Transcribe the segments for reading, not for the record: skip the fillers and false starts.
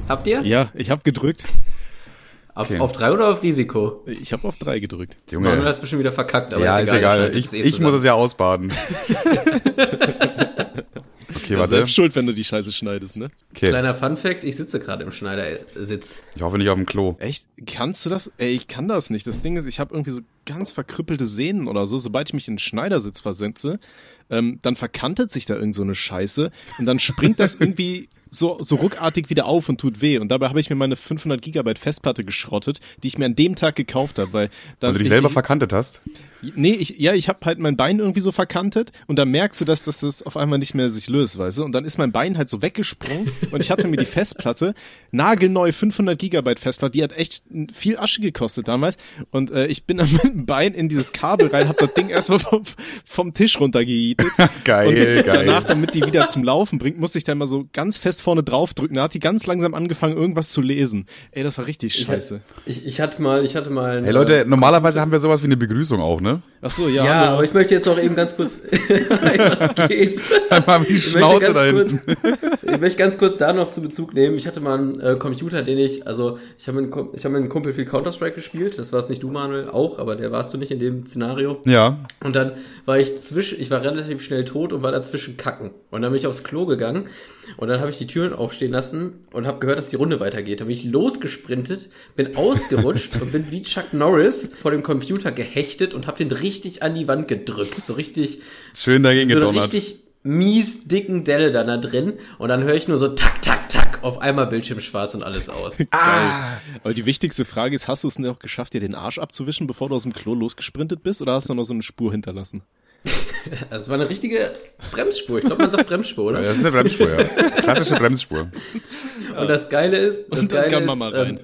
Habt ihr? Ja, ich habe gedrückt. Auf 3 oder auf Risiko? Ich habe auf 3 gedrückt. Junge. Man hat es bestimmt wieder verkackt, aber ja, ist egal. Ich muss es ja ausbaden. Okay, ja, warte. Selbst schuld, wenn du die Scheiße schneidest, ne? Okay. Kleiner Funfact, ich sitze gerade im Schneidersitz. Ich hoffe nicht auf dem Klo. Echt? Kannst du das? Ey, ich kann das nicht. Das Ding ist, ich habe irgendwie so ganz verkrüppelte Sehnen oder so. Sobald ich mich in den Schneidersitz versetze, dann verkantet sich da irgend so eine Scheiße und dann springt das irgendwie so ruckartig wieder auf und tut weh. Und dabei habe ich mir meine 500 Gigabyte Festplatte geschrottet, die ich mir an dem Tag gekauft habe. Weil du dich selber verkantet hast? Nee, ich habe halt mein Bein irgendwie so verkantet und dann merkst du, dass das auf einmal nicht mehr sich löst, weißt du? Und dann ist mein Bein halt so weggesprungen und ich hatte mir die Festplatte, nagelneu 500 Gigabyte Festplatte, die hat echt viel Asche gekostet damals und ich bin dann mit dem Bein in dieses Kabel rein, hab das Ding erstmal vom Tisch runtergejietet. Geil. Danach, damit die wieder zum Laufen bringt, musste ich dann mal so ganz fest vorne drauf drücken. Da hat die ganz langsam angefangen, irgendwas zu lesen. Ey, das war richtig scheiße. Ich hatte mal Hey Leute, normalerweise haben wir sowas wie eine Begrüßung auch, ne? Ach so, ja. Ja, aber ich möchte jetzt noch eben ganz kurz, was geht. Einmal die Schnauze da hinten. Ich möchte ganz kurz da noch zu Bezug nehmen. Ich hatte mal einen Computer, ich habe mit einem Kumpel viel Counter-Strike gespielt. Das war's nicht du, Manuel, auch, aber der warst du nicht in dem Szenario. Ja. Und dann war ich war relativ schnell tot und war dazwischen kacken. Und dann bin ich aufs Klo gegangen und dann habe ich die Türen aufstehen lassen und habe gehört, dass die Runde weitergeht. Dann bin ich losgesprintet, bin ausgerutscht und bin wie Chuck Norris vor dem Computer gehechtet und habe den richtig an die Wand gedrückt. So richtig schön dagegen gedonnert. So richtig mies dicken Delle dann da drin und dann höre ich nur so tak, tak, tak, auf einmal Bildschirm schwarz und alles aus. Aber die wichtigste Frage ist, hast du es noch geschafft, dir den Arsch abzuwischen, bevor du aus dem Klo losgesprintet bist oder hast du noch so eine Spur hinterlassen? Das war eine richtige Bremsspur. Ich glaube, man sagt Bremsspur, oder? Ja, das ist eine Bremsspur, ja. Klassische Bremsspur. Und das Geile ist... Und dann kann man mal rein.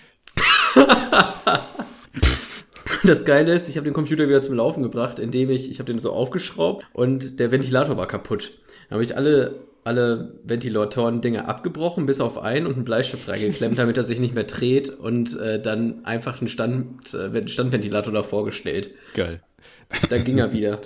Das Geile ist, ich habe den Computer wieder zum Laufen gebracht, indem ich habe den so aufgeschraubt und der Ventilator war kaputt. Dann habe ich alle Ventilatoren-Dinger abgebrochen, bis auf einen und einen Bleistift reingeklemmt, damit er sich nicht mehr dreht und dann einfach einen Standventilator davor gestellt. Geil. Dann ging er wieder.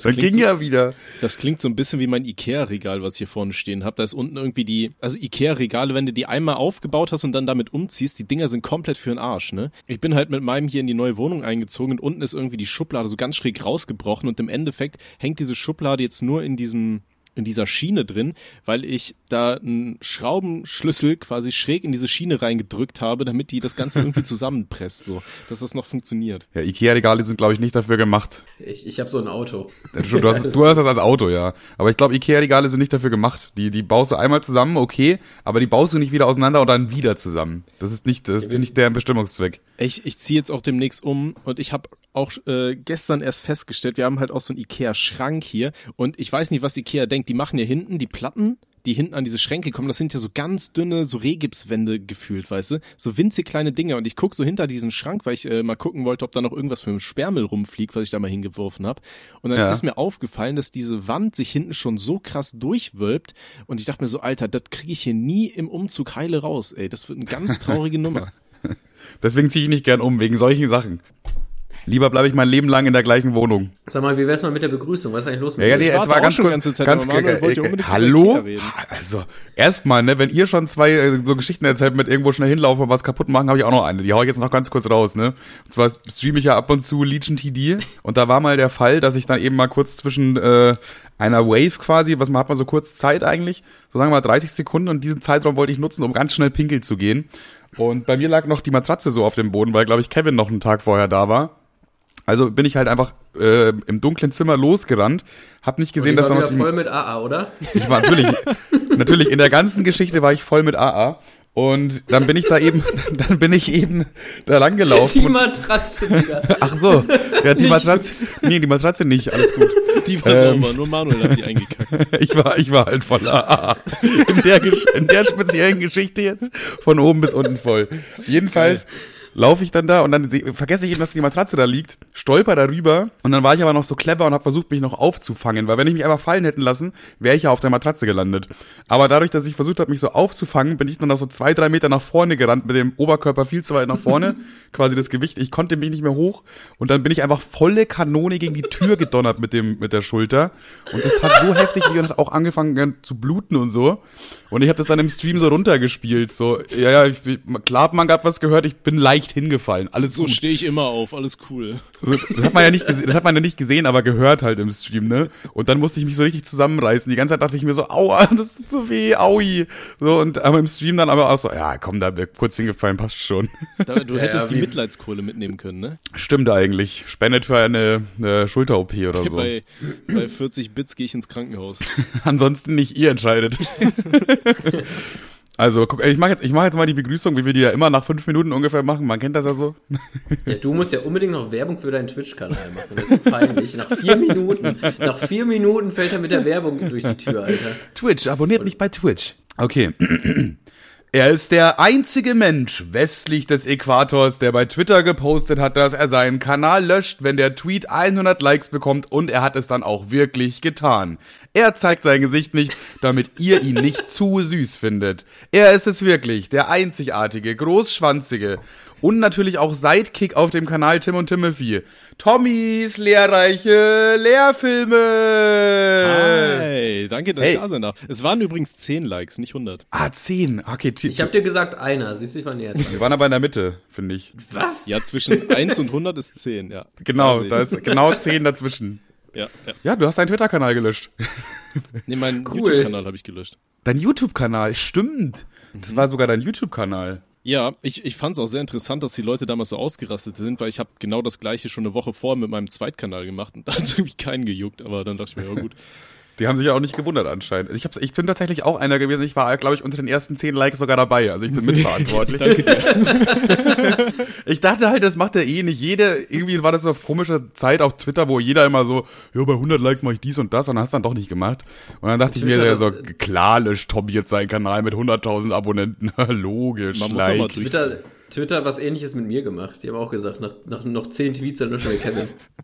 Das klingt so ein bisschen wie mein Ikea-Regal, was ich hier vorne stehen habe. Da ist unten irgendwie also Ikea-Regale, wenn du die einmal aufgebaut hast und dann damit umziehst, die Dinger sind komplett für den Arsch, ne? Ich bin halt mit meinem hier in die neue Wohnung eingezogen und unten ist irgendwie die Schublade so ganz schräg rausgebrochen und im Endeffekt hängt diese Schublade jetzt nur in dieser Schiene drin, weil ich da einen Schraubenschlüssel quasi schräg in diese Schiene reingedrückt habe, damit die das Ganze irgendwie zusammenpresst, so, dass das noch funktioniert. Ja, Ikea-Regale sind, glaube ich, nicht dafür gemacht. Ich habe so ein Auto. Du hast das als Auto, ja. Aber ich glaube, Ikea-Regale sind nicht dafür gemacht. Die baust du einmal zusammen, okay, aber die baust du nicht wieder auseinander und dann wieder zusammen. Das ist nicht deren Bestimmungszweck. Ich ziehe jetzt auch demnächst um und ich habe auch gestern erst festgestellt, wir haben halt auch so einen Ikea-Schrank hier und ich weiß nicht, was Ikea denkt. Die machen ja hinten die Platten, die hinten an diese Schränke kommen, das sind ja so ganz dünne, so Rehgipswände gefühlt, weißt du? So winzig kleine Dinge und ich guck so hinter diesen Schrank, weil ich mal gucken wollte, ob da noch irgendwas für einen Sperrmüll rumfliegt, was ich da mal hingeworfen habe. Und dann ist mir aufgefallen, dass diese Wand sich hinten schon so krass durchwölbt und ich dachte mir so, Alter, das kriege ich hier nie im Umzug heile raus, ey. Das wird eine ganz traurige Nummer. Deswegen ziehe ich nicht gern um, wegen solchen Sachen. Lieber bleibe ich mein Leben lang in der gleichen Wohnung. Sag mal, wie wär's mal mit der Begrüßung? Was ist eigentlich los mit dir? Ja, jetzt war ganz kurz, hallo? Also, erstmal, ne, wenn ihr schon zwei so Geschichten erzählt mit irgendwo schnell hinlaufen und was kaputt machen, habe ich auch noch eine. Die hau ich jetzt noch ganz kurz raus, ne. Und zwar streame ich ja ab und zu Legion TD und da war mal der Fall, dass ich dann eben mal kurz zwischen einer Wave quasi, hat man so kurz Zeit eigentlich, so sagen wir mal 30 Sekunden und diesen Zeitraum wollte ich nutzen, um ganz schnell pinkeln zu gehen. Und bei mir lag noch die Matratze so auf dem Boden, weil, glaube ich, Kevin noch einen Tag vorher da war. Also bin ich halt einfach im dunklen Zimmer losgerannt, hab nicht gesehen, dass da noch die... voll mit AA, oder? Ich war natürlich, in der ganzen Geschichte war ich voll mit AA. Und dann bin ich eben da lang gelaufen. Die Matratze, Digga. Ach so, ja, die Matratze, nee, die Matratze nicht, alles gut. Die war sauber, nur Manuel hat die eingekackt. Ich war halt voll AA. In der speziellen Geschichte jetzt, von oben bis unten voll. Jedenfalls laufe ich dann da und dann vergesse ich eben, dass die Matratze da liegt, stolper darüber und dann war ich aber noch so clever und habe versucht, mich noch aufzufangen, weil wenn ich mich einfach fallen hätten lassen, wäre ich ja auf der Matratze gelandet. Aber dadurch, dass ich versucht habe, mich so aufzufangen, bin ich nur noch so 2-3 Meter nach vorne gerannt, mit dem Oberkörper viel zu weit nach vorne, quasi das Gewicht, ich konnte mich nicht mehr hoch und dann bin ich einfach volle Kanone gegen die Tür gedonnert mit der Schulter und das tat so heftig und hat auch angefangen zu bluten und so und ich habe das dann im Stream so runtergespielt, so, klar hat man gerade was gehört, ich bin leicht hingefallen, alles so gut. So stehe ich immer auf, alles cool. Also, das hat man ja nicht gesehen, aber gehört halt im Stream, ne? Und dann musste ich mich so richtig zusammenreißen. Die ganze Zeit dachte ich mir so, aua, das tut so weh, aui. So, und aber im Stream dann aber auch so, ja, komm, da kurz hingefallen, passt schon. Du hättest die Mitleidskohle mitnehmen können, ne? Stimmt eigentlich. Spendet für eine Schulter-OP oder so. Bei 40 Bits gehe ich ins Krankenhaus. Ansonsten nicht, ihr entscheidet. Also, guck, ich mach jetzt mal die Begrüßung, wie wir die ja immer nach 5 Minuten ungefähr machen. Man kennt das ja so. Ja, du musst ja unbedingt noch Werbung für deinen Twitch-Kanal machen. Das ist peinlich. Nach 4 Minuten fällt er mit der Werbung durch die Tür, Alter. Twitch, abonniert mich bei Twitch. Okay. Er ist der einzige Mensch westlich des Äquators, der bei Twitter gepostet hat, dass er seinen Kanal löscht, wenn der Tweet 100 Likes bekommt und er hat es dann auch wirklich getan. Er zeigt sein Gesicht nicht, damit ihr ihn nicht zu süß findet. Er ist es wirklich, der einzigartige, großschwanzige und natürlich auch Sidekick auf dem Kanal Tim und Timothy. Tommys lehrreiche Lehrfilme. Hi, danke, dass ich da sein darf. Es waren übrigens 10 Likes, nicht 100. 10. Okay. Ich hab dir gesagt, einer. Siehst du, ich war näher dran. Wir waren aber in der Mitte, finde ich. Was? Ja, zwischen 1 und 100 ist 10, ja. Genau, da ist genau 10 dazwischen. Ja, du hast deinen Twitter-Kanal gelöscht. Nee, meinen YouTube-Kanal habe ich gelöscht. Dein YouTube-Kanal, stimmt. Das war sogar dein YouTube-Kanal. Ja, ich fand es auch sehr interessant, dass die Leute damals so ausgerastet sind, weil ich habe genau das Gleiche schon eine Woche vorher mit meinem Zweitkanal gemacht und da hat es irgendwie keinen gejuckt, aber dann dachte ich mir, ja gut. Die haben sich ja auch nicht gewundert anscheinend. Ich bin tatsächlich auch einer gewesen, ich war, glaube ich, unter den ersten 10 Likes sogar dabei, also ich bin mitverantwortlich. Danke dir. Ich dachte halt, das macht ja eh nicht jeder, irgendwie war das so eine komische Zeit auf Twitter, wo jeder immer so, ja, bei 100 Likes mache ich dies und das und dann hat es dann doch nicht gemacht. Und dann dachte ich mir ja so, klar löscht Tommy jetzt seinen Kanal mit 100.000 Abonnenten, logisch, man muss auch mal Twitter hat was Ähnliches mit mir gemacht. Die haben auch gesagt, nach noch 10 Tweets dann löschen wir Kevin.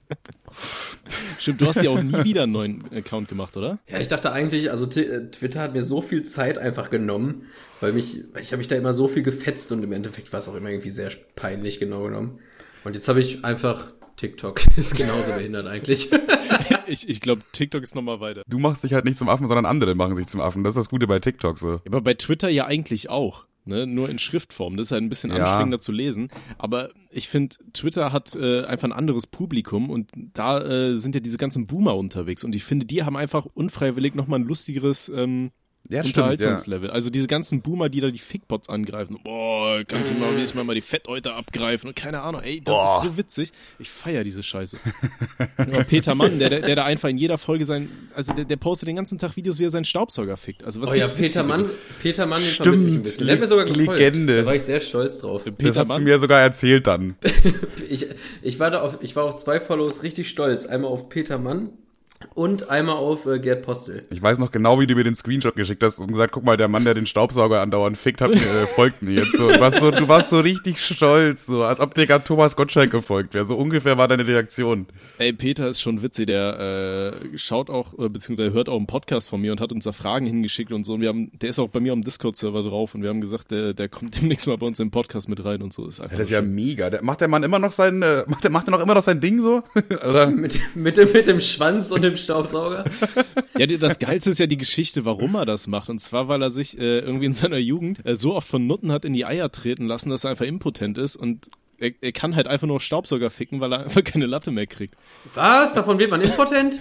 Stimmt, du hast ja auch nie wieder einen neuen Account gemacht, oder? Ja, ich dachte eigentlich, also Twitter hat mir so viel Zeit einfach genommen, weil ich habe mich da immer so viel gefetzt und im Endeffekt war es auch immer irgendwie sehr peinlich genau genommen. Und jetzt habe ich einfach TikTok. Ist genauso behindert eigentlich. Ich glaube, TikTok ist nochmal weiter. Du machst dich halt nicht zum Affen, sondern andere machen sich zum Affen. Das ist das Gute bei TikTok so. Aber bei Twitter ja eigentlich auch. Ne, nur in Schriftform. Das ist halt ein bisschen anstrengender zu lesen. Aber ich finde, Twitter hat einfach ein anderes Publikum und da sind ja diese ganzen Boomer unterwegs. Und ich finde, die haben einfach unfreiwillig nochmal ein lustigeres Unterhaltungslevel. Also diese ganzen Boomer, die da die Fickbots angreifen. Boah, kannst du mal nächstes Mal die Fetteute abgreifen und keine Ahnung. Ey, das ist so witzig. Ich feiere diese Scheiße. Ja, Peter Mann, der da einfach in jeder Folge der postet den ganzen Tag Videos, wie er seinen Staubsauger fickt. Also was Peter Mann, den vermisse ich ein bisschen. Der hat mir sogar gefolgt. Legende. Da war ich sehr stolz drauf. Das hast du mir sogar erzählt dann. Ich war auf 2 Follows richtig stolz. Einmal auf Peter Mann und einmal auf Gerd Postel. Ich weiß noch genau, wie du mir den Screenshot geschickt hast und gesagt, guck mal, der Mann, der den Staubsauger andauernd fickt, folgt mir jetzt so. Du warst so richtig stolz, so als ob dir gerade Thomas Gottschalk gefolgt wäre. So ungefähr war deine Reaktion. Ey, Peter ist schon witzig, der schaut auch, beziehungsweise hört auch einen Podcast von mir und hat uns da Fragen hingeschickt und so. Und der ist auch bei mir am Discord-Server drauf und wir haben gesagt, der kommt demnächst mal bei uns im Podcast mit rein und so. Das ist ja mega. Macht der Mann immer noch sein Ding so? Oder? mit dem Schwanz und dem Staubsauger. Ja, das Geilste ist ja die Geschichte, warum er das macht. Und zwar, weil er sich irgendwie in seiner Jugend so oft von Nutten hat in die Eier treten lassen, dass er einfach impotent ist und er kann halt einfach nur Staubsauger ficken, weil er einfach keine Latte mehr kriegt. Was? Davon wird man impotent?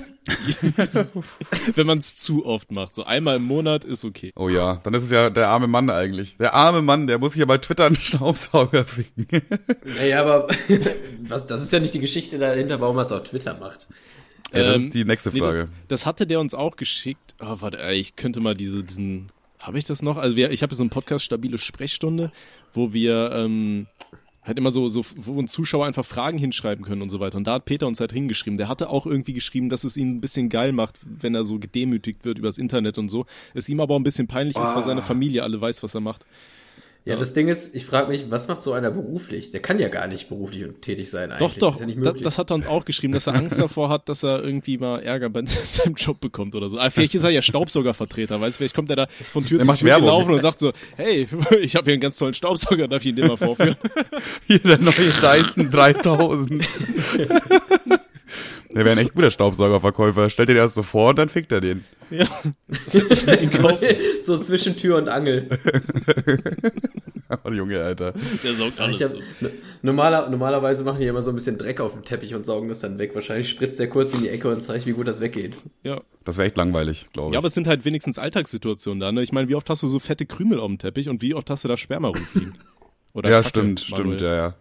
Wenn man es zu oft macht. So einmal im Monat ist okay. Oh ja, dann ist es ja der arme Mann eigentlich. Der arme Mann, der muss sich ja bei Twitter einen Staubsauger ficken. Naja, aber das ist ja nicht die Geschichte dahinter, warum er es auf Twitter macht. Ja, das ist die nächste Frage. Das hatte der uns auch geschickt. Oh, warte, ich könnte mal diesen... Habe ich das noch? Also ich habe so einen Podcast, Stabile Sprechstunde, wo wir halt immer so, wo uns Zuschauer einfach Fragen hinschreiben können und so weiter. Und da hat Peter uns halt hingeschrieben. Der hatte auch irgendwie geschrieben, dass es ihn ein bisschen geil macht, wenn er so gedemütigt wird übers Internet und so. Es ihm aber auch ein bisschen peinlich ist, weil seine Familie alle weiß, was er macht. Ja, das Ding ist, ich frage mich, was macht so einer beruflich? Der kann ja gar nicht beruflich tätig sein eigentlich. Doch, das ist ja nicht möglich. Das hat er uns auch geschrieben, dass er Angst davor hat, dass er irgendwie mal Ärger bei seinem Job bekommt oder so. Aber vielleicht ist er ja Staubsaugervertreter, weißt du, vielleicht kommt er da von Tür zu Tür gelaufen und sagt so, hey, ich habe hier einen ganz tollen Staubsauger, darf ich ihn dir mal vorführen? Hier der neue Dyson 3000. Der wäre ein echt guter Staubsaugerverkäufer. Stellt dir das so vor und dann fickt er den. Ja, ich will ihn kaufen. So zwischen Tür und Angel. Oh, Junge, Alter. Der saugt alles so. Normalerweise machen die immer so ein bisschen Dreck auf dem Teppich und saugen das dann weg. Wahrscheinlich spritzt der kurz in die Ecke und zeigt, wie gut das weggeht. Ja. Das wäre echt langweilig, glaube ich. Ja, aber es sind halt wenigstens Alltagssituationen da. Ne? Ich meine, wie oft hast du so fette Krümel auf dem Teppich und wie oft hast du da Sperma rumfliegen? Oder ja, Kacke, stimmt, ja.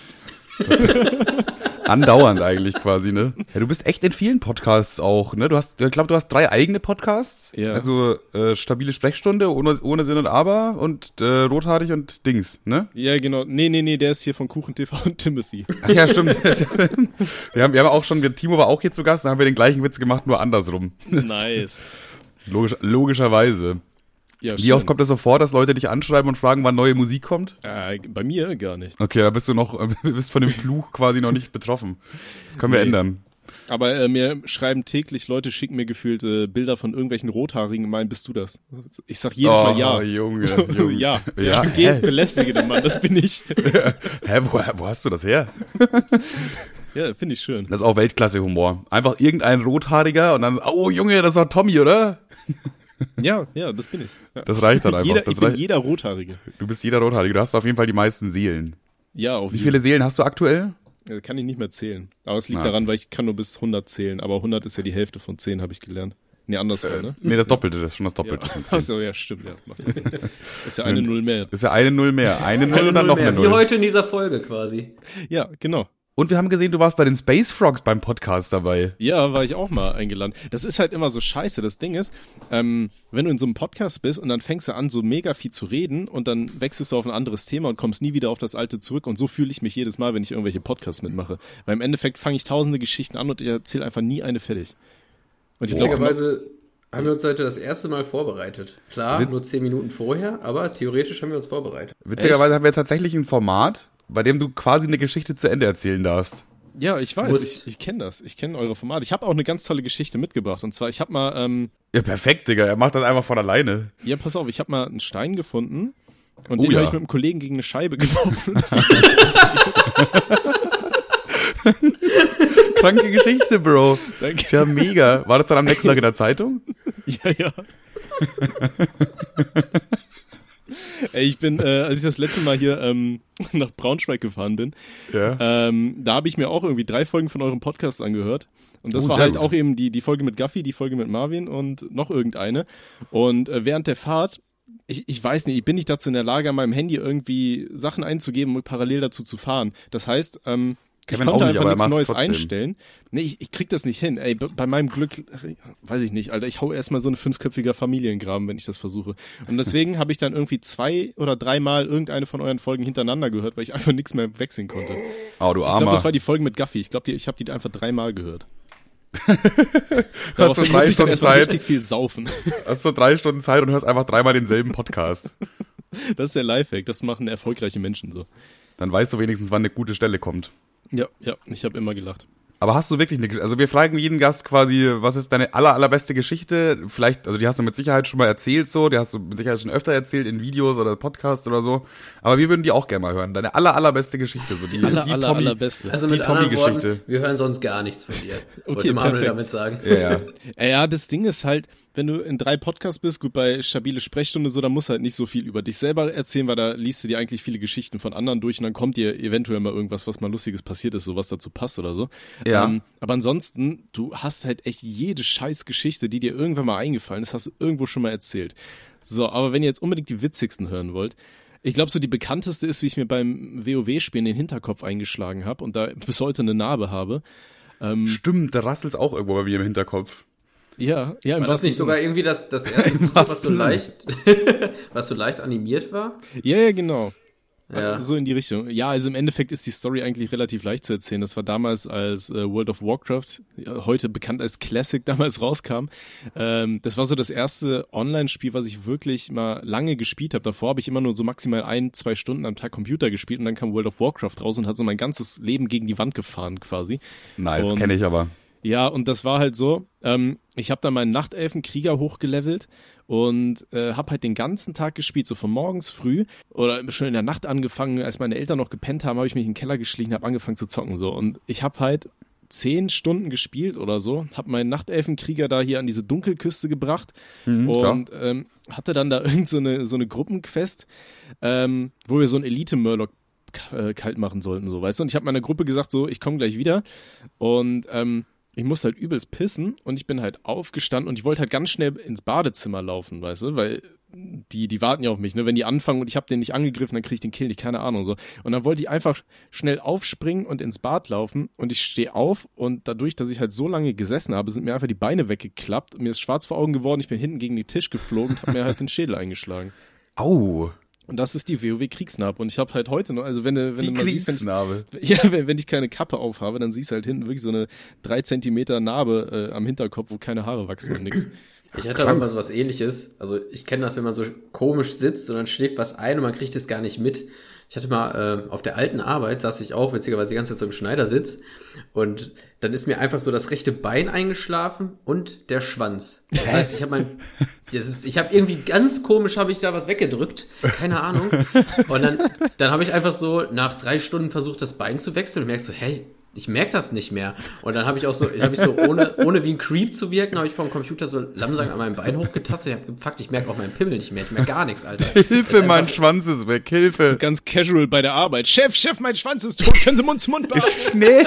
Andauernd eigentlich quasi, ne? Ja, du bist echt in vielen Podcasts auch, ne? Ich glaube, du hast 3 eigene Podcasts. Ja. Also stabile Sprechstunde, ohne Sinn und Aber und rothaarig und Dings, ne? Ja, genau. Nee, der ist hier von Kuchen TV und Timothy. Ach ja, stimmt. wir haben auch schon, Timo war auch hier zu Gast, da haben wir den gleichen Witz gemacht, nur andersrum. Nice. Logischerweise. Ja, Wie oft kommt es so vor, dass Leute dich anschreiben und fragen, wann neue Musik kommt? Bei mir gar nicht. Okay, da bist von dem Fluch quasi noch nicht betroffen. Das können wir ändern. Aber mir schreiben täglich Leute, schicken mir gefühlt Bilder von irgendwelchen Rothaarigen und meinen, bist du das? Ich sag jedes Mal ja. Junge. Ja, belästige den Mann, das bin ich. Hä, wo hast du das her? Ja, finde ich schön. Das ist auch Weltklasse-Humor. Einfach irgendein Rothaariger und dann, oh Junge, das war Tommy, oder? Ja, das bin ich. Ja. Das reicht dann einfach. Ich bin jeder Rothaarige. Du bist jeder Rothaarige. Du hast auf jeden Fall die meisten Seelen. Ja, auf jeden Fall. Wie viele Seelen hast du aktuell? Ja, kann ich nicht mehr zählen. Aber es liegt daran, weil ich kann nur bis 100 zählen. Aber 100 ist ja die Hälfte von 10, habe ich gelernt. Nee, andersrum, ne? Nee, das Doppelte, das ist schon das Doppelte von 10. Achso, ja, stimmt. Ja. Ist ja eine Null mehr. Ist ja eine Null mehr. Eine Null und dann noch eine Null. Wie heute in dieser Folge quasi. Ja, genau. Und wir haben gesehen, du warst bei den Space Frogs beim Podcast dabei. Ja, war ich auch mal eingeladen. Das ist halt immer so scheiße. Das Ding ist, wenn du in so einem Podcast bist und dann fängst du an, so mega viel zu reden und dann wechselst du auf ein anderes Thema und kommst nie wieder auf das alte zurück. Und so fühle ich mich jedes Mal, wenn ich irgendwelche Podcasts mitmache. Weil im Endeffekt fange ich tausende Geschichten an und ich erzähle einfach nie eine fertig. Und witzigerweise haben wir uns heute das erste Mal vorbereitet. Klar, nur 10 Minuten vorher, aber theoretisch haben wir uns vorbereitet. Witzigerweise haben wir tatsächlich ein Format, bei dem du quasi eine Geschichte zu Ende erzählen darfst. Ja, ich weiß, ich kenne das. Ich kenne eure Formate. Ich habe auch eine ganz tolle Geschichte mitgebracht. Und zwar, ich habe mal... ja, perfekt, Digga. Er macht das einfach von alleine. Ja, pass auf, ich habe mal einen Stein gefunden und den habe ich mit einem Kollegen gegen eine Scheibe geworfen. Das ist nicht Kranke Geschichte, Bro. Danke. Ist ja mega. War das dann am nächsten Tag in der Zeitung? Ja. Ey, ich bin, als ich das letzte Mal hier nach Braunschweig gefahren bin, da habe ich mir auch irgendwie 3 Folgen von eurem Podcast angehört. Und das war halt gut. Auch eben die Folge mit Gaffi, die Folge mit Marvin und noch irgendeine. Und während der Fahrt, ich weiß nicht, ich bin nicht dazu in der Lage, an meinem Handy irgendwie Sachen einzugeben und parallel dazu zu fahren. Das heißt, ich konnte einfach nichts Neues einstellen. Nee, ich krieg das nicht hin. Ey, bei meinem Glück, weiß ich nicht, Alter, ich hau erstmal so eine 5-köpfiger Familiengraben, wenn ich das versuche. Und deswegen habe ich dann irgendwie 2 oder 3 Mal irgendeine von euren Folgen hintereinander gehört, weil ich einfach nichts mehr wechseln konnte. Oh, du Armer. Ich glaube, das war die Folge mit Gaffi. Ich glaube, ich habe die einfach 3 Mal gehört. Hast du 3 Stunden Zeit? Richtig viel saufen. Hast du 3 Stunden Zeit und hörst einfach 3-mal denselben Podcast. Das ist der Lifehack. Das machen erfolgreiche Menschen so. Dann weißt du wenigstens, wann eine gute Stelle kommt. Ja, ich habe immer gelacht. Aber hast du wirklich also wir fragen jeden Gast quasi, was ist deine allerbeste Geschichte? Vielleicht, also die hast du mit Sicherheit schon mal erzählt so, die hast du mit Sicherheit schon öfter erzählt in Videos oder Podcasts oder so. Aber wir würden die auch gerne mal hören. Deine allerbeste Geschichte, so die allerbeste. Also mit anderen Worten, wir hören sonst gar nichts von dir. Okay, Manuel damit sagen. Ja. Ja, das Ding ist halt, wenn du in 3 Podcasts bist, gut, bei stabile Sprechstunde so, da musst du halt nicht so viel über dich selber erzählen, weil da liest du dir eigentlich viele Geschichten von anderen durch und dann kommt dir eventuell mal irgendwas, was mal Lustiges passiert ist, so was dazu passt oder so. Ja. Aber ansonsten, du hast halt echt jede scheiß Geschichte, die dir irgendwann mal eingefallen ist, hast du irgendwo schon mal erzählt. So, aber wenn ihr jetzt unbedingt die witzigsten hören wollt, ich glaube, so die bekannteste ist, wie ich mir beim WoW-Spielen den Hinterkopf eingeschlagen habe und da bis heute eine Narbe habe. Stimmt, da rasselt's auch irgendwo bei mir im Hinterkopf. Ja. War das nicht sogar irgendwie das erste Buch, was so leicht animiert war? Ja, genau. Ja. So in die Richtung. Ja, also im Endeffekt ist die Story eigentlich relativ leicht zu erzählen. Das war damals, als World of Warcraft, heute bekannt als Classic, damals rauskam. Das war so das erste Online-Spiel, was ich wirklich mal lange gespielt habe. Davor habe ich immer nur so maximal 1-2 Stunden am Tag Computer gespielt und dann kam World of Warcraft raus und hat so mein ganzes Leben gegen die Wand gefahren quasi. Nice, kenne ich aber. Ja, und das war halt so, ich habe dann meinen Nachtelfenkrieger hochgelevelt und habe halt den ganzen Tag gespielt, so von morgens früh oder schon in der Nacht angefangen, als meine Eltern noch gepennt haben, habe ich mich in den Keller geschlichen, habe angefangen zu zocken so und ich habe halt 10 Stunden gespielt oder so, habe meinen Nachtelfenkrieger da hier an diese Dunkelküste gebracht und hatte dann da irgend so eine Gruppenquest, wo wir so einen Elite-Murloc kalt machen sollten, so, weißt du? Und ich habe meiner Gruppe gesagt, so, ich komme gleich wieder und ich musste halt übelst pissen und ich bin halt aufgestanden und ich wollte halt ganz schnell ins Badezimmer laufen, weißt du, weil die warten ja auf mich, ne, wenn die anfangen und ich habe den nicht angegriffen, dann kriege ich den Kill nicht, keine Ahnung, so. Und dann wollte ich einfach schnell aufspringen und ins Bad laufen und ich stehe auf und dadurch, dass ich halt so lange gesessen habe, sind mir einfach die Beine weggeklappt und mir ist schwarz vor Augen geworden, ich bin hinten gegen den Tisch geflogen und habe mir halt den Schädel eingeschlagen. Au! Und das ist die WoW-Kriegsnarbe. Und ich habe halt heute noch, also wenn du mal siehst, wenn ich keine Kappe aufhabe, dann siehst du halt hinten wirklich so eine 3 Zentimeter Narbe am Hinterkopf, wo keine Haare wachsen und nix. Ich hatte aber mal so was Ähnliches. Also ich kenne das, wenn man so komisch sitzt und dann schläft was ein und man kriegt es gar nicht mit. Ich hatte mal auf der alten Arbeit, saß ich auch witzigerweise die ganze Zeit so im Schneidersitz und dann ist mir einfach so das rechte Bein eingeschlafen und der Schwanz. Das heißt, ich habe irgendwie ganz komisch habe ich da was weggedrückt, keine Ahnung. Und dann habe ich einfach so nach 3 Stunden versucht, das Bein zu wechseln und merkst so, hey, ich merke das nicht mehr. Und dann habe ich ohne wie ein Creep zu wirken, habe ich vom Computer so langsam an meinem Bein hochgetastet. Ich habe gefragt, ich merke auch meinen Pimmel nicht mehr. Ich merke gar nichts, Alter. Hilfe, mein Schwanz ist weg, Hilfe. So ganz casual bei der Arbeit. Chef, mein Schwanz ist tot, können Sie Mund zu Mund beatmen? Schnee.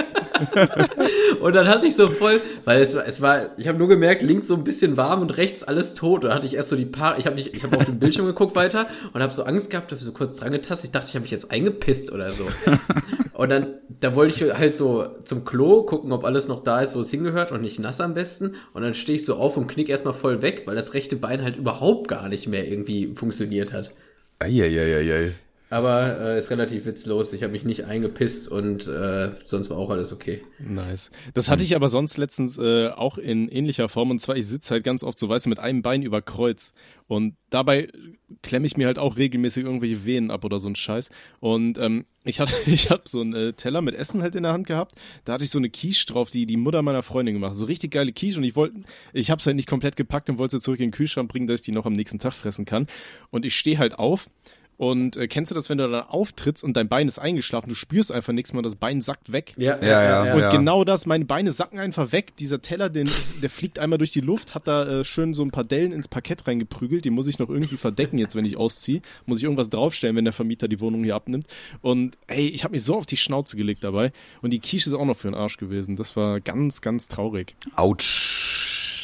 Und dann hatte ich so voll, weil ich habe nur gemerkt, links so ein bisschen warm und rechts alles tot. Da hatte ich erst so ich habe auf den Bildschirm geguckt weiter und habe so Angst gehabt, habe so kurz dran getastet. Ich dachte, ich habe mich jetzt eingepisst oder so. Und dann, da wollte ich halt so zum Klo gucken, ob alles noch da ist, wo es hingehört und nicht nass am besten. Und dann stehe ich so auf und knick erstmal voll weg, weil das rechte Bein halt überhaupt gar nicht mehr irgendwie funktioniert hat. Eieieiei. Aber ist relativ witzlos. Ich habe mich nicht eingepisst und sonst war auch alles okay. Nice. Das hatte ich aber sonst letztens auch in ähnlicher Form. Und zwar, ich sitze halt ganz oft so, weißt du, mit einem Bein über Kreuz. Und dabei klemme ich mir halt auch regelmäßig irgendwelche Venen ab oder so ein Scheiß. Und ich hab so einen Teller mit Essen halt in der Hand gehabt. Da hatte ich so eine Quiche drauf, die Mutter meiner Freundin gemacht. So richtig geile Quiche. Und ich hab's halt nicht komplett gepackt und wollte sie zurück in den Kühlschrank bringen, dass ich die noch am nächsten Tag fressen kann. Und ich stehe halt auf. Und kennst du das, wenn du da auftrittst und dein Bein ist eingeschlafen, du spürst einfach nichts mehr, das Bein sackt weg. Ja. Und genau das, meine Beine sacken einfach weg. Dieser Teller, der fliegt einmal durch die Luft, hat da schön so ein paar Dellen ins Parkett reingeprügelt. Die muss ich noch irgendwie verdecken jetzt, wenn ich ausziehe. Muss ich irgendwas draufstellen, wenn der Vermieter die Wohnung hier abnimmt. Und ey, ich habe mich so auf die Schnauze gelegt dabei. Und die Quiche ist auch noch für den Arsch gewesen. Das war ganz, ganz traurig. Autsch.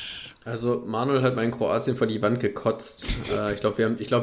Also Manuel hat mal in Kroatien vor die Wand gekotzt. Ich glaube,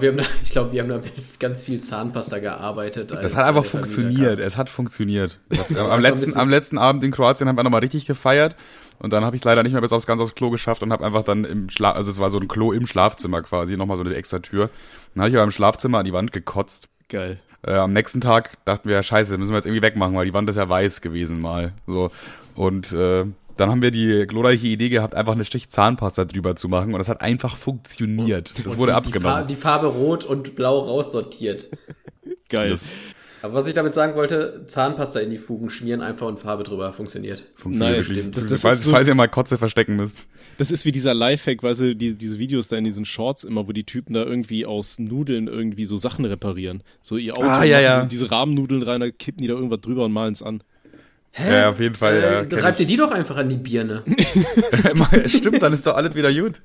wir haben da mit ganz viel Zahnpasta gearbeitet. Das hat einfach funktioniert. Es hat funktioniert. Am letzten Abend in Kroatien haben wir nochmal richtig gefeiert. Und dann habe ich es leider nicht mehr bis aufs Klo geschafft und habe einfach dann also es war so ein Klo im Schlafzimmer quasi, nochmal so eine extra Tür. Dann habe ich aber im Schlafzimmer an die Wand gekotzt. Geil. Am nächsten Tag dachten wir, scheiße, müssen wir jetzt irgendwie wegmachen, weil die Wand ist ja weiß gewesen mal. So. Und dann haben wir die glorreiche Idee gehabt, einfach eine Stich Zahnpasta drüber zu machen und das hat einfach funktioniert. Das wurde abgenommen. Die Farbe Rot und Blau raussortiert. Geil. Aber was ich damit sagen wollte, Zahnpasta in die Fugen schmieren einfach und Farbe drüber funktioniert. Funktioniert wirklich. Falls ihr mal Kotze verstecken müsst. Das ist wie dieser Lifehack, weißt du, diese Videos da in diesen Shorts immer, wo die Typen da irgendwie aus Nudeln irgendwie so Sachen reparieren. So ihr Auto, diese Rahmennudeln rein, da kippen die da irgendwas drüber und malen es an. Hä? Ja, auf jeden Fall. Ja, reibt ihr die doch einfach an die Birne. Stimmt, dann ist doch alles wieder gut.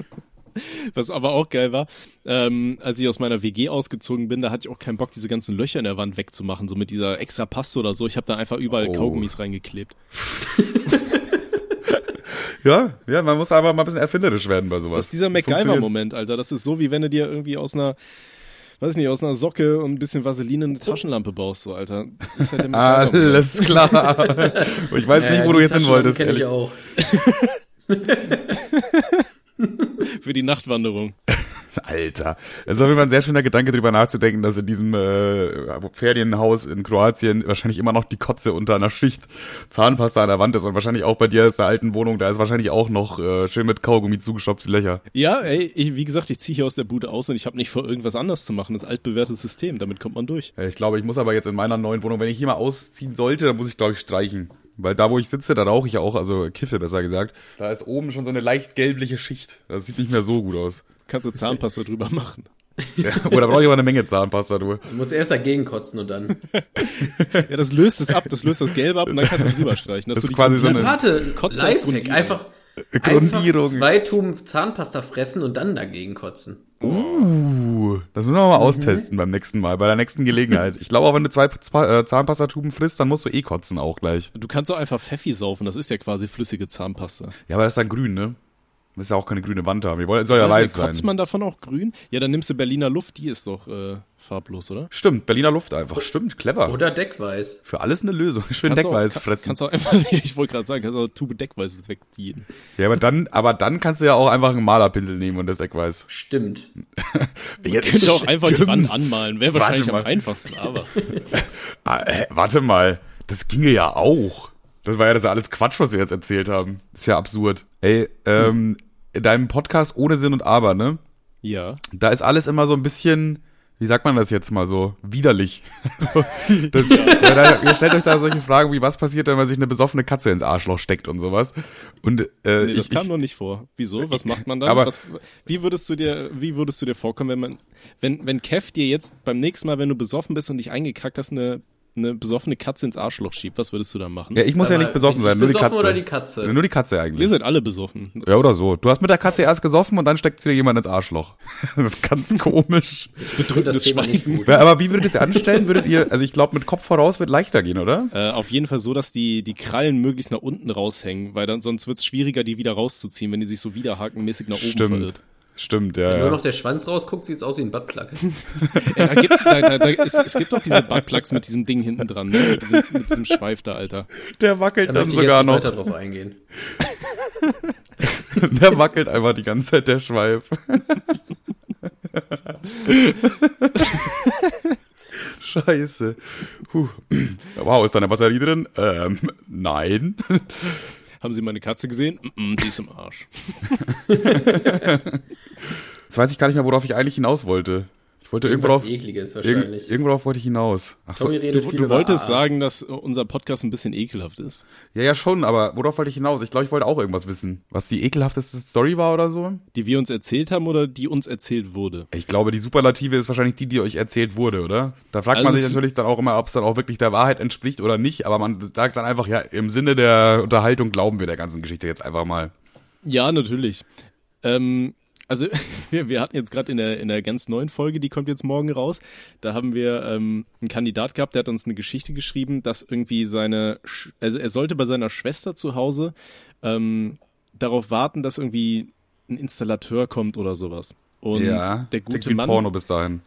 Was aber auch geil war, als ich aus meiner WG ausgezogen bin, da hatte ich auch keinen Bock, diese ganzen Löcher in der Wand wegzumachen, so mit dieser extra Paste oder so. Ich habe da einfach überall Kaugummis reingeklebt. Ja, man muss aber mal ein bisschen erfinderisch werden bei sowas. Das ist dieser MacGyver-Moment, Alter. Das ist so, wie wenn du dir irgendwie aus einer Socke und ein bisschen Vaseline eine Taschenlampe baust, so, Alter. Das ist halt der Alles klar. Ich weiß nicht, wo du jetzt hin wolltest, ehrlich. Ich auch. Für die Nachtwanderung. Alter. Das ist auf jeden Fall ein sehr schöner Gedanke, drüber nachzudenken, dass in diesem Ferienhaus in Kroatien wahrscheinlich immer noch die Kotze unter einer Schicht Zahnpasta an der Wand ist und wahrscheinlich auch bei dir ist der alten Wohnung, da ist wahrscheinlich auch noch schön mit Kaugummi zugestopfte Löcher. Ja, ey, wie gesagt, ich ziehe hier aus der Bude aus und ich habe nicht vor, irgendwas anderes zu machen. Das altbewährtes System, damit kommt man durch. Ich glaube, ich muss aber jetzt in meiner neuen Wohnung, wenn ich hier mal ausziehen sollte, dann muss ich, glaube ich, streichen. Weil da, wo ich sitze, da rauche ich ja auch, also kiffe besser gesagt, da ist oben schon so eine leicht gelbliche Schicht. Das sieht nicht mehr so gut aus. Kannst du Zahnpasta drüber machen. Ja, oder brauche ich aber eine Menge Zahnpasta, du. Du musst erst dagegen kotzen und dann. Ja, das löst es ab, das löst das Gelbe ab und dann kannst du drüber streichen. Das ist quasi so eine Warte, Lifehack, einfach Grundierung. 2 Tuben Zahnpasta fressen und dann dagegen kotzen. Das müssen wir mal austesten beim nächsten Mal, bei der nächsten Gelegenheit. Ich glaube auch, wenn du 2 Zahnpastatuben frisst, dann musst du kotzen auch gleich. Du kannst auch einfach Pfeffi saufen, das ist ja quasi flüssige Zahnpasta. Ja, aber das ist dann grün, ne? Das ist ja auch keine grüne Wand haben. Soll ja weiß sein. Kotzt man davon auch grün? Ja, dann nimmst du Berliner Luft, die ist doch farblos, oder? Stimmt, Berliner Luft einfach. Stimmt, clever. Oder Deckweiß. Für alles eine Lösung. Schön Deckweiß fressen. Kannst auch einfach, ich wollte gerade sagen, kannst auch eine Tube Deckweiß wegziehen. Ja, aber dann kannst du ja auch einfach einen Malerpinsel nehmen und das Deckweiß. Stimmt. Jetzt könnt ihr auch einfach die Wand anmalen. Wäre wahrscheinlich am einfachsten, aber. Warte mal, das ginge ja auch. Das war ja das alles Quatsch, was wir jetzt erzählt haben. Das ist ja absurd. Ey, in deinem Podcast ohne Sinn und Aber, ne? Ja. Da ist alles immer so ein bisschen, wie sagt man das jetzt mal so, widerlich. Ihr stellt euch da solche Fragen wie, was passiert, wenn man sich eine besoffene Katze ins Arschloch steckt und sowas. Und nee, das kam noch nicht vor. Wieso? Was macht man dann? Aber wie würdest du dir vorkommen, wenn Kev dir jetzt beim nächsten Mal, wenn du besoffen bist und dich eingekackt hast, eine besoffene Katze ins Arschloch schiebt, was würdest du da machen? Ja, ich muss ja nicht besoffen sein, nur die Katze. Oder die Katze? Nur die Katze eigentlich. Wir sind alle besoffen. Ja, oder so. Du hast mit der Katze erst gesoffen und dann steckt sie dir jemand ins Arschloch. Das ist ganz komisch. Bedrückendes Schweigen. Ja, aber wie würdet ihr das anstellen? Also ich glaube, mit Kopf voraus wird leichter gehen, oder? Auf jeden Fall so, dass die Krallen möglichst nach unten raushängen, weil dann sonst wird es schwieriger, die wieder rauszuziehen, wenn die sich so widerhakenmäßig nach oben verirrt. Stimmt, ja. Wenn nur noch der Schwanz rausguckt, sieht's aus wie ein Buttplug. Ja, es gibt doch diese Buttplugs mit diesem Ding hinten dran, ne? Mit diesem Schweif da, Alter. Der wackelt da dann sogar noch. Weiter drauf eingehen. Der wackelt einfach die ganze Zeit, der Schweif. Scheiße. Wow, ist da eine Batterie drin? Nein. Haben Sie meine Katze gesehen? Die ist im Arsch. Jetzt weiß ich gar nicht mehr, worauf ich eigentlich hinaus wollte. Ich wollte irgendwo Ekliges wahrscheinlich. Irgendwo drauf wollte ich hinaus. Ach so. Du wolltest sagen, dass unser Podcast ein bisschen ekelhaft ist. Ja, schon, aber worauf wollte ich hinaus? Ich glaube, ich wollte auch irgendwas wissen. Was die ekelhafteste Story war oder so? Die wir uns erzählt haben oder die uns erzählt wurde? Ich glaube, die Superlative ist wahrscheinlich die euch erzählt wurde, oder? Da fragt man sich natürlich dann auch immer, ob es dann auch wirklich der Wahrheit entspricht oder nicht. Aber man sagt dann einfach, ja, im Sinne der Unterhaltung glauben wir der ganzen Geschichte jetzt einfach mal. Ja, natürlich. Also wir hatten jetzt gerade in der ganz neuen Folge, die kommt jetzt morgen raus, da haben wir einen Kandidat gehabt, der hat uns eine Geschichte geschrieben, dass irgendwie er sollte bei seiner Schwester zu Hause darauf warten, dass irgendwie ein Installateur kommt oder sowas. Und der gute Mann... Porno bis dahin.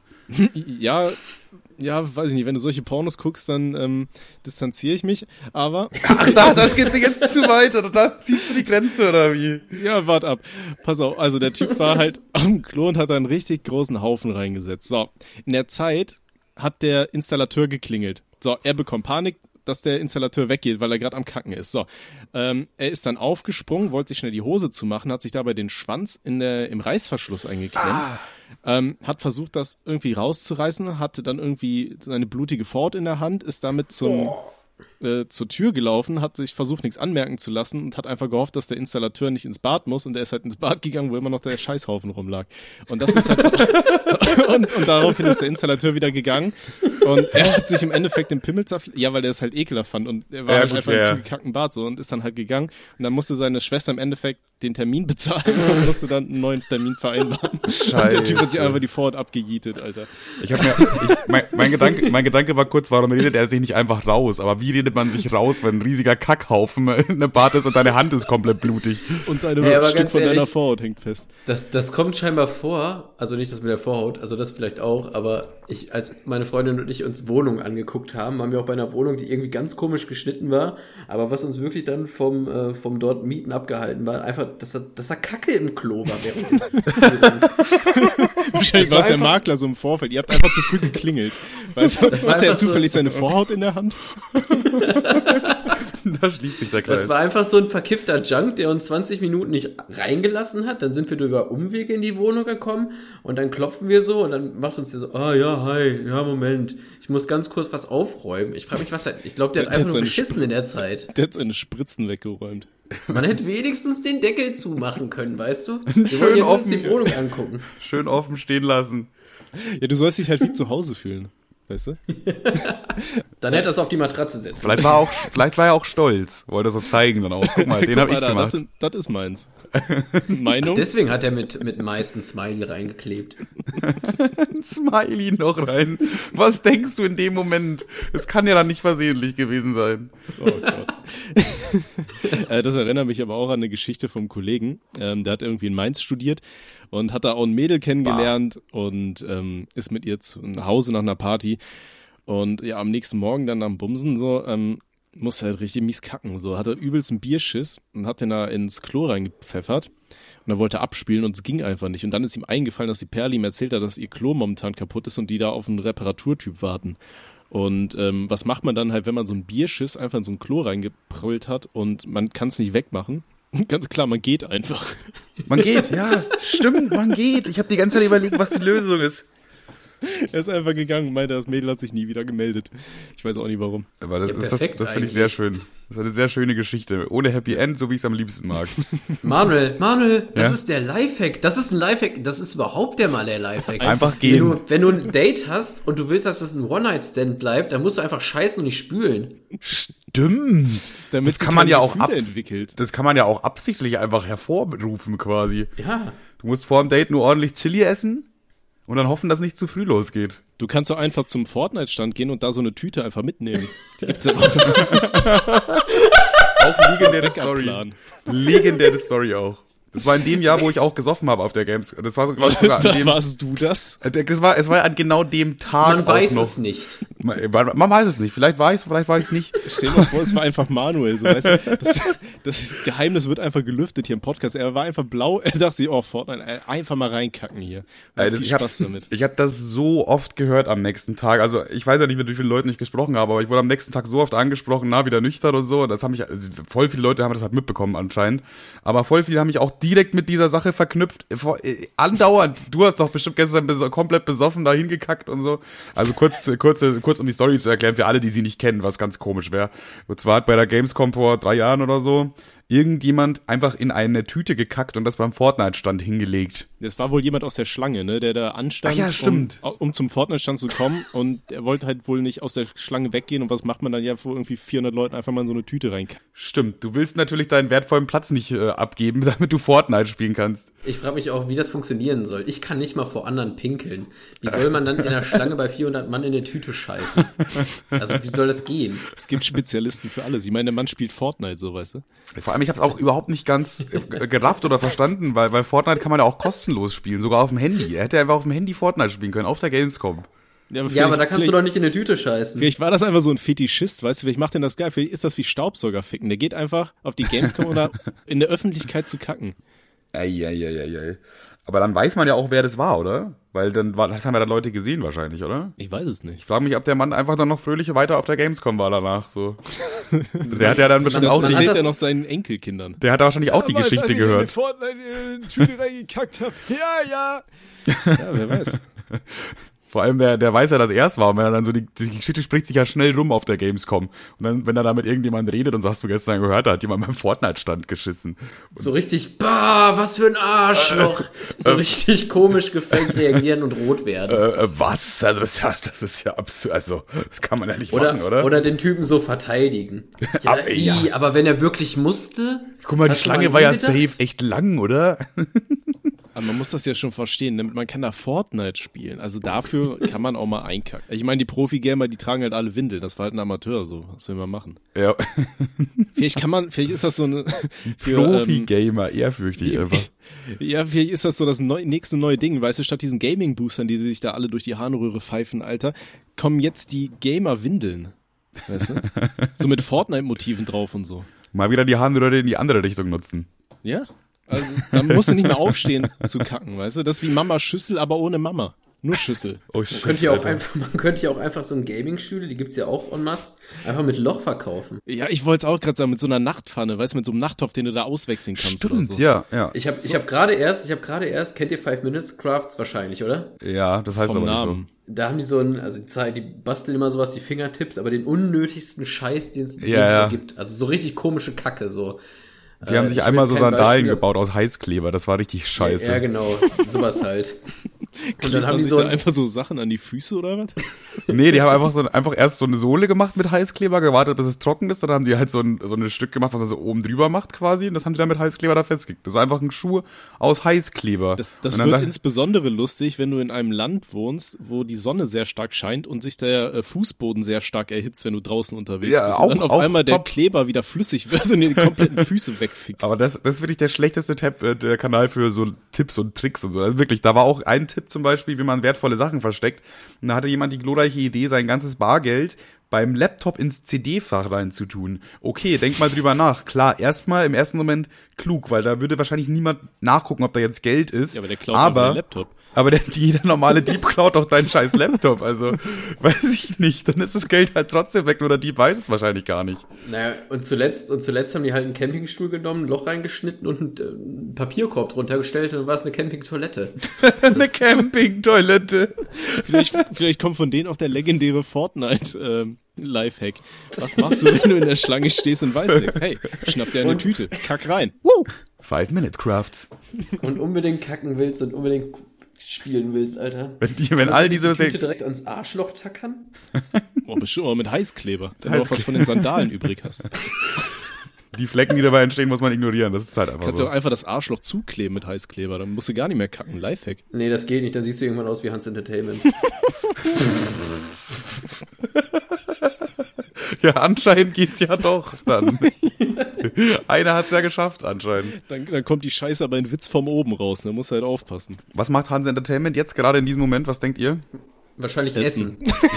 Ja, weiß ich nicht, wenn du solche Pornos guckst, dann distanziere ich mich, aber... Ach, das geht jetzt zu weit, oder da ziehst du die Grenze, oder wie? Ja, wart ab. Pass auf, also der Typ war halt am Klo und hat da einen richtig großen Haufen reingesetzt. So, in der Zeit hat der Installateur geklingelt. So, er bekommt Panik, dass der Installateur weggeht, weil er gerade am Kacken ist. So, er ist dann aufgesprungen, wollte sich schnell die Hose zumachen, hat sich dabei den Schwanz im Reißverschluss eingeklemmt. Hat versucht, das irgendwie rauszureißen, hatte dann irgendwie seine blutige Haut in der Hand, ist damit zur Tür gelaufen, hat sich versucht, nichts anmerken zu lassen und hat einfach gehofft, dass der Installateur nicht ins Bad muss und er ist halt ins Bad gegangen, wo immer noch der Scheißhaufen rumlag. Und das ist halt so. Und daraufhin ist der Installateur wieder gegangen und er hat sich im Endeffekt den Pimmel ja, weil er es halt ekelhaft fand und er war halt einfach im zugekackten Bad so und ist dann halt gegangen und dann musste seine Schwester im Endeffekt den Termin bezahlen und musste dann einen neuen Termin vereinbaren. Scheiße. Und der Typ hat sich einfach die Vorhaut abgejietet, Alter. Mein Gedanke war kurz, warum redet er sich nicht einfach raus? Aber wie redet man sich raus, wenn ein riesiger Kackhaufen in der Bad ist und deine Hand ist komplett blutig? Und ein Stück von deiner Vorhaut hängt fest. Das kommt scheinbar vor, also nicht das mit der Vorhaut, also das vielleicht auch, aber als meine Freundin und ich uns Wohnungen angeguckt haben wir auch bei einer Wohnung, die irgendwie ganz komisch geschnitten war, aber was uns wirklich dann vom dort Mieten abgehalten war, einfach dass da Kacke im Klo war. Wahrscheinlich war es der Makler so im Vorfeld. Ihr habt einfach zu früh geklingelt. Weißt du, hat er zufällig seine Vorhaut in der Hand? Da schließt sich der Kreis. Das war einfach so ein verkiffter Junk, der uns 20 Minuten nicht reingelassen hat. Dann sind wir über Umwege in die Wohnung gekommen und dann klopfen wir so und dann macht uns der so, ja, hi, ja, Moment, ich muss ganz kurz was aufräumen. Ich frage mich, ich glaube, der hat einfach nur geschissen in der Zeit. Der hat seine Spritzen weggeräumt. Man hätte wenigstens den Deckel zumachen können, weißt du? Wir wollen ja uns die Wohnung angucken. Schön offen stehen lassen. Ja, du sollst dich halt wie zu Hause fühlen. Weißt du? Dann hätte er es auf die Matratze setzen. Vielleicht war er auch stolz. Wollte so zeigen dann auch. Guck mal, den habe ich gemacht. Das ist meins. Meinung? Deswegen hat er mit meisten Smiley reingeklebt. Ein Smiley noch rein. Was denkst du in dem Moment? Es kann ja dann nicht versehentlich gewesen sein. Oh Gott. Das erinnert mich aber auch an eine Geschichte vom Kollegen. Der hat irgendwie in Mainz studiert und hat da auch ein Mädel kennengelernt und ist mit ihr nach Hause nach einer Party. Und ja, am nächsten Morgen dann am Bumsen so, musste halt richtig mies kacken. So, hatte übelst einen Bierschiss und hat den da ins Klo reingepfeffert. Und er wollte abspielen und es ging einfach nicht. Und dann ist ihm eingefallen, dass die Perle ihm erzählt hat, dass ihr Klo momentan kaputt ist und die da auf einen Reparaturtyp warten. Und was macht man dann halt, wenn man so einen Bierschiss einfach in so ein Klo reingebrüllt hat und man kann es nicht wegmachen? Ganz klar, man geht einfach. Man geht, ja, stimmt, man geht. Ich habe die ganze Zeit überlegt, was die Lösung ist. Er ist einfach gegangen und meinte, das Mädel hat sich nie wieder gemeldet. Ich weiß auch nicht warum. Aber das finde ich sehr schön. Das ist eine sehr schöne Geschichte. Ohne Happy End, so wie ich es am liebsten mag. Manuel, das ist der Lifehack. Das ist ein Lifehack. Das ist überhaupt der Lifehack. Einfach gehen. Wenn du ein Date hast und du willst, dass das ein One-Night-Stand bleibt, dann musst du einfach scheißen und nicht spülen. Stimmt. Damit das kann man ja auch entwickelt. Das kann man ja auch absichtlich einfach hervorrufen quasi. Ja. Du musst vor dem Date nur ordentlich Chili essen. Und dann hoffen, dass nicht zu früh losgeht. Du kannst doch einfach zum Fortnite-Stand gehen und da so eine Tüte einfach mitnehmen. Die gibt's ja auch. Auch legendäre Story. Legendäre Story auch. Das war in dem Jahr, wo ich auch gesoffen habe auf der Games. Das war so, glaube ich, sogar an dem. Warst du das? Es war an genau dem Tag. Man weiß es nicht. Man weiß es nicht. Vielleicht war ich es nicht. Stell dir mal vor, es war einfach Manuel. So, weißt du, das Geheimnis wird einfach gelüftet hier im Podcast. Er war einfach blau. Er dachte sich, oh, Fortnite, einfach mal reinkacken hier. Viel Spaß damit. Ich habe das so oft gehört am nächsten Tag. Also ich weiß ja nicht, mit wie vielen Leuten ich gesprochen habe, aber ich wurde am nächsten Tag so oft angesprochen, wieder nüchtern und so. Das haben mich, voll viele Leute haben das halt mitbekommen anscheinend. Aber voll viele haben mich auch direkt mit dieser Sache verknüpft. Andauernd. Du hast doch bestimmt gestern komplett besoffen da hingekackt und so. Also kurz um die Story zu erklären für alle, die sie nicht kennen, was ganz komisch wäre. Und zwar hat bei der Gamescom vor 3 Jahren oder so irgendjemand einfach in eine Tüte gekackt und das beim Fortnite-Stand hingelegt. Das war wohl jemand aus der Schlange, ne, der da anstand, ja, stimmt. Um zum Fortnite-Stand zu kommen und er wollte halt wohl nicht aus der Schlange weggehen und was macht man dann ja vor irgendwie 400 Leuten einfach mal in so eine Tüte reinkacken. Stimmt, du willst natürlich deinen wertvollen Platz nicht abgeben, damit du Fortnite spielen kannst. Ich frage mich auch, wie das funktionieren soll. Ich kann nicht mal vor anderen pinkeln. Wie soll man dann in der Schlange bei 400 Mann in eine Tüte scheißen? Also wie soll das gehen? Es gibt Spezialisten für alles. Ich meine, der Mann spielt Fortnite, so, weißt du? Vor allem, ich habe es auch überhaupt nicht ganz gerafft oder verstanden, weil Fortnite kann man ja auch kostenlos spielen, sogar auf dem Handy. Er hätte einfach auf dem Handy Fortnite spielen können, auf der Gamescom. Ja, aber da kannst du doch nicht in eine Tüte scheißen. Vielleicht war das einfach so ein Fetischist, weißt du, vielleicht macht denn das geil, vielleicht ist das wie Staubsauger ficken. Der geht einfach auf die Gamescom oder in der Öffentlichkeit zu kacken. Eieieiei. Aber dann weiß man ja auch, wer das war, oder? Weil das haben ja dann Leute gesehen wahrscheinlich, oder? Ich weiß es nicht. Ich frage mich, ob der Mann einfach dann noch fröhlich weiter auf der Gamescom war danach, so. Der hat ja dann bestimmt auch... Man sieht ja noch seinen Enkelkindern. Der hat wahrscheinlich auch die Geschichte gehört. Ich in die Tüte reingekackt habe. Ja. Ja, wer weiß. Vor allem, der weiß ja, dass er es war. Und wenn er dann so, die Geschichte spricht sich ja schnell rum auf der Gamescom. Und dann, wenn er da mit irgendjemandem redet und so, hast du gestern gehört, da hat jemand beim Fortnite-Stand geschissen. Und so richtig, was für ein Arschloch. So richtig komisch gefaked reagieren und rot werden. Was? Also das ist ja absurd. Also, das kann man ja nicht machen, oder? Oder den Typen so verteidigen. Aber wenn er wirklich musste... Guck mal, die Schlange war ja safe echt lang, oder? Aber man muss das ja schon verstehen, man kann da Fortnite spielen, also dafür kann man auch mal einkacken. Ich meine, die Profi-Gamer, die tragen halt alle Windeln, das war halt ein Amateur so, was will man machen? Ja. Vielleicht ist das so eine... Profi-Gamer, ehrfürchtig einfach. Ja, vielleicht ist das so das nächste neue Ding, weißt du, statt diesen Gaming-Boostern, die sich da alle durch die Harnröhre pfeifen, Alter, kommen jetzt die Gamer-Windeln, weißt du? So mit Fortnite-Motiven drauf und so. Mal wieder die Harnröhre in die andere Richtung nutzen. Ja. Also, dann musst du nicht mehr aufstehen zu kacken, weißt du? Das ist wie Mama Schüssel, aber ohne Mama. Nur Schüssel. Oh, man könnte ja auch einfach so einen Gaming-Stühle, die gibt's ja auch en masse, einfach mit Loch verkaufen. Ja, ich wollte es auch gerade sagen, mit so einer Nachtpfanne, weißt du, mit so einem Nachttopf, den du da auswechseln kannst. Stimmt, oder so. ja. Ich hab gerade erst, kennt ihr 5 Minutes Crafts wahrscheinlich, oder? Ja, das heißt Vom aber Namen. nicht so. Da haben die die basteln immer sowas wie Fingertips, aber den unnötigsten Scheiß, den es gibt. Also so richtig komische Kacke, so. Die haben sich einmal so Sandalen gebaut aus Heißkleber, das war richtig scheiße. Ja, genau, sowas halt. Und dann haben die so einfach so Sachen an die Füße oder was? Nee, die haben einfach erst so eine Sohle gemacht mit Heißkleber, gewartet, bis es trocken ist, dann haben die halt so ein Stück gemacht, was man so oben drüber macht quasi, und das haben die dann mit Heißkleber da festgeklickt. Das war einfach ein Schuh aus Heißkleber. Das wird insbesondere lustig, wenn du in einem Land wohnst, wo die Sonne sehr stark scheint und sich der Fußboden sehr stark erhitzt, wenn du draußen unterwegs bist. Und dann auf einmal der Kleber wieder flüssig wird und dir die kompletten Füße wegfickt. Aber das ist wirklich der schlechteste der Kanal für so Tipps und Tricks und so. Also wirklich, da war auch ein Tipp zum Beispiel, wie man wertvolle Sachen versteckt. Und da hatte jemand die glorreiche Idee, sein ganzes Bargeld beim Laptop ins CD-Fach reinzutun. Okay, denk mal drüber nach. Klar, erstmal im ersten Moment klug, weil da würde wahrscheinlich niemand nachgucken, ob da jetzt Geld ist. Ja, aber der klaut den Laptop. Aber jeder normale Dieb klaut doch deinen scheiß Laptop. Also, weiß ich nicht. Dann ist das Geld halt trotzdem weg, nur der Dieb weiß es wahrscheinlich gar nicht. Naja, und zuletzt haben die halt einen Campingstuhl genommen, ein Loch reingeschnitten und einen Papierkorb drunter gestellt und dann war es eine Campingtoilette. Eine Campingtoilette. Vielleicht kommt von denen auch der legendäre Fortnite Lifehack. Was machst du, wenn du in der Schlange stehst und weißt nichts? Hey, schnapp dir eine Tüte, kack rein. Woo! 5 Minute Crafts. Und unbedingt kacken willst und unbedingt spielen willst, Alter. Wenn all diese Tüte direkt ans Arschloch tackern? Oh, bestimmt aber mit Heißkleber, wenn du auch was von den Sandalen übrig hast. Die Flecken, die dabei entstehen, muss man ignorieren. Das ist halt einfach Kannst so. du auch einfach das Arschloch zukleben mit Heißkleber, dann musst du gar nicht mehr kacken. Lifehack. Nee, das geht nicht, dann siehst du irgendwann aus wie Hans Entertainment. Ja, anscheinend geht's ja doch dann. Einer hat's ja geschafft, anscheinend. Dann kommt die Scheiße aber in Witz vom oben raus, da musst du halt aufpassen. Was macht Hans Entertainment jetzt gerade in diesem Moment? Was denkt ihr? Wahrscheinlich Essen.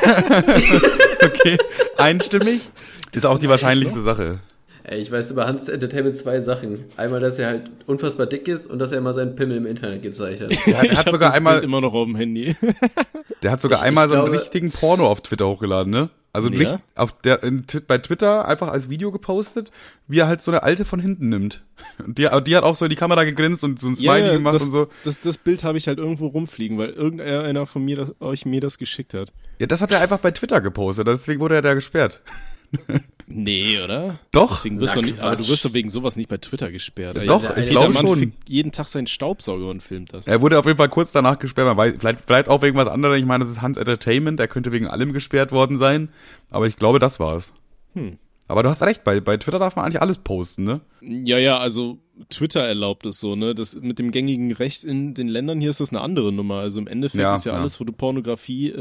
Okay, einstimmig. Ist auch die wahrscheinlichste Sache. Ey, ich weiß über Hans Entertainment 2 Sachen. Einmal, dass er halt unfassbar dick ist und dass er immer seinen Pimmel im Internet gezeigt hat. Der hat sogar einmal Bild immer noch auf dem Handy. Der hat sogar einmal so einen richtigen Porno auf Twitter hochgeladen, ne? Also ja? Bei Twitter einfach als Video gepostet, wie er halt so eine Alte von hinten nimmt. Und die hat auch so in die Kamera gegrinst und so ein Smiley gemacht und so. Das Bild habe ich halt irgendwo rumfliegen, weil irgendeiner von mir mir das geschickt hat. Ja, das hat er einfach bei Twitter gepostet, deswegen wurde er da gesperrt. Nee, oder? Doch. Deswegen wirst du nicht, aber du wirst doch wegen sowas nicht bei Twitter gesperrt. Doch, ich glaube schon. Fickt jeden Tag seinen Staubsauger und filmt das. Er wurde auf jeden Fall kurz danach gesperrt. Vielleicht auch wegen was anderem. Ich meine, das ist Hans Entertainment. Er könnte wegen allem gesperrt worden sein. Aber ich glaube, das war's. Aber du hast recht. Bei Twitter darf man eigentlich alles posten, ne? Ja, also Twitter erlaubt es so, ne? Das mit dem gängigen Recht in den Ländern hier ist das eine andere Nummer. Also im Endeffekt ist ja alles, wo du Pornografie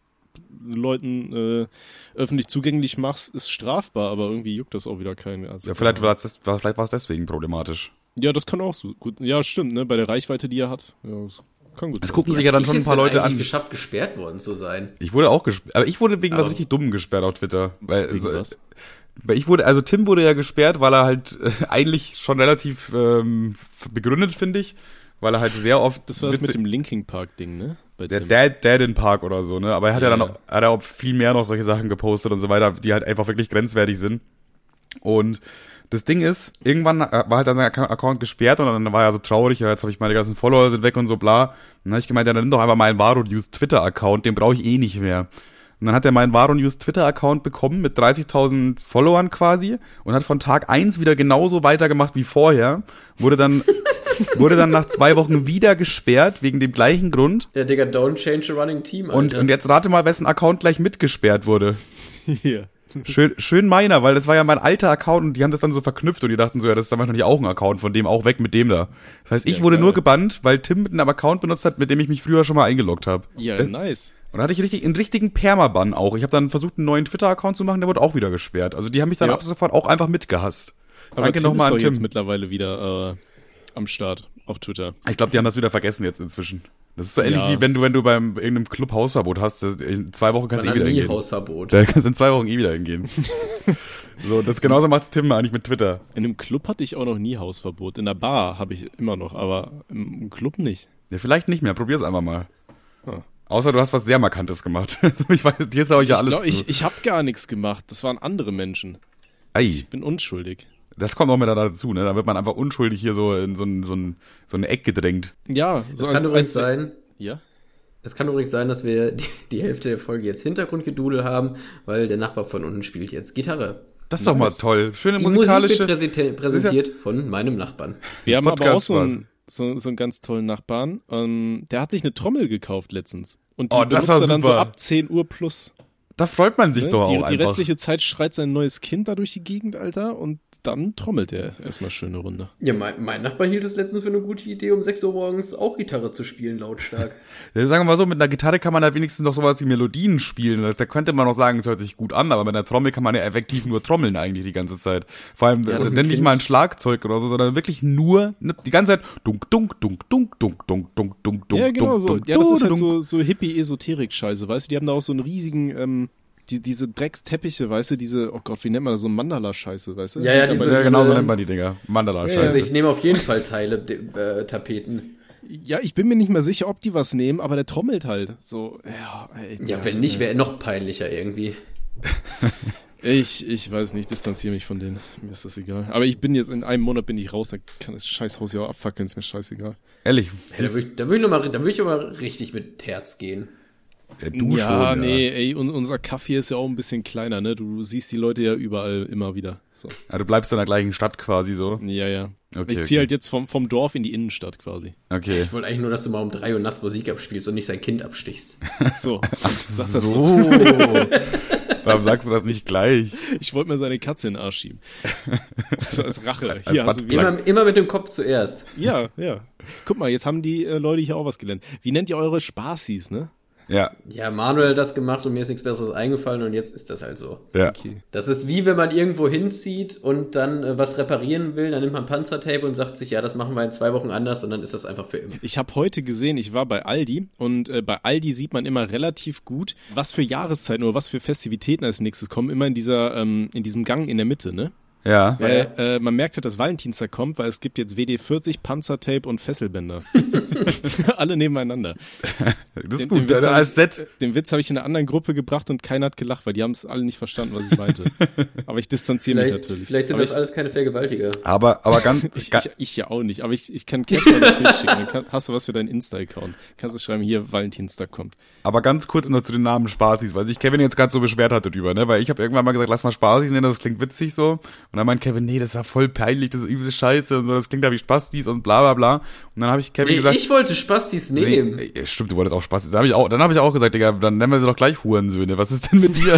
Leuten öffentlich zugänglich machst, ist strafbar, aber irgendwie juckt das auch wieder keinen. Also, ja, vielleicht war es deswegen problematisch. Ja, das kann auch so gut. Ja, stimmt, ne? Bei der Reichweite, die er hat. Ja, das kann gut sein. Es gucken sich ja dann schon ein paar Leute an. Geschafft, gesperrt worden zu sein. Ich wurde auch gesperrt, aber ich wurde wegen was richtig Dummem gesperrt auf Twitter. Was? Tim wurde ja gesperrt, weil er halt eigentlich schon relativ begründet, finde ich. Weil er halt sehr oft. Das war das mit dem Linkin Park Ding, ne? Der Dad in Park oder so, ne? Aber er hat ja dann auch viel mehr noch solche Sachen gepostet und so weiter, die halt einfach wirklich grenzwertig sind. Und das Ding ist, irgendwann war halt dann sein Account gesperrt und dann war er so traurig, ja, jetzt habe ich meine ganzen Follower sind weg und so bla. Und dann habe ich gemeint, ja, dann nimm doch einfach meinen Varo News Twitter-Account, den brauche ich eh nicht mehr. Und dann hat er meinen Varo News Twitter-Account bekommen mit 30.000 Followern quasi und hat von Tag 1 wieder genauso weitergemacht wie vorher. Wurde dann nach 2 Wochen wieder gesperrt, wegen dem gleichen Grund. Ja, Digga, don't change the running team, Alter. Und jetzt rate mal, wessen Account gleich mitgesperrt wurde. Hier. Schön meiner, weil das war ja mein alter Account und die haben das dann so verknüpft und die dachten so, ja, das ist dann wahrscheinlich auch ein Account von dem, auch weg mit dem da. Das heißt, ich wurde nur gebannt, weil Tim mit einem Account benutzt hat, mit dem ich mich früher schon mal eingeloggt habe. Ja, nice. Und da hatte ich einen richtigen Permaban auch. Ich habe dann versucht, einen neuen Twitter-Account zu machen, der wurde auch wieder gesperrt. Also die haben mich dann ab sofort auch einfach mitgehasst. Aber Danke nochmal an Tim. Jetzt mittlerweile wieder am Start auf Twitter. Ich glaube, die haben das wieder vergessen jetzt inzwischen. Das ist so ähnlich wie wenn du beim irgendeinem Club Hausverbot hast. In 2 Wochen kannst du wieder hingehen. Hausverbot. Da kannst du in 2 Wochen wieder hingehen. So, das genauso macht's Tim eigentlich mit Twitter. In einem Club hatte ich auch noch nie Hausverbot. In der Bar habe ich immer noch, aber im Club nicht. Ja, vielleicht nicht mehr. Probier's einfach mal. Außer du hast was sehr Markantes gemacht. Ich weiß, dir traue ich ja alles zu. Ich habe gar nichts gemacht. Das waren andere Menschen. Ei. Ich bin unschuldig. Das kommt auch mit dazu, ne? Da wird man einfach unschuldig hier so in so eine Ecke gedrängt. Ja. Das kann übrigens sein. Ja? Es kann übrigens sein, dass wir die Hälfte der Folge jetzt Hintergrundgedudel haben, weil der Nachbar von unten spielt jetzt Gitarre. Das ist doch mal toll. Schöne Die musikalische... Musik wird präsentiert von meinem Nachbarn. Wir haben aber auch so einen ganz tollen Nachbarn. Der hat sich eine Trommel gekauft letztens. Und die benutzt er dann so ab 10 Uhr plus. Da freut man sich doch auch einfach. Die restliche Zeit schreit sein neues Kind da durch die Gegend, Alter, und dann trommelt er erstmal schöne Runde. Ja, mein Nachbar hielt es letztens für eine gute Idee, um 6 Uhr morgens auch Gitarre zu spielen, lautstark. Ja, sagen wir mal so, mit einer Gitarre kann man da wenigstens noch sowas wie Melodien spielen. Da könnte man noch sagen, es hört sich gut an, aber mit einer Trommel kann man ja effektiv nur trommeln eigentlich die ganze Zeit. Vor allem, denn nicht mal ein Schlagzeug oder so, sondern wirklich nur die ganze Zeit dunk, dunk, dunk, dunk, dunk, dunk, dunk, dunk, dunk. Ja, genau so. Dunk, ja, das ist halt dunk. so Hippie-Esoterik-Scheiße, weißt du? Die haben da auch so einen riesigen, diese Drecksteppiche, weißt du, oh Gott, wie nennt man das, so Mandala-Scheiße, weißt du? Ja, genau so nennt man die Dinger. Mandala-Scheiße. Also ich nehme auf jeden Fall Teile, Tapeten. Ja, ich bin mir nicht mehr sicher, ob die was nehmen, aber der trommelt halt. So, wenn nicht, wäre noch peinlicher irgendwie. Ich weiß nicht, distanziere mich von denen. Mir ist das egal. Aber ich bin jetzt, in einem Monat bin ich raus, dann kann das Scheißhaus ja auch abfackeln, ist mir scheißegal. Ehrlich? Ja, da würde ich aber richtig mit Herz gehen. Ja, du schon, nee, ey, unser Kaffee ist ja auch ein bisschen kleiner, ne? Du siehst die Leute ja überall immer wieder. So. Ja, du bleibst in der gleichen Stadt quasi so? Ja. Okay, ich ziehe halt jetzt vom Dorf in die Innenstadt quasi. Okay. Ich wollte eigentlich nur, dass du mal um 3 Uhr nachts Musik abspielst und nicht sein Kind abstichst. So. Ach so. Warum sagst du das nicht gleich? Ich wollte mir seine Katze in den Arsch schieben. So als Rache. Immer mit dem Kopf zuerst. Ja. Guck mal, jetzt haben die Leute hier auch was gelernt. Wie nennt ihr eure Spaßis, ne? Ja, Manuel hat das gemacht und mir ist nichts Besseres eingefallen und jetzt ist das halt so. Ja. Okay. Das ist wie, wenn man irgendwo hinzieht und dann was reparieren will, dann nimmt man Panzertape und sagt sich, ja, das machen wir in 2 Wochen anders und dann ist das einfach für immer. Ich habe heute gesehen, ich war bei Aldi und bei Aldi sieht man immer relativ gut, was für Jahreszeiten oder was für Festivitäten als nächstes kommen, immer in diesem Gang in der Mitte, ne? Ja. Weil man merkt halt, dass Valentinstag kommt, weil es gibt jetzt WD-40, Panzertape und Fesselbänder. Alle nebeneinander. Das ist gut, als Set. Den Witz habe ich in einer anderen Gruppe gebracht und keiner hat gelacht, weil die haben es alle nicht verstanden, was ich meinte. Aber ich distanziere mich natürlich. Vielleicht sind das alles keine Vergewaltiger. Aber ganz... ich ja auch nicht, aber ich kann Capture das Bild schicken, dann hast du was für deinen Insta-Account. Kannst du schreiben, hier, Valentinstag kommt. Aber ganz kurz noch zu den Namen Spaßis, weil sich Kevin jetzt gerade so beschwert hatte drüber, ne? Weil ich habe irgendwann mal gesagt, lass mal Spaßis nennen, das klingt witzig so. Und dann meint Kevin, nee, das ist ja voll peinlich, das ist übelste Scheiße und so, das klingt ja wie Spastis und bla bla bla. Und dann habe ich Kevin gesagt... Ich wollte Spastis nehmen. Nee, stimmt, du wolltest auch Spastis. Dann habe ich auch gesagt, Digga, dann nennen wir sie doch gleich Hurensöhne. Was ist denn mit dir?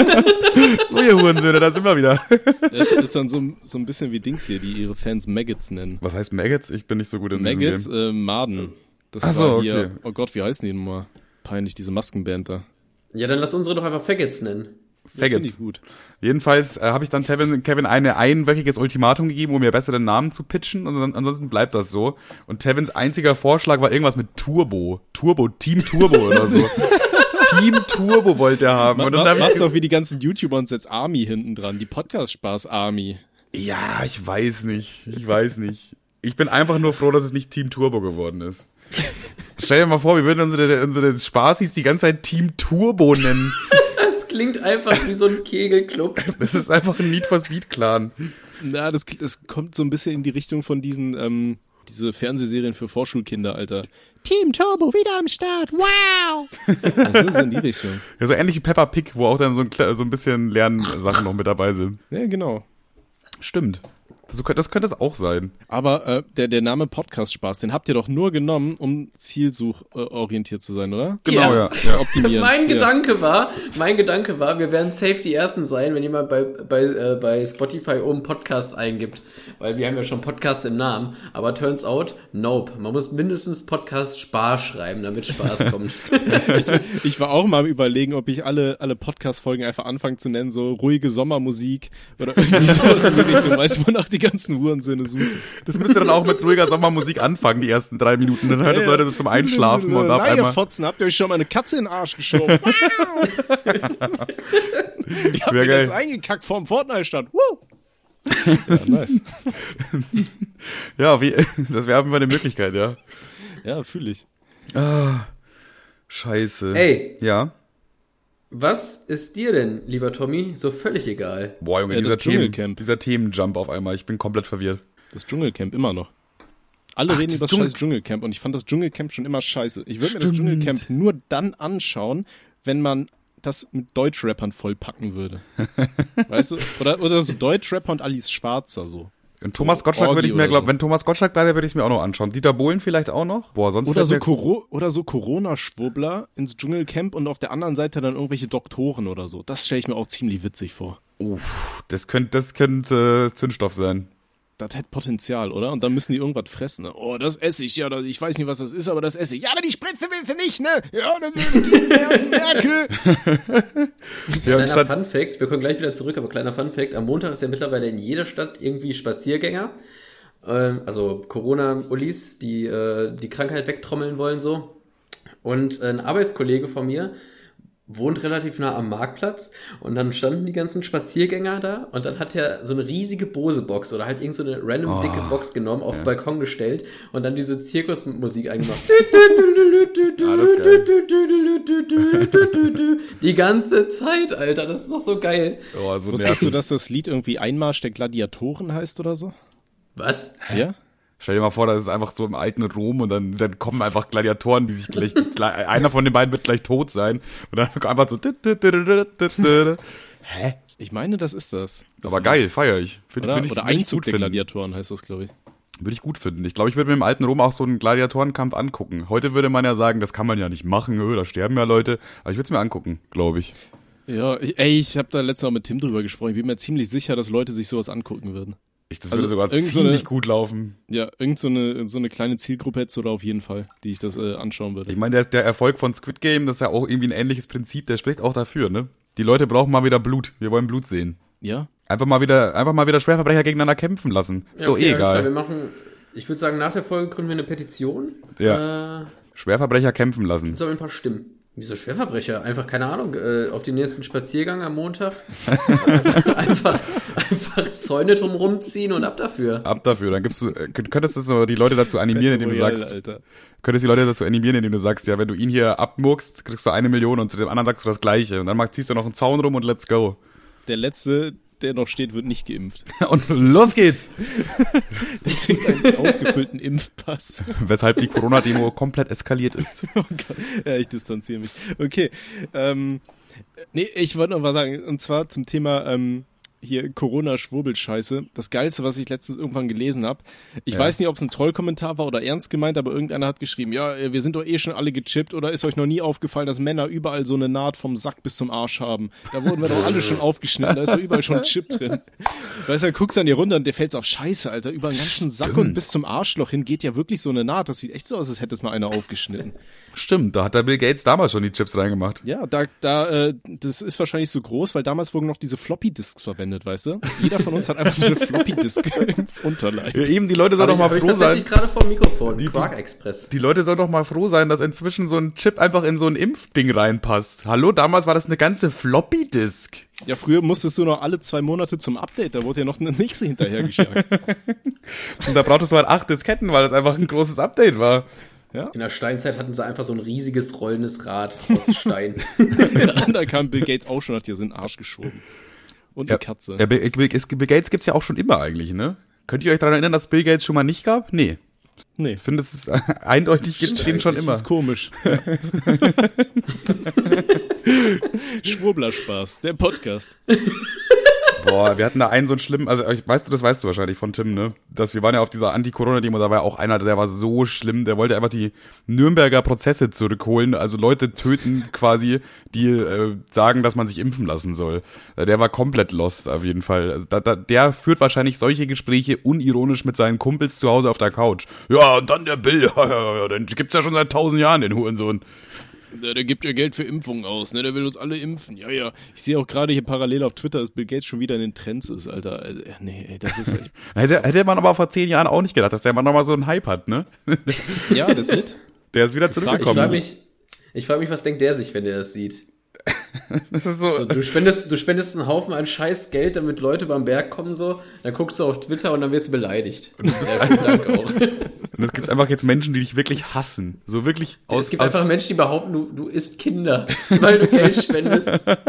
So, ihr Hurensöhne, da sind wir wieder. Das ist dann so ein bisschen wie Dings hier, die ihre Fans Maggots nennen. Was heißt Maggots? Ich bin nicht so gut in diesem Maggots, Game. Maden. Das Ach so, war hier, okay. Oh Gott, wie heißen die denn mal? Peinlich, diese Maskenband da. Ja, dann lass unsere doch einfach Faggots nennen. Finde ich gut. Jedenfalls habe ich dann Kevin ein einwöchiges Ultimatum gegeben, um mir besseren Namen zu pitchen. Und ansonsten bleibt das so. Und Tevins einziger Vorschlag war irgendwas mit Turbo. Team Turbo oder so. Team Turbo wollte er haben. Und dann machst du auch wie die ganzen YouTuber uns jetzt Army hinten dran. Die Podcast-Spaß-Army. Ja, ich weiß nicht. Ich bin einfach nur froh, dass es nicht Team Turbo geworden ist. Stell dir mal vor, wir würden unsere Spaßis die ganze Zeit Team Turbo nennen. Das klingt einfach wie so ein Kegelclub. Das ist einfach ein Need for Speed Clan. Na, das kommt so ein bisschen in die Richtung von diesen, diese Fernsehserien für Vorschulkinder, Alter. Team Turbo wieder am Start, wow! Das ist in die Richtung. Ja, so ähnlich wie Peppa Pig, wo auch dann so ein bisschen Lernsachen noch mit dabei sind. Ja, genau. Stimmt. Das könnte es auch sein. Aber der Name Podcast-Spaß, den habt ihr doch nur genommen, um zielsuchorientiert zu sein, oder? Genau, ja. Zu optimieren. Mein Gedanke war, wir werden safe die Ersten sein, wenn jemand bei Spotify oben Podcast eingibt. Weil wir haben ja schon Podcast im Namen. Aber turns out, nope. Man muss mindestens Podcast Spaß schreiben, damit Spaß kommt. Ich war auch mal am Überlegen, ob ich alle Podcast-Folgen einfach anfange zu nennen, so ruhige Sommermusik oder irgendwie sowas in die Richtung. Weißt du, wonach die ganzen Hurensöhne suchen. Das müsste dann auch mit ruhiger Sommermusik anfangen, die ersten 3 Minuten. Dann hört das Leute so zum Einschlafen und auf einmal... ihr Fotzen, habt ihr euch schon mal eine Katze in den Arsch geschoben? Ich hab mir das eingekackt vorm Fortnite-Stand. Ja, nice. Ja, das wäre auf jeden Fall eine Möglichkeit, ja. Ja, fühle ich. Ah, scheiße. Ey. Ja? Was ist dir denn, lieber Tommy, so völlig egal? Boah, Junge, dieser Themenjump auf einmal. Ich bin komplett verwirrt. Das Dschungelcamp immer noch. Alle reden über das scheiß Dschungelcamp und ich fand das Dschungelcamp schon immer scheiße. Ich würde mir das Dschungelcamp nur dann anschauen, wenn man das mit Deutschrappern vollpacken würde. Weißt du? Oder so Deutschrapper und Alice Schwarzer so. Und Thomas Gottschalk würde ich mir, wenn Thomas Gottschalk bleibe, würde ich es mir auch noch anschauen. Dieter Bohlen vielleicht auch noch? Boah, sonst oder so Corona-Schwurbler ins Dschungelcamp und auf der anderen Seite dann irgendwelche Doktoren oder so. Das stelle ich mir auch ziemlich witzig vor. Das könnte Zündstoff sein. Das hätte Potenzial, oder? Und dann müssen die irgendwas fressen. Ne? Oh, das esse ich, ja, ich weiß nicht, was das ist, aber das esse ich. Ja, aber die Spritze willst du nicht, ne? Ja, dann Merkel. Kleiner Funfact, wir kommen gleich wieder zurück, aber kleiner Funfact, am Montag ist ja mittlerweile in jeder Stadt irgendwie Spaziergänger, also Corona-Ullis, die die Krankheit wegtrommeln wollen so. Und ein Arbeitskollege von mir wohnt relativ nah am Marktplatz und dann standen die ganzen Spaziergänger da und dann hat er so eine riesige Bose-Box oder halt irgend so eine random dicke Box genommen, auf den Balkon gestellt und dann diese Zirkusmusik eingemacht. Die ganze Zeit, Alter, das ist doch so geil. Oh, so wusstest du, dass das Lied irgendwie Einmarsch der Gladiatoren heißt oder so? Was? Ja? Stell dir mal vor, das ist einfach so im alten Rom und dann kommen einfach Gladiatoren, die sich gleich, einer von den beiden wird gleich tot sein und dann einfach so. Hä? Ich meine, das ist das. Aber geil, feier ich. Oder Einzug der Gladiatoren heißt das, glaube ich. Würde ich gut finden. Ich glaube, ich würde mir im alten Rom auch so einen Gladiatorenkampf angucken. Heute würde man ja sagen, das kann man ja nicht machen, da sterben ja Leute. Aber ich würde es mir angucken, glaube ich. Ja, ich habe da letztes Mal mit Tim drüber gesprochen. Ich bin mir ziemlich sicher, dass Leute sich sowas angucken würden. Das würde sogar ziemlich gut laufen. Ja, so eine kleine Zielgruppe hättest du da auf jeden Fall, die ich das anschauen würde. Ich meine, der Erfolg von Squid Game, das ist ja auch irgendwie ein ähnliches Prinzip, der spricht auch dafür, ne? Die Leute brauchen mal wieder Blut. Wir wollen Blut sehen. Ja. Einfach mal wieder Schwerverbrecher gegeneinander kämpfen lassen. Ja, so okay, egal. Ich würde sagen, nach der Folge gründen wir eine Petition. Ja. Schwerverbrecher kämpfen lassen. Sammeln ein paar Stimmen. Wieso Schwerverbrecher? Einfach, keine Ahnung, auf den nächsten Spaziergang am Montag. einfach Zäune drumrum ziehen und ab dafür. Ab dafür. Dann könntest du die Leute dazu animieren, indem du sagst, ja, wenn du ihn hier abmurkst, kriegst du 1 Million und zu dem anderen sagst du das Gleiche. Und dann ziehst du noch einen Zaun rum und let's go. Der Letzte, der noch steht, wird nicht geimpft. Und los geht's! Der kriegt einen ausgefüllten Impfpass. Weshalb die Corona-Demo komplett eskaliert ist. Oh Gott. Ja, ich distanziere mich. Okay. Ich wollte noch mal sagen, und zwar zum Thema hier Corona-Schwurbelscheiße. Das Geilste, was ich letztens irgendwann gelesen habe. Ich weiß nicht, ob es ein Trollkommentar war oder ernst gemeint, aber irgendeiner hat geschrieben, ja, wir sind doch eh schon alle gechippt, oder ist euch noch nie aufgefallen, dass Männer überall so eine Naht vom Sack bis zum Arsch haben? Da wurden wir doch alle schon aufgeschnitten, da ist doch überall schon ein Chip drin. Weißt du, dann guckst du an dir runter und dir fällt's auf Scheiße, Alter. Über den ganzen Sack und bis zum Arschloch hin geht ja wirklich so eine Naht. Das sieht echt so aus, als hätte es mal einer aufgeschnitten. Stimmt, da hat der Bill Gates damals schon die Chips reingemacht. Ja, das ist wahrscheinlich so groß, weil damals wurden noch diese Floppy-Disks verwendet, weißt du? Jeder von uns hat einfach so eine Floppy-Disk im Unterleib. Ja, eben, die Leute sollen doch mal froh sein. Ich gerade vor dem Mikrofon, Quark Express. Die Leute sollen doch mal froh sein, dass inzwischen so ein Chip einfach in so ein Impfding reinpasst. Hallo, damals war das eine ganze Floppy-Disk. Ja, früher musstest du noch alle 2 Monate zum Update, da wurde ja noch eine nächste hinterhergeschickt. Und da brauchtest du halt 8 Disketten, weil das einfach ein großes Update war. Ja? In der Steinzeit hatten sie einfach so ein riesiges rollendes Rad aus Stein. Da kam Bill Gates auch schon, hat dir so einen Arsch geschoben. Und eine Katze. Ja, Bill Gates gibt's ja auch schon immer eigentlich, ne? Könnt ihr euch daran erinnern, dass Bill Gates schon mal nicht gab? Nee. Ich finde, es ist eindeutig, gibt's den schon immer. Das ist komisch. Ja. Schwurbler-Spaß, der Podcast. Boah, wir hatten da einen so einen schlimmen, also das weißt du wahrscheinlich von Tim, ne? Wir waren ja auf dieser Anti-Corona-Demo, da war ja auch einer, der war so schlimm, der wollte einfach die Nürnberger Prozesse zurückholen, also Leute töten quasi, die sagen, dass man sich impfen lassen soll. Der war komplett lost auf jeden Fall. Also der führt wahrscheinlich solche Gespräche unironisch mit seinen Kumpels zu Hause auf der Couch. Ja, und dann der Bill, ja, den gibt's ja schon seit 1000 Jahren, den Hurensohn. Der gibt ja Geld für Impfungen aus, ne? Der will uns alle impfen. Ja, ja. Ich sehe auch gerade hier parallel auf Twitter, dass Bill Gates schon wieder in den Trends ist, Alter. Nee, ey, das ist echt... Hätte man aber vor 10 Jahren auch nicht gedacht, dass der Mann nochmal so einen Hype hat, ne? Ja, das ist mit. Der ist wieder zurückgekommen. Ich frage mich, was denkt der sich, wenn der das sieht? Das ist so. Du spendest einen Haufen an scheiß Geld, damit Leute beim Berg kommen, so. Dann guckst du auf Twitter und dann wirst du beleidigt. Ja, vielen Dank auch. Und es gibt einfach jetzt Menschen, die dich wirklich hassen. So wirklich Es gibt einfach Menschen, die behaupten, du isst Kinder, weil du Geld spendest.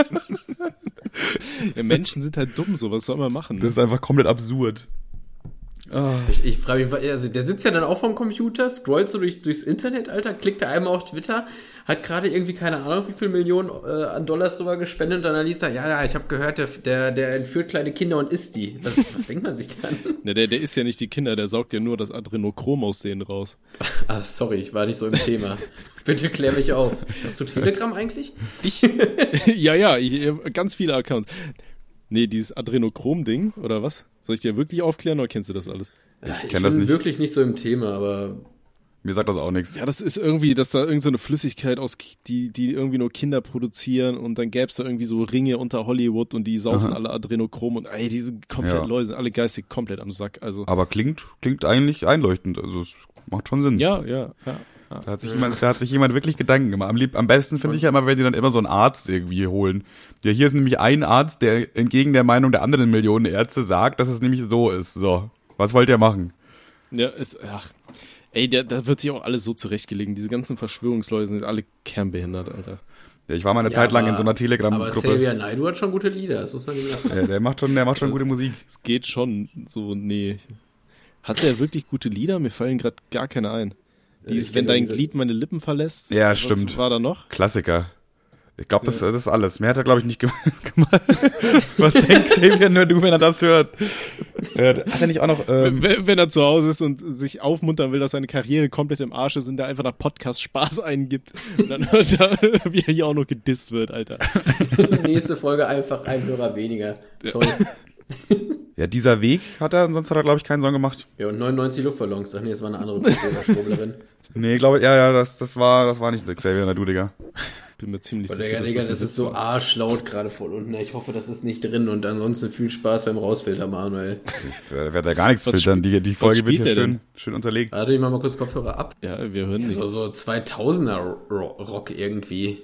Ja, Menschen sind halt dumm, so, was soll man machen? Das ist einfach komplett absurd. Oh. Ich frage mich, also der sitzt ja dann auch vom Computer, scrollt so durchs Internet, Alter, klickt da einmal auf Twitter, hat gerade irgendwie keine Ahnung, wie viel Millionen an Dollars drüber gespendet und dann liest er, ja, ich habe gehört, der entführt kleine Kinder und isst die. Was denkt man sich dann? Ne, der isst ja nicht die Kinder, der saugt ja nur das Adrenochrom aus denen raus. Ah, sorry, ich war nicht so im Thema. Bitte klär mich auf. Hast du Telegram eigentlich? Ich? Ja, ganz viele Accounts. Nee, dieses Adrenochrom-Ding, oder was? Soll ich dir wirklich aufklären, oder kennst du das alles? Ich kenn das nicht. Wirklich nicht so im Thema, aber... Mir sagt das auch nichts. Ja, das ist irgendwie, dass da irgend so eine Flüssigkeit die irgendwie nur Kinder produzieren und dann gäb's da irgendwie so Ringe unter Hollywood und die saufen alle Adrenochrom und ey, diese komplett Leute sind alle geistig komplett am Sack, also. Aber klingt eigentlich einleuchtend, also es macht schon Sinn. Ja. Da hat sich jemand wirklich Gedanken gemacht. Am besten finde ich ja immer, wenn die dann immer so einen Arzt irgendwie holen. Ja, hier ist nämlich ein Arzt, der entgegen der Meinung der anderen Millionen Ärzte sagt, dass es nämlich so ist. So, was wollt ihr machen? Ja, da wird sich auch alles so zurechtgelegen. Diese ganzen Verschwörungsleute sind alle kernbehindert, Alter. Ja, ich war mal eine Zeit lang in so einer Telegram-Gruppe. Aber Xavier Naidoo hat schon gute Lieder, das muss man ihm lassen. Ja, der macht schon gute Musik. Es geht schon so, nee. Hat der wirklich gute Lieder? Mir fallen gerade gar keine ein. Wenn dein Glied meine Lippen verlässt. Ja, stimmt. Was war da noch? Klassiker. Ich glaube, das ist alles. Mehr hat er, glaube ich, nicht gemacht. Was denkt Xavier nur du, wenn er das hört? Hat er nicht auch noch... Wenn er zu Hause ist und sich aufmuntern will, dass seine Karriere komplett im Arsch ist und der einfach nach Podcast Spaß eingibt. Und dann hört er, wie er hier auch noch gedisst wird, Alter. Nächste Folge einfach ein Hörer weniger. Toll. Ja, dieser Weg sonst hat er, glaube ich, keinen Song gemacht. Ja, und 99 Luftballons. Ach nee, das war eine andere Schwurblerin. Nee, glaube ich, das war nicht Xavier Naidoo, Digga. Bin mir ziemlich sicher. Digga, das ist so arschlaut gerade voll unten. Ich hoffe, das ist nicht drin und ansonsten viel Spaß beim Rausfiltern, Manuel. Ich werde da gar nichts filtern. Die Folge wird hier schön unterlegt. Warte, ich mach mal kurz Kopfhörer ab. Ja, wir hören nicht. So 2000er Rock irgendwie.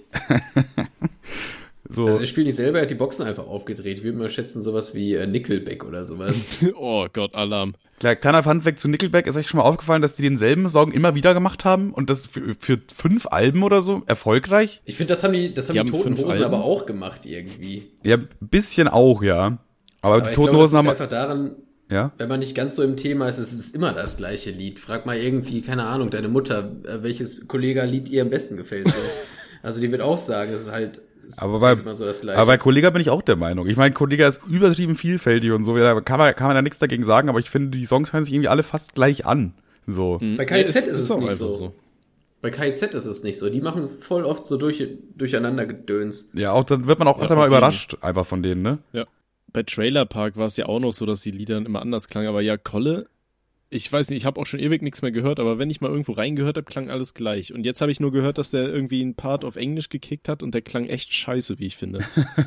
So. Also er spielt nicht selber, er hat die Boxen einfach aufgedreht. Ich würde mal schätzen, sowas wie Nickelback oder sowas. Oh Gott, Alarm. Kleiner Funfact zu Nickelback, ist euch schon mal aufgefallen, dass die denselben Song immer wieder gemacht haben und das für 5 Alben oder so erfolgreich? Ich finde, das haben die Toten Hosen aber auch gemacht irgendwie. Ja, ein bisschen auch, ja. Aber die Toten Hosen haben... einfach daran, wenn man nicht ganz so im Thema ist, es ist immer das gleiche Lied. Frag mal irgendwie, keine Ahnung, deine Mutter, welches Kollega-Lied ihr am besten gefällt. So. Also die wird auch sagen, es ist halt... Aber bei Kollega bin ich auch der Meinung. Ich meine, Kollega ist übertrieben vielfältig und so. Da kann man da nichts dagegen sagen, aber ich finde, die Songs hören sich irgendwie alle fast gleich an. So. Bei KIZ ist es nicht so. Bei KIZ ist es nicht so. Die machen voll oft so durcheinander Gedöns. Ja, auch dann wird man auch öfter mal überrascht, einfach von denen, ne? Ja. Bei Trailer Park war es ja auch noch so, dass die Lieder dann immer anders klangen. Aber ja, Kolle, ich weiß nicht, ich habe auch schon ewig nichts mehr gehört, aber wenn ich mal irgendwo reingehört habe, klang alles gleich. Und jetzt habe ich nur gehört, dass der irgendwie einen Part auf Englisch gekickt hat und der klang echt scheiße, wie ich finde.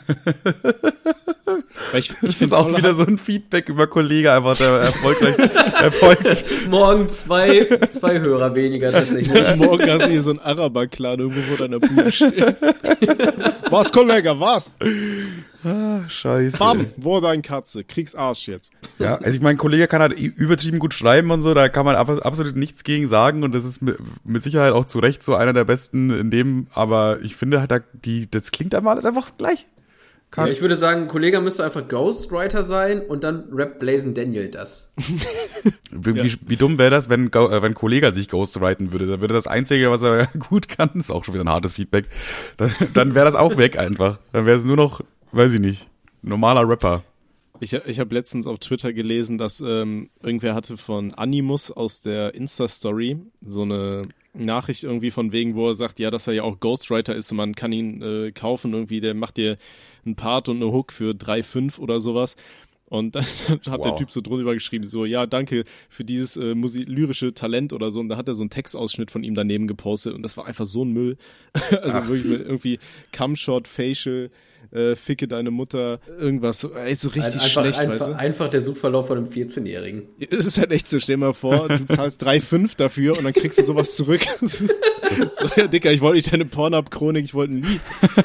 Ich finde auch wieder so ein Feedback über Kollege, einfach der erfolgreich. Morgen zwei Hörer weniger tatsächlich. Morgen hast du hier so einen Araber-Clan irgendwo vor deiner Bude stehen. Was, Kollege, was? Ah, scheiße. Bam, wo dein Katze? Krieg's Arsch jetzt. Ja, also ich meine, Kollege kann halt übertrieben gut schreiben und so, da kann man absolut nichts gegen sagen und das ist mit Sicherheit auch zu Recht so einer der besten in dem, aber ich finde halt, das klingt einfach alles einfach gleich. Ja, ich würde sagen, Kollege müsste einfach Ghostwriter sein und dann rappt Blazing Daniel das. Wie dumm wäre das, wenn Kollege sich ghostwriten würde? Dann würde das Einzige, was er gut kann, ist auch schon wieder ein hartes Feedback, dann wäre das auch weg einfach. Dann wäre es nur noch, weiß ich nicht, normaler Rapper. Ich hab letztens auf Twitter gelesen, dass irgendwer hatte von Animus aus der Insta-Story so eine Nachricht irgendwie von wegen, wo er sagt, ja, dass er ja auch Ghostwriter ist und man kann ihn kaufen irgendwie, der macht dir einen Part und eine Hook für 3,5 oder sowas. Und dann hat der Typ so drüber geschrieben, so, ja, danke für dieses lyrische Talent oder so. Und da hat er so einen Textausschnitt von ihm daneben gepostet und das war einfach so ein Müll. Also wirklich mit irgendwie Cumshot, Facial, ficke deine Mutter, irgendwas. So richtig schlecht, weißt du? Einfach der Suchverlauf von einem 14-Jährigen. Es ist halt echt so, stell dir mal vor, du zahlst 3,5 dafür und dann kriegst du sowas zurück. So, ja, Dicker, ich wollte nicht deine Pornhub-Chronik, ich wollte ein Lied.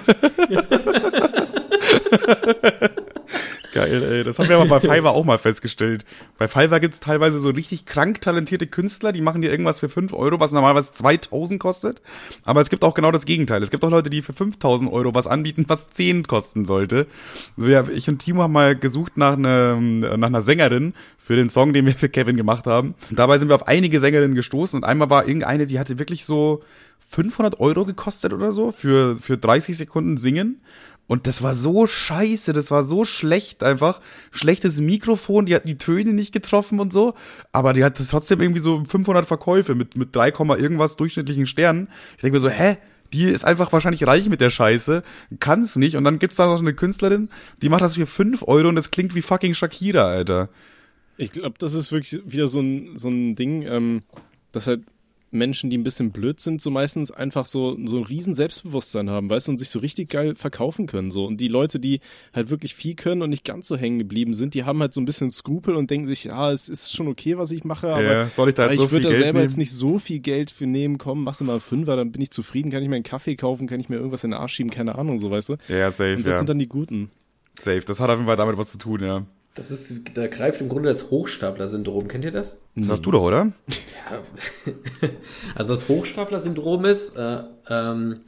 Geil, ey. Das haben wir aber bei Fiverr auch mal festgestellt. Bei Fiverr gibt's teilweise so richtig krank talentierte Künstler, die machen dir irgendwas für 5 Euro, was normalerweise 2.000 kostet. Aber es gibt auch genau das Gegenteil. Es gibt auch Leute, die für 5.000 Euro was anbieten, was 10 kosten sollte. Also ja, ich und Timo haben mal gesucht nach einer Sängerin für den Song, den wir für Kevin gemacht haben. Und dabei sind wir auf einige Sängerinnen gestoßen und einmal war irgendeine, die hatte wirklich so 500 Euro gekostet oder so für 30 Sekunden singen. Und das war so scheiße, das war so schlecht einfach. Schlechtes Mikrofon, die hat die Töne nicht getroffen und so. Aber die hat trotzdem irgendwie so 500 Verkäufe mit 3, irgendwas durchschnittlichen Sternen. Ich denke mir so, die ist einfach wahrscheinlich reich mit der Scheiße, kann's nicht. Und dann gibt's da noch eine Künstlerin, die macht das für 5 Euro und das klingt wie fucking Shakira, Alter. Ich glaube, das ist wirklich wieder so ein Ding, dass halt Menschen, die ein bisschen blöd sind, so meistens einfach so ein riesen Selbstbewusstsein haben, weißt du, und sich so richtig geil verkaufen können, so. Und die Leute, die halt wirklich viel können und nicht ganz so hängen geblieben sind, die haben halt so ein bisschen Skrupel und denken sich, ja, es ist schon okay, was ich mache, aber soll ich da jetzt so würde da Geld selber nehmen? jetzt nicht so viel Geld für nehmen, komm, machst du mal 5er, dann bin ich zufrieden, kann ich mir einen Kaffee kaufen, kann ich mir irgendwas in den Arsch schieben, keine Ahnung, so, weißt du. Ja, safe, und das sind dann die Guten. Safe, das hat auf jeden Fall damit was zu tun, ja. Da greift im Grunde das Hochstapler-Syndrom. Kennt ihr das? Das hast du doch, oder? Ja. Also das Hochstapler-Syndrom ist, du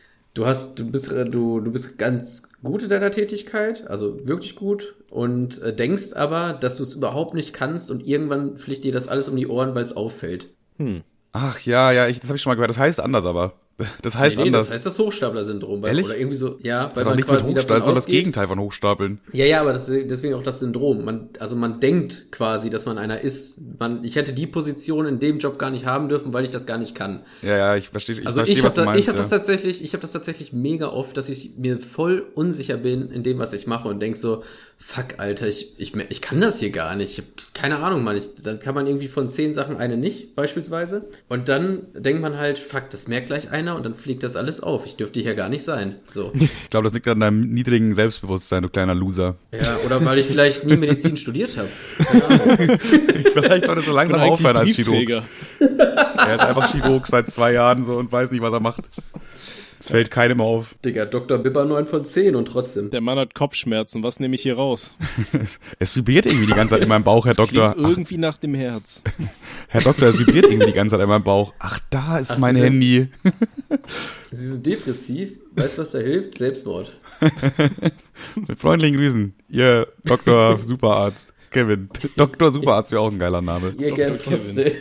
bist ganz gut in deiner Tätigkeit, also wirklich gut, und denkst aber, dass du es überhaupt nicht kannst und irgendwann fliegt dir das alles um die Ohren, weil es auffällt. Ach ja, das habe ich schon mal gehört. Das heißt anders aber. Das heißt anders. Das heißt das Hochstapler-Syndrom. Ehrlich? Oder irgendwie so, ja. Weil man quasi mit Hochstapeln, das ist doch das Gegenteil von Hochstapeln. Ja, aber deswegen auch das Syndrom. Man denkt quasi, dass man einer ist. Ich hätte die Position in dem Job gar nicht haben dürfen, weil ich das gar nicht kann. Ja, ich verstehe, was du meinst. Ich habe das tatsächlich mega oft, dass ich mir voll unsicher bin in dem, was ich mache und denk so, fuck, Alter, ich kann das hier gar nicht. Ich hab keine Ahnung, Mann. Dann kann man irgendwie von 10 Sachen eine nicht, beispielsweise. Und dann denkt man halt, fuck, das merkt gleich einer und dann fliegt das alles auf. Ich dürfte hier gar nicht sein. So. Ich glaube, das liegt an deinem niedrigen Selbstbewusstsein, du kleiner Loser. Ja, oder weil ich vielleicht nie Medizin studiert habe. Vielleicht sollte so langsam aufhören als Chirurg. Er ist einfach Chirurg seit 2 Jahren so und weiß nicht, was er macht. Es fällt keinem auf. Digga, Dr. Bibber 9 von 10 und trotzdem. Der Mann hat Kopfschmerzen, was nehme ich hier raus? Es vibriert irgendwie die ganze Zeit in meinem Bauch, Herr Doktor. Irgendwie nach dem Herz. Herr Doktor, es vibriert irgendwie die ganze Zeit in meinem Bauch. Ach, da ist mein Handy. Sie sind depressiv. Weißt du, was da hilft? Selbstmord. Mit freundlichen Grüßen. Ihr Dr. Superarzt. Kevin. Dr. Superarzt wäre auch ein geiler Name. Ihr gern Postel.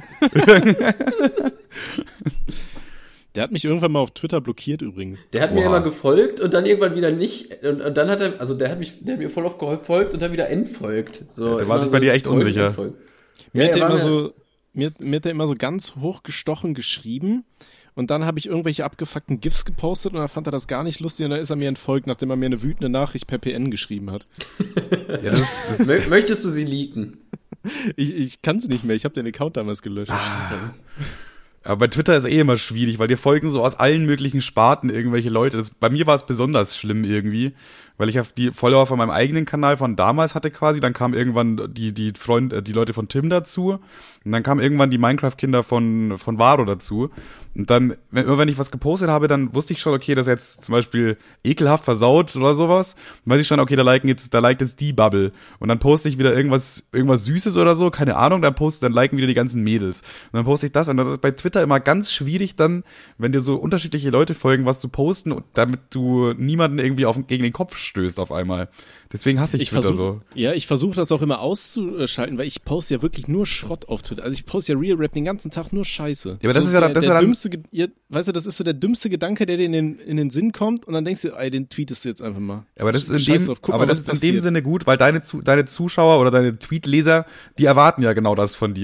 Der hat mich irgendwann mal auf Twitter blockiert übrigens. Der hat mir immer gefolgt und dann irgendwann wieder nicht. Und dann hat er, also der hat mir voll oft gefolgt und dann wieder entfolgt. So, ja, der war sich bei dir echt unsicher. Mir hat er immer so ganz hochgestochen geschrieben und dann habe ich irgendwelche abgefuckten GIFs gepostet und dann fand er das gar nicht lustig und dann ist er mir entfolgt, nachdem er mir eine wütende Nachricht per PN geschrieben hat. Ja, möchtest du sie leaken? Ich kann sie nicht mehr, ich habe den Account damals gelöscht. Aber bei Twitter ist immer schwierig, weil dir folgen so aus allen möglichen Sparten irgendwelche Leute. Bei mir war es besonders schlimm irgendwie, weil ich auf die Follower von meinem eigenen Kanal von damals hatte quasi. Dann kamen irgendwann die Leute von Tim dazu. Und dann kamen irgendwann die Minecraft-Kinder von Varo dazu. Und dann, wenn ich was gepostet habe, dann wusste ich schon, okay, das ist jetzt zum Beispiel ekelhaft versaut oder sowas. Dann weiß ich schon, okay, da liked jetzt die Bubble. Und dann poste ich wieder irgendwas Süßes oder so, keine Ahnung, dann liken wieder die ganzen Mädels. Und dann poste ich das. Und das ist bei Twitter immer ganz schwierig dann, wenn dir so unterschiedliche Leute folgen, was zu posten, und damit du niemanden irgendwie gegen den Kopf stößt auf einmal. Deswegen hasse ich Twitter so. Ja, ich versuche das auch immer auszuschalten, weil ich poste ja wirklich nur Schrott auf Twitter. Also ich poste ja Real Rap den ganzen Tag nur Scheiße. Ja, aber das ist ja dann dümmste, weißt du, das ist so der dümmste Gedanke, der dir in den Sinn kommt und dann denkst du, ey, den tweetest du jetzt einfach mal. Aber das ist in dem Sinne gut, weil deine Zuschauer oder deine Tweetleser, die erwarten ja genau das von dir.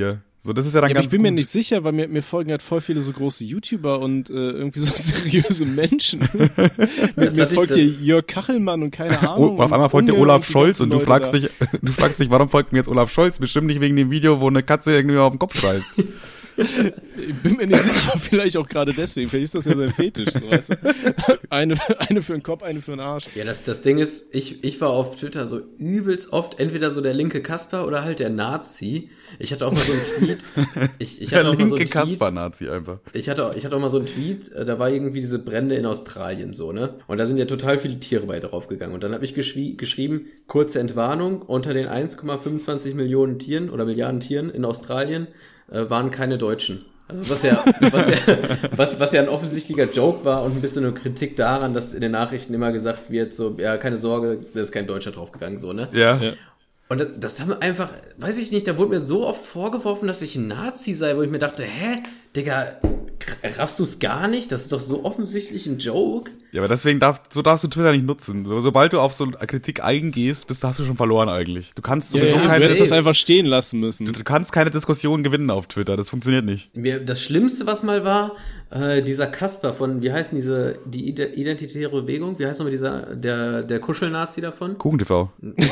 So, das ist ja dann ganz ich bin gut. mir nicht sicher, weil mir folgen halt voll viele so große YouTuber und irgendwie so seriöse Menschen. mir folgt hier Jörg Kachelmann und keine Ahnung. Auf einmal folgt dir Olaf Scholz und du fragst dich, warum folgt mir jetzt Olaf Scholz? Bestimmt nicht wegen dem Video, wo eine Katze irgendwie auf den Kopf scheißt. Ich bin mir nicht sicher, vielleicht auch gerade deswegen. Vielleicht ist das ja sein Fetisch, so, weißt du? Eine für den Kopf, eine für den Arsch. Ja, das Ding ist, ich war auf Twitter so übelst oft entweder so der linke Kasper oder halt der Nazi. Ich hatte auch mal so einen Tweet. Ich hatte der auch mal so einen linke Kasper-Nazi einfach. Ich hatte auch mal so einen Tweet, da war irgendwie diese Brände in Australien so, ne? Und da sind ja total viele Tiere bei drauf gegangen. Und dann habe ich geschrieben, kurze Entwarnung, unter den 1,25 Millionen Tieren oder Milliarden Tieren in Australien waren keine Deutschen. Also was ja ein offensichtlicher Joke war und ein bisschen eine Kritik daran, dass in den Nachrichten immer gesagt wird, so, ja, keine Sorge, da ist kein Deutscher draufgegangen, so, ne? Ja. Und das haben wir einfach, weiß ich nicht, da wurde mir so oft vorgeworfen, dass ich ein Nazi sei, wo ich mir dachte, Digga, raffst du es gar nicht? Das ist doch so offensichtlich ein Joke. Ja, aber deswegen darfst du Twitter nicht nutzen. Sobald du auf so eine Kritik eingehst, hast du schon verloren eigentlich. Du kannst sowieso du hättest das einfach stehen lassen müssen. Du kannst keine Diskussion gewinnen auf Twitter, das funktioniert nicht. Das Schlimmste, was mal war, dieser Kasper von, wie heißen die identitäre Bewegung? Wie heißt nochmal der Kuschelnazi davon? KuchenTV.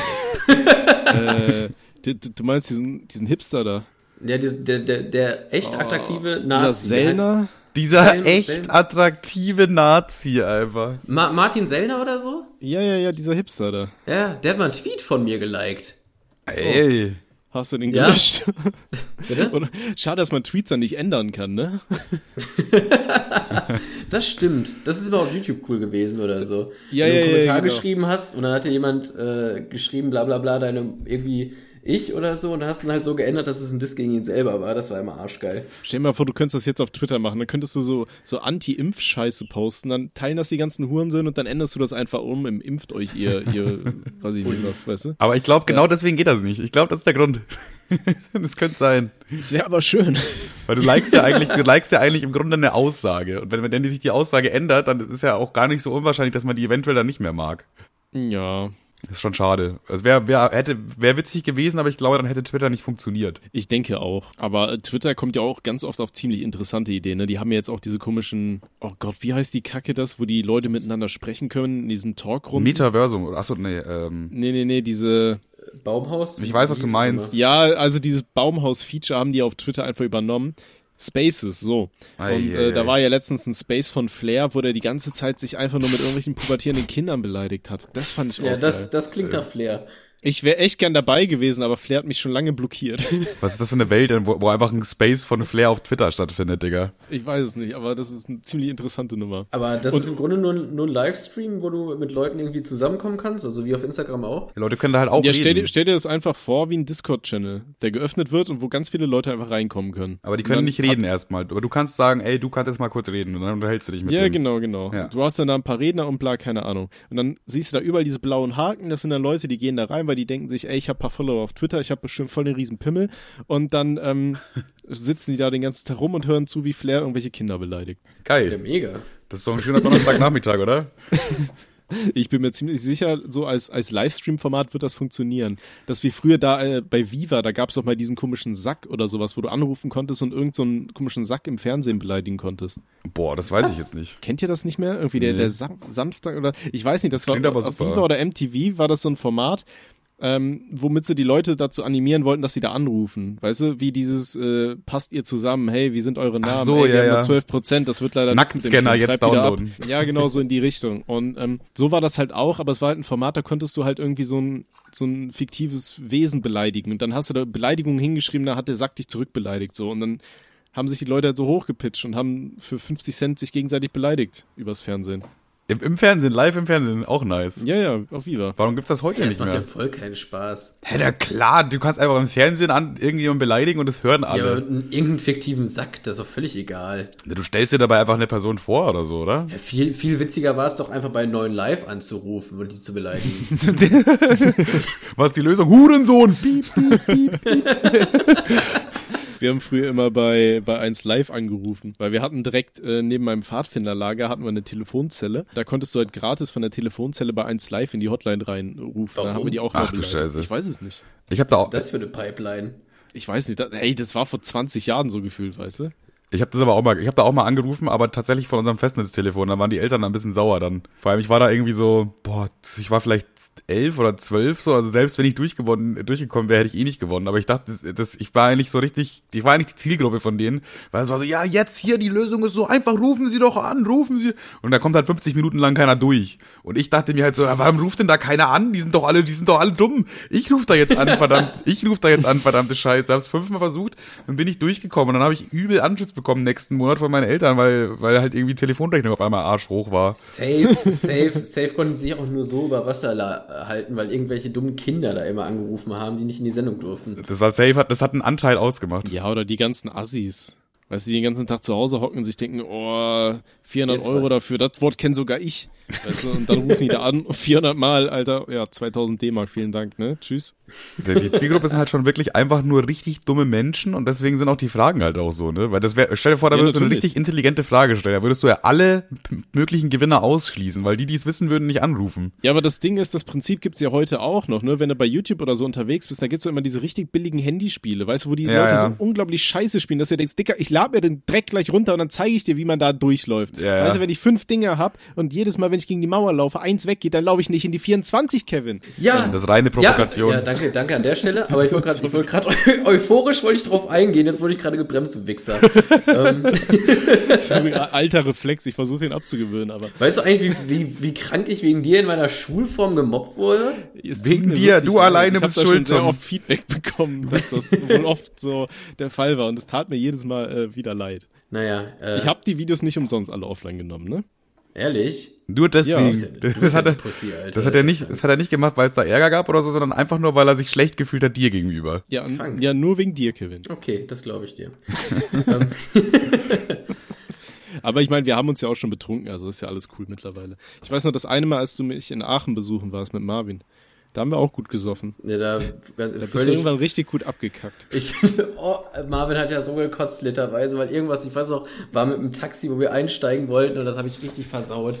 Du meinst diesen Hipster da? Ja, der echt attraktive Nazi. Dieser Sellner? Dieser echt attraktive Nazi einfach. Martin Sellner oder so? Ja, dieser Hipster da. Ja, der hat mal einen Tweet von mir geliked. Ey. Hast du den gelöscht? Ja. Bitte? Oder, schade, dass man Tweets dann nicht ändern kann, ne? Das stimmt. Das ist aber auf YouTube cool gewesen oder so. Ja, wenn du einen Kommentar genau. geschrieben hast und dann hat dir jemand geschrieben, bla bla bla, deine irgendwie ich oder so, und da hast du dann halt so geändert, dass es ein Diss gegen ihn selber war. Das war immer arschgeil. Stell dir mal vor, du könntest das jetzt auf Twitter machen. Dann könntest du so Anti-Impf-Scheiße posten, dann teilen das die ganzen Hurensöhne und dann änderst du das einfach um, impft euch ihr weiß ich nicht was, weißt du? Aber ich glaube, genau deswegen geht das nicht. Ich glaube, das ist der Grund. Das könnte sein. Das wäre aber schön. Weil du likest ja eigentlich im Grunde eine Aussage. Und wenn sich die Aussage ändert, dann ist es ja auch gar nicht so unwahrscheinlich, dass man die eventuell dann nicht mehr mag. Ja. Das ist schon schade. Es wäre witzig gewesen, aber ich glaube, dann hätte Twitter nicht funktioniert. Ich denke auch. Aber Twitter kommt ja auch ganz oft auf ziemlich interessante Ideen. Ne? Die haben ja jetzt auch diese komischen, oh Gott, wie heißt die Kacke das, wo die Leute miteinander sprechen können in diesen Talkrunden? Metaversum. Achso, nee. Nee, diese... Baumhaus? Ich weiß, was du meinst. Ja, also dieses Baumhaus-Feature haben die auf Twitter einfach übernommen. Spaces, so. Und da war ja letztens ein Space von Flair, wo der die ganze Zeit sich einfach nur mit irgendwelchen pubertierenden Kindern beleidigt hat. Das fand ich auch geil. Das klingt nach Flair. Ich wäre echt gern dabei gewesen, aber Flair hat mich schon lange blockiert. Was ist das für eine Welt denn, wo einfach ein Space von Flair auf Twitter stattfindet, Digga? Ich weiß es nicht, aber das ist eine ziemlich interessante Nummer. Aber das ist im Grunde nur ein Livestream, wo du mit Leuten irgendwie zusammenkommen kannst, also wie auf Instagram auch. Die Leute können da halt auch reden. Stell dir das einfach vor wie ein Discord-Channel, der geöffnet wird und wo ganz viele Leute einfach reinkommen können. Aber die können nicht reden erstmal. Aber du kannst sagen, ey, du kannst jetzt mal kurz reden und dann unterhältst du dich mit denen. Ja, genau. Ja. Du hast dann da ein paar Redner und bla, keine Ahnung. Und dann siehst du da überall diese blauen Haken, das sind dann Leute, die gehen da rein, weil die denken sich, ey, ich habe ein paar Follower auf Twitter, ich habe bestimmt voll den riesen Pimmel, und dann sitzen die da den ganzen Tag rum und hören zu, wie Flair irgendwelche Kinder beleidigt. Geil. Ja, mega. Das ist doch ein schöner Donnerstagnachmittag, oder? Ich bin mir ziemlich sicher, so als Livestream-Format wird das funktionieren. Dass wir früher da bei Viva, da gab es doch mal diesen komischen Sack oder sowas, wo du anrufen konntest und irgend so einen komischen Sack im Fernsehen beleidigen konntest. Boah, das weiß ich jetzt nicht. Kennt ihr das nicht mehr? Irgendwie der Sanftsack oder, ich weiß nicht, das war aber auf super. Viva oder MTV war das so ein Format, womit sie die Leute dazu animieren wollten, dass sie da anrufen. Weißt du, wie dieses, passt ihr zusammen, hey, wie sind eure Namen? Ach so, ey, wir haben nur 12%, das wird leider Nacktscanner jetzt downloaden. Ja, genau, so in die Richtung. Und so war das halt auch, aber es war halt ein Format, da konntest du halt irgendwie so ein fiktives Wesen beleidigen. Und dann hast du da Beleidigungen hingeschrieben, da hat der Sack dich zurückbeleidigt. So. Und dann haben sich die Leute halt so hochgepitcht und haben für 50 Cent sich gegenseitig beleidigt übers Fernsehen. Im Fernsehen, live im Fernsehen, auch nice. Ja, auf Viva. Warum gibt's das heute nicht mehr? Das macht ja voll keinen Spaß. Hä, na klar, du kannst einfach im Fernsehen irgendjemanden beleidigen und das hören alle. Ja, aber irgendeinen fiktiven Sack, das ist doch völlig egal. Du stellst dir dabei einfach eine Person vor oder so, oder? Ja, viel witziger war es doch einfach bei 9 Live anzurufen und die zu beleidigen. Was ist die Lösung? Hurensohn! Piep, piep, piep. Wir haben früher immer bei 1 Live angerufen, weil wir hatten direkt neben meinem Pfadfinderlager hatten wir eine Telefonzelle. Da konntest du halt gratis von der Telefonzelle bei 1 Live in die Hotline reinrufen. Warum? Da haben wir die auch Ach du Scheiße. Ich weiß es nicht. Ich hab da Was auch. ist das für eine Pipeline? Ich weiß nicht, das war vor 20 Jahren so gefühlt, weißt du? Ich habe da auch mal angerufen, aber tatsächlich von unserem Festnetztelefon. Da waren die Eltern ein bisschen sauer dann. Vor allem, ich war da irgendwie so, ich war vielleicht 11 oder 12, so, also selbst wenn ich durchgekommen wäre, hätte ich eh nicht gewonnen. Aber ich dachte, ich war eigentlich die Zielgruppe von denen, weil es war so, ja, jetzt hier, die Lösung ist so einfach, rufen Sie doch an, rufen Sie. Und da kommt halt 50 Minuten lang keiner durch. Und ich dachte mir halt so, warum ruft denn da keiner an? Die sind doch alle dumm. Ich rufe da jetzt an, verdammte Scheiße. Hab's 5-mal versucht, dann bin ich durchgekommen. Und dann habe ich übel Anschluss bekommen nächsten Monat von meinen Eltern, weil halt irgendwie Telefonrechnung auf einmal arschhoch war. Safe konnten sie sich auch nur so über Wasser halten, weil irgendwelche dummen Kinder da immer angerufen haben, die nicht in die Sendung durften. Das hat einen Anteil ausgemacht. Ja, oder die ganzen Assis. Weißt du, die den ganzen Tag zu Hause hocken und sich denken, 400 Euro dafür, das Wort kenne sogar ich. Weißt du, und dann rufen die da an, 400 Mal, Alter, ja, 2000 D-Mark, vielen Dank, ne, tschüss. Die Zielgruppe sind halt schon wirklich einfach nur richtig dumme Menschen und deswegen sind auch die Fragen halt auch so, ne, weil stell dir vor, da würdest du eine richtig intelligente Frage stellen, da würdest du ja alle möglichen Gewinner ausschließen, weil die es wissen würden, nicht anrufen. Ja, aber das Ding ist, das Prinzip gibt's ja heute auch noch, ne, wenn du bei YouTube oder so unterwegs bist, da gibt's ja immer diese richtig billigen Handyspiele, weißt du, wo die Leute so unglaublich scheiße spielen, dass du denkst, Dicker, ich lade mir den Dreck gleich runter und dann zeige ich dir, wie man da durchläuft. Ja. Weißt du, wenn ich 5 Dinger hab und jedes Mal, wenn ich gegen die Mauer laufe, 1 weggeht, dann laufe ich nicht in die 24, Kevin. Ja. Das ist reine Provokation. Ja, danke an der Stelle. Aber ich wollte gerade euphorisch drauf eingehen, jetzt wurde ich gerade gebremst, du Wichser. Das ist ein alter Reflex, ich versuche ihn abzugewöhnen, aber. Weißt du eigentlich, wie krank ich wegen dir in meiner Schulform gemobbt wurde? Wegen dir, du alleine bist schuld. Ich habe schon sehr oft Feedback bekommen, dass das wohl oft so der Fall war und es tat mir jedes Mal wieder leid. Naja. Ich habe die Videos nicht umsonst alle offline genommen, ne? Ehrlich? Nur deswegen. Ja, das hat er nicht gemacht, weil es da Ärger gab oder so, sondern einfach nur, weil er sich schlecht gefühlt hat dir gegenüber. Ja, ja, nur wegen dir, Kevin. Okay, das glaube ich dir. Aber ich meine, wir haben uns ja auch schon betrunken, also ist ja alles cool mittlerweile. Ich weiß noch, das eine Mal, als du mich in Aachen besuchen warst mit Marvin, da haben wir auch gut gesoffen. Ja, da bist du irgendwann richtig gut abgekackt. Ich finde, Marvin hat ja so gekotzt literweise, weil irgendwas, ich weiß noch, war mit einem Taxi, wo wir einsteigen wollten und das habe ich richtig versaut.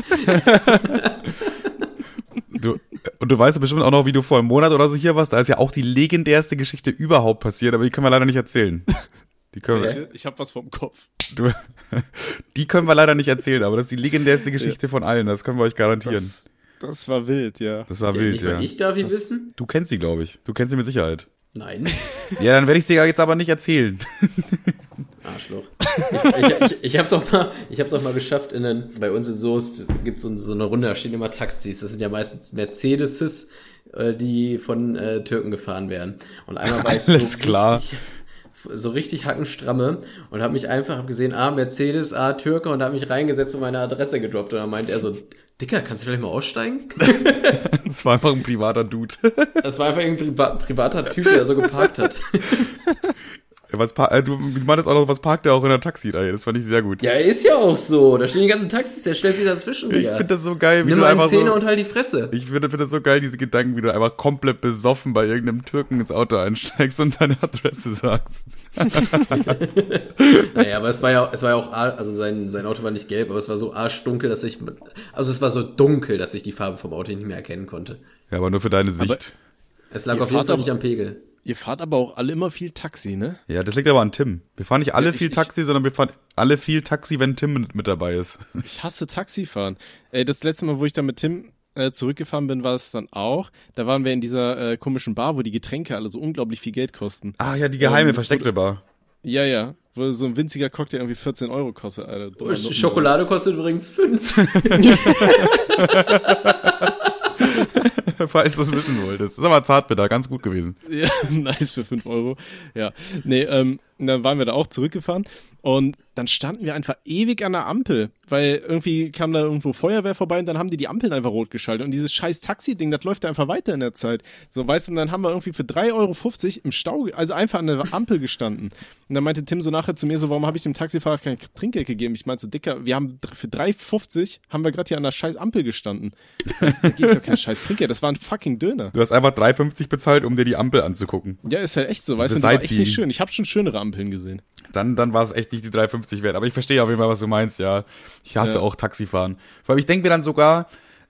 Du weißt ja bestimmt auch noch, wie du vor einem Monat oder so hier warst, da ist ja auch die legendärste Geschichte überhaupt passiert, aber die können wir leider nicht erzählen. Ich habe was vom Kopf. Die können wir leider nicht erzählen, aber das ist die legendärste Geschichte von allen, das können wir euch garantieren. Das war wild, ja. Das war wild, ja. Ich darf ihn wissen? Du kennst sie, glaube ich. Du kennst sie mit Sicherheit. Nein. Ja, dann werde ich sie ja jetzt aber nicht erzählen. Arschloch. Ich hab's auch mal geschafft, bei uns in Soest gibt's so eine Runde, da stehen immer Taxis. Das sind ja meistens Mercedeses, die von Türken gefahren werden. Und einmal war ich so richtig hackenstramme und hab gesehen, Mercedes, Türke und hab mich reingesetzt und meine Adresse gedroppt. Und dann meint er so, Dicker, kannst du vielleicht mal aussteigen? Das war einfach ein privater Dude. Das war einfach ein privater Typ, der so geparkt hat. Du meintest auch noch, was parkt der auch in der Taxi da? Das fand ich sehr gut. Ja, ist ja auch so. Da stehen die ganzen Taxis, der stellt sich dazwischen. Ich finde das so geil, wie Nimm du mal einfach einen Zehner und halt die Fresse. Ich finde das so geil, diese Gedanken, wie du einfach komplett besoffen bei irgendeinem Türken ins Auto einsteigst und deine Adresse sagst. Naja, aber es war ja auch, also sein Auto war nicht gelb, aber es war so arschdunkel, es war so dunkel, dass ich die Farbe vom Auto nicht mehr erkennen konnte. Ja, aber nur für deine Sicht. Aber es lag auf jeden Fall nicht am Pegel. Ihr fahrt aber auch alle immer viel Taxi, ne? Ja, das liegt aber an Tim. Wir fahren nicht alle viel Taxi, sondern wir fahren alle viel Taxi, wenn Tim mit dabei ist. Ich hasse Taxifahren. Das letzte Mal, wo ich da mit Tim zurückgefahren bin, war es dann auch. Da waren wir in dieser komischen Bar, wo die Getränke alle so unglaublich viel Geld kosten. Ah ja, die geheime, versteckte Bar. Ja. Wo so ein winziger Cocktail irgendwie 14 Euro kostet, Alter. Schokolade kostet übrigens 5. Falls du es wissen wolltest. Das ist aber Zartbitter, ganz gut gewesen. Ja, nice für 5 Euro. Ja, nee, dann waren wir da auch zurückgefahren und dann standen wir einfach ewig an der Ampel, weil irgendwie kam da irgendwo Feuerwehr vorbei und dann haben die Ampeln einfach rot geschaltet und dieses scheiß Taxi-Ding, das läuft einfach weiter in der Zeit. So, weißt du, und dann haben wir irgendwie für 3,50 Euro im Stau, also einfach an der Ampel gestanden. Und dann meinte Tim so nachher zu mir so, warum habe ich dem Taxifahrer kein Trinkgeld gegeben? Ich meinte so, Dicker, wir haben für 3,50 haben wir gerade hier an der scheiß Ampel gestanden. Da gebe ich doch kein scheiß Trinkgeld, das war ein fucking Döner. Du hast einfach 3,50 bezahlt, um dir die Ampel anzugucken. Ja, ist halt echt so, weißt du, das war echt nicht schön. Ich habe schon schönere Ampeln gesehen. Dann war es echt nicht die 3,50 wert. Aber ich verstehe auf jeden Fall, was du meinst, ja. Ich hasse auch Taxifahren. Vor allem, ich denke mir dann sogar,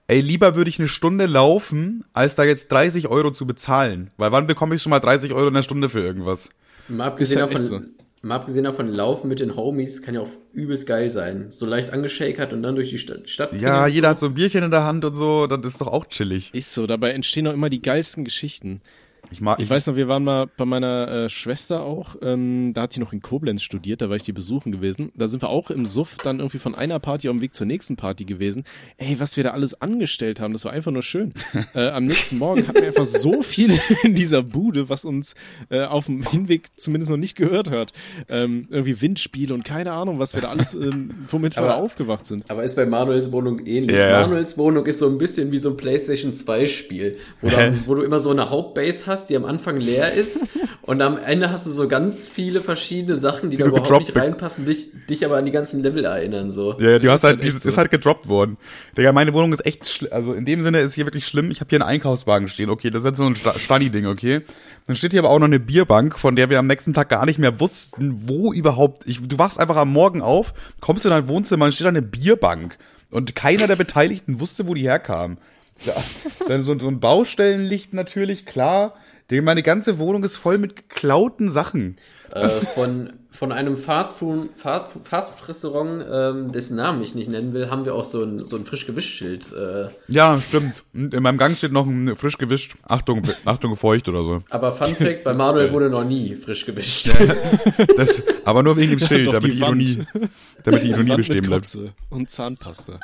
ey, lieber würde ich eine Stunde laufen, als da jetzt 30 Euro zu bezahlen. Weil wann bekomme ich schon mal 30 Euro in der Stunde für irgendwas? Mal abgesehen davon, Laufen mit den Homies kann ja auch übelst geil sein. So leicht angeschakert und dann durch die Stadt. Ja, jeder hat so ein Bierchen in der Hand und so, das ist doch auch chillig. Ist so, dabei entstehen auch immer die geilsten Geschichten. Ich weiß noch, wir waren mal bei meiner Schwester auch, da hat die noch in Koblenz studiert, da war ich die besuchen gewesen. Da sind wir auch im Suff dann irgendwie von einer Party auf dem Weg zur nächsten Party gewesen. Ey, was wir da alles angestellt haben, das war einfach nur schön. Am nächsten Morgen hatten wir einfach so viel in dieser Bude, was uns auf dem Hinweg zumindest noch nicht gehört hat. Irgendwie Windspiele und keine Ahnung, was wir da alles, womit wir aufgewacht sind. Aber ist bei Manuels Wohnung ähnlich. Yeah. Manuels Wohnung ist so ein bisschen wie so ein PlayStation 2 Spiel, wo du immer so eine Hauptbase hast, die am Anfang leer ist und am Ende hast du so ganz viele verschiedene Sachen, die da überhaupt nicht reinpassen, dich aber an die ganzen Level erinnern, so. Ja, du hast halt, ist halt gedroppt worden. Digga, meine Wohnung ist echt schlimm, also in dem Sinne ist hier wirklich schlimm. Ich habe hier einen Einkaufswagen stehen, okay, das ist jetzt so ein Stani-Ding, okay. Dann steht hier aber auch noch eine Bierbank, von der wir am nächsten Tag gar nicht mehr wussten, wo überhaupt, du wachst einfach am Morgen auf, kommst in dein Wohnzimmer und steht da eine Bierbank und keiner der Beteiligten wusste, wo die herkam. Ja, dann so ein Baustellenlicht natürlich, klar. Meine ganze Wohnung ist voll mit geklauten Sachen. Von einem Fast-Food-Restaurant, dessen Namen ich nicht nennen will, haben wir auch so ein frisch gewischt-Schild. Ja, stimmt. In meinem Gang steht noch ein frisch gewischt. Achtung feucht oder so. Aber Fun Fact, bei Manuel wurde noch nie frisch gewischt. Aber nur wegen dem Schild, damit die Ironie bestehen bleibt. Kotze und Zahnpasta.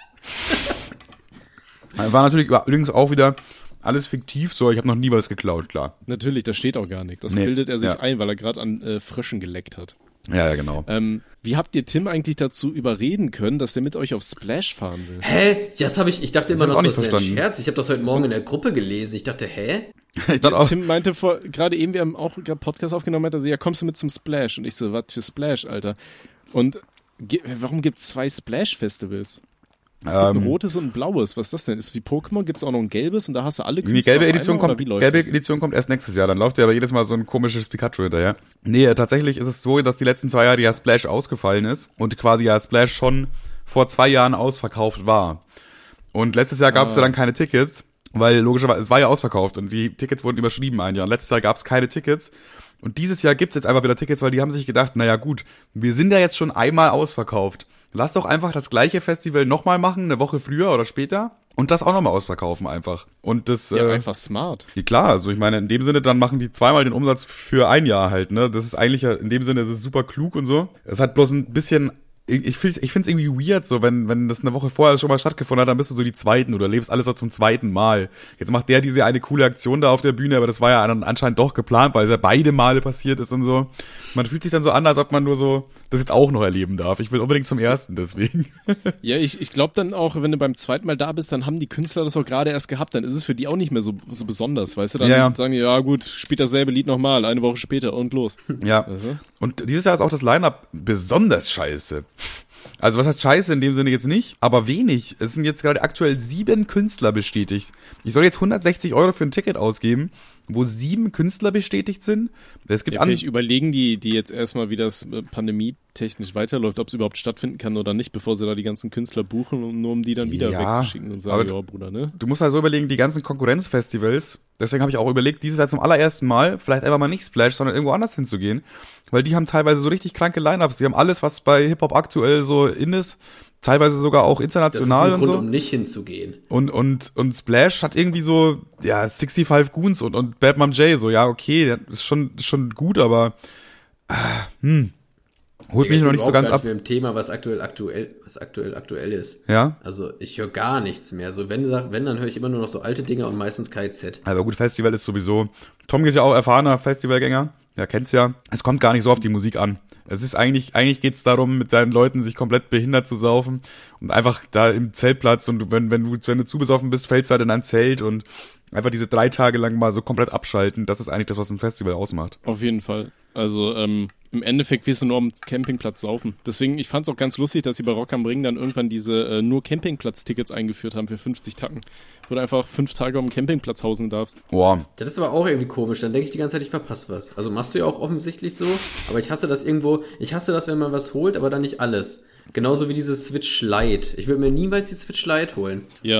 War natürlich übrigens auch wieder alles fiktiv, so, ich habe noch nie was geklaut, klar. Natürlich, da steht auch gar nichts. Das bildet er sich ein, weil er gerade an Fröschen geleckt hat. Ja, genau. Wie habt ihr Tim eigentlich dazu überreden können, dass der mit euch auf Splash fahren will? Hä? Das ich dachte immer noch, das wäre ein Scherz. Ich habe das heute Morgen in der Gruppe gelesen. Ich dachte, ich dachte auch. Tim meinte gerade eben, wir haben auch gerade Podcast aufgenommen, hat er so, ja, kommst du mit zum Splash? Und ich so, was für Splash, Alter? Und warum gibt's 2 Splash-Festivals? Es gibt ein rotes und ein blaues. Was ist das denn? Ist wie Pokémon? Gibt es auch noch ein gelbes und da hast du alle Künstler? Die gelbe Edition kommt erst nächstes Jahr. Dann läuft ja aber jedes Mal so ein komisches Pikachu hinterher. Nee, tatsächlich ist es so, dass die letzten 2 Jahre ja Splash ausgefallen ist und quasi ja Splash schon vor 2 Jahren ausverkauft war. Und letztes Jahr gab es ja dann keine Tickets, weil logischerweise, es war ja ausverkauft und die Tickets wurden überschrieben ein Jahr. Und letztes Jahr gab es keine Tickets. Und dieses Jahr gibt's jetzt einfach wieder Tickets, weil die haben sich gedacht, naja gut, wir sind ja jetzt schon einmal ausverkauft. Lass doch einfach das gleiche Festival nochmal machen, eine Woche früher oder später und das auch nochmal ausverkaufen einfach. Und das einfach smart. Ja, klar, also ich meine, in dem Sinne, dann machen die zweimal den Umsatz für ein Jahr halt, ne? Das ist eigentlich, in dem Sinne ist es super klug und so. Es hat bloß ein bisschen, ich find's irgendwie weird, so, wenn das eine Woche vorher schon mal stattgefunden hat, dann bist du so die Zweiten oder lebst alles so zum zweiten Mal. Jetzt macht der diese eine coole Aktion da auf der Bühne, aber das war ja dann anscheinend doch geplant, weil es ja beide Male passiert ist und so. Man fühlt sich dann so an, als ob man nur so das jetzt auch noch erleben darf. Ich will unbedingt zum ersten, deswegen. Ja, ich glaube dann auch, wenn du beim zweiten Mal da bist, dann haben die Künstler das auch gerade erst gehabt, dann ist es für die auch nicht mehr so besonders, weißt du? Dann sagen die, ja gut, spielt dasselbe Lied nochmal, eine Woche später und los. Ja, weißt du? Und dieses Jahr ist auch das Line-Up besonders scheiße. Also was heißt scheiße in dem Sinne jetzt nicht, aber wenig. Es sind jetzt gerade aktuell 7 Künstler bestätigt. Ich soll jetzt 160 € für ein Ticket ausgeben, wo 7 Künstler bestätigt sind. Es gibt vielleicht überlegen die jetzt erstmal, wie das pandemietechnisch weiterläuft, ob es überhaupt stattfinden kann oder nicht, bevor sie da die ganzen Künstler buchen, nur um die dann wieder wegzuschicken und sagen, ja Bruder, ne? Du musst halt so überlegen, die ganzen Konkurrenzfestivals, deswegen habe ich auch überlegt, dieses Jahr zum allerersten Mal, vielleicht einfach mal nicht Splash, sondern irgendwo anders hinzugehen, weil die haben teilweise so richtig kranke Line-Ups, die haben alles, was bei Hip-Hop aktuell so in ist, teilweise sogar auch international das ist ein und Grund, so. um nicht hinzugehen. Und Splash hat irgendwie so, ja, 65 Goons und Bad Mom J, so, ja, okay, das ist schon gut, aber holt mich noch nicht so ganz ab. Ich bin mit dem Thema, was aktuell ist. Ja? Also ich höre gar nichts mehr. So wenn, dann höre ich immer nur noch so alte Dinge und meistens KZ. Aber gut, Festival ist sowieso, Tom ist ja auch erfahrener Festivalgänger, ja, kennt's ja. Es kommt gar nicht so auf die Musik an. Es ist eigentlich geht's darum, mit deinen Leuten sich komplett behindert zu saufen und einfach da im Zeltplatz und wenn du zu besoffen bist, fällst du halt in ein Zelt und einfach diese 3 Tage lang mal so komplett abschalten. Das ist eigentlich das, was ein Festival ausmacht. Auf jeden Fall. Also im Endeffekt wirst du nur am Campingplatz saufen. Deswegen, ich fand's auch ganz lustig, dass sie bei Rock am Ring dann irgendwann diese nur Campingplatz-Tickets eingeführt haben für 50 Tacken. Wo du einfach 5 Tage auf dem Campingplatz hausen darfst. Boah. Das ist aber auch irgendwie komisch. Dann denke ich die ganze Zeit, ich verpasse was. Also machst du ja auch offensichtlich so. Aber ich hasse das, wenn man was holt, aber dann nicht alles. Genauso wie dieses Switch Lite. Ich würde mir niemals die Switch Lite holen. Ja.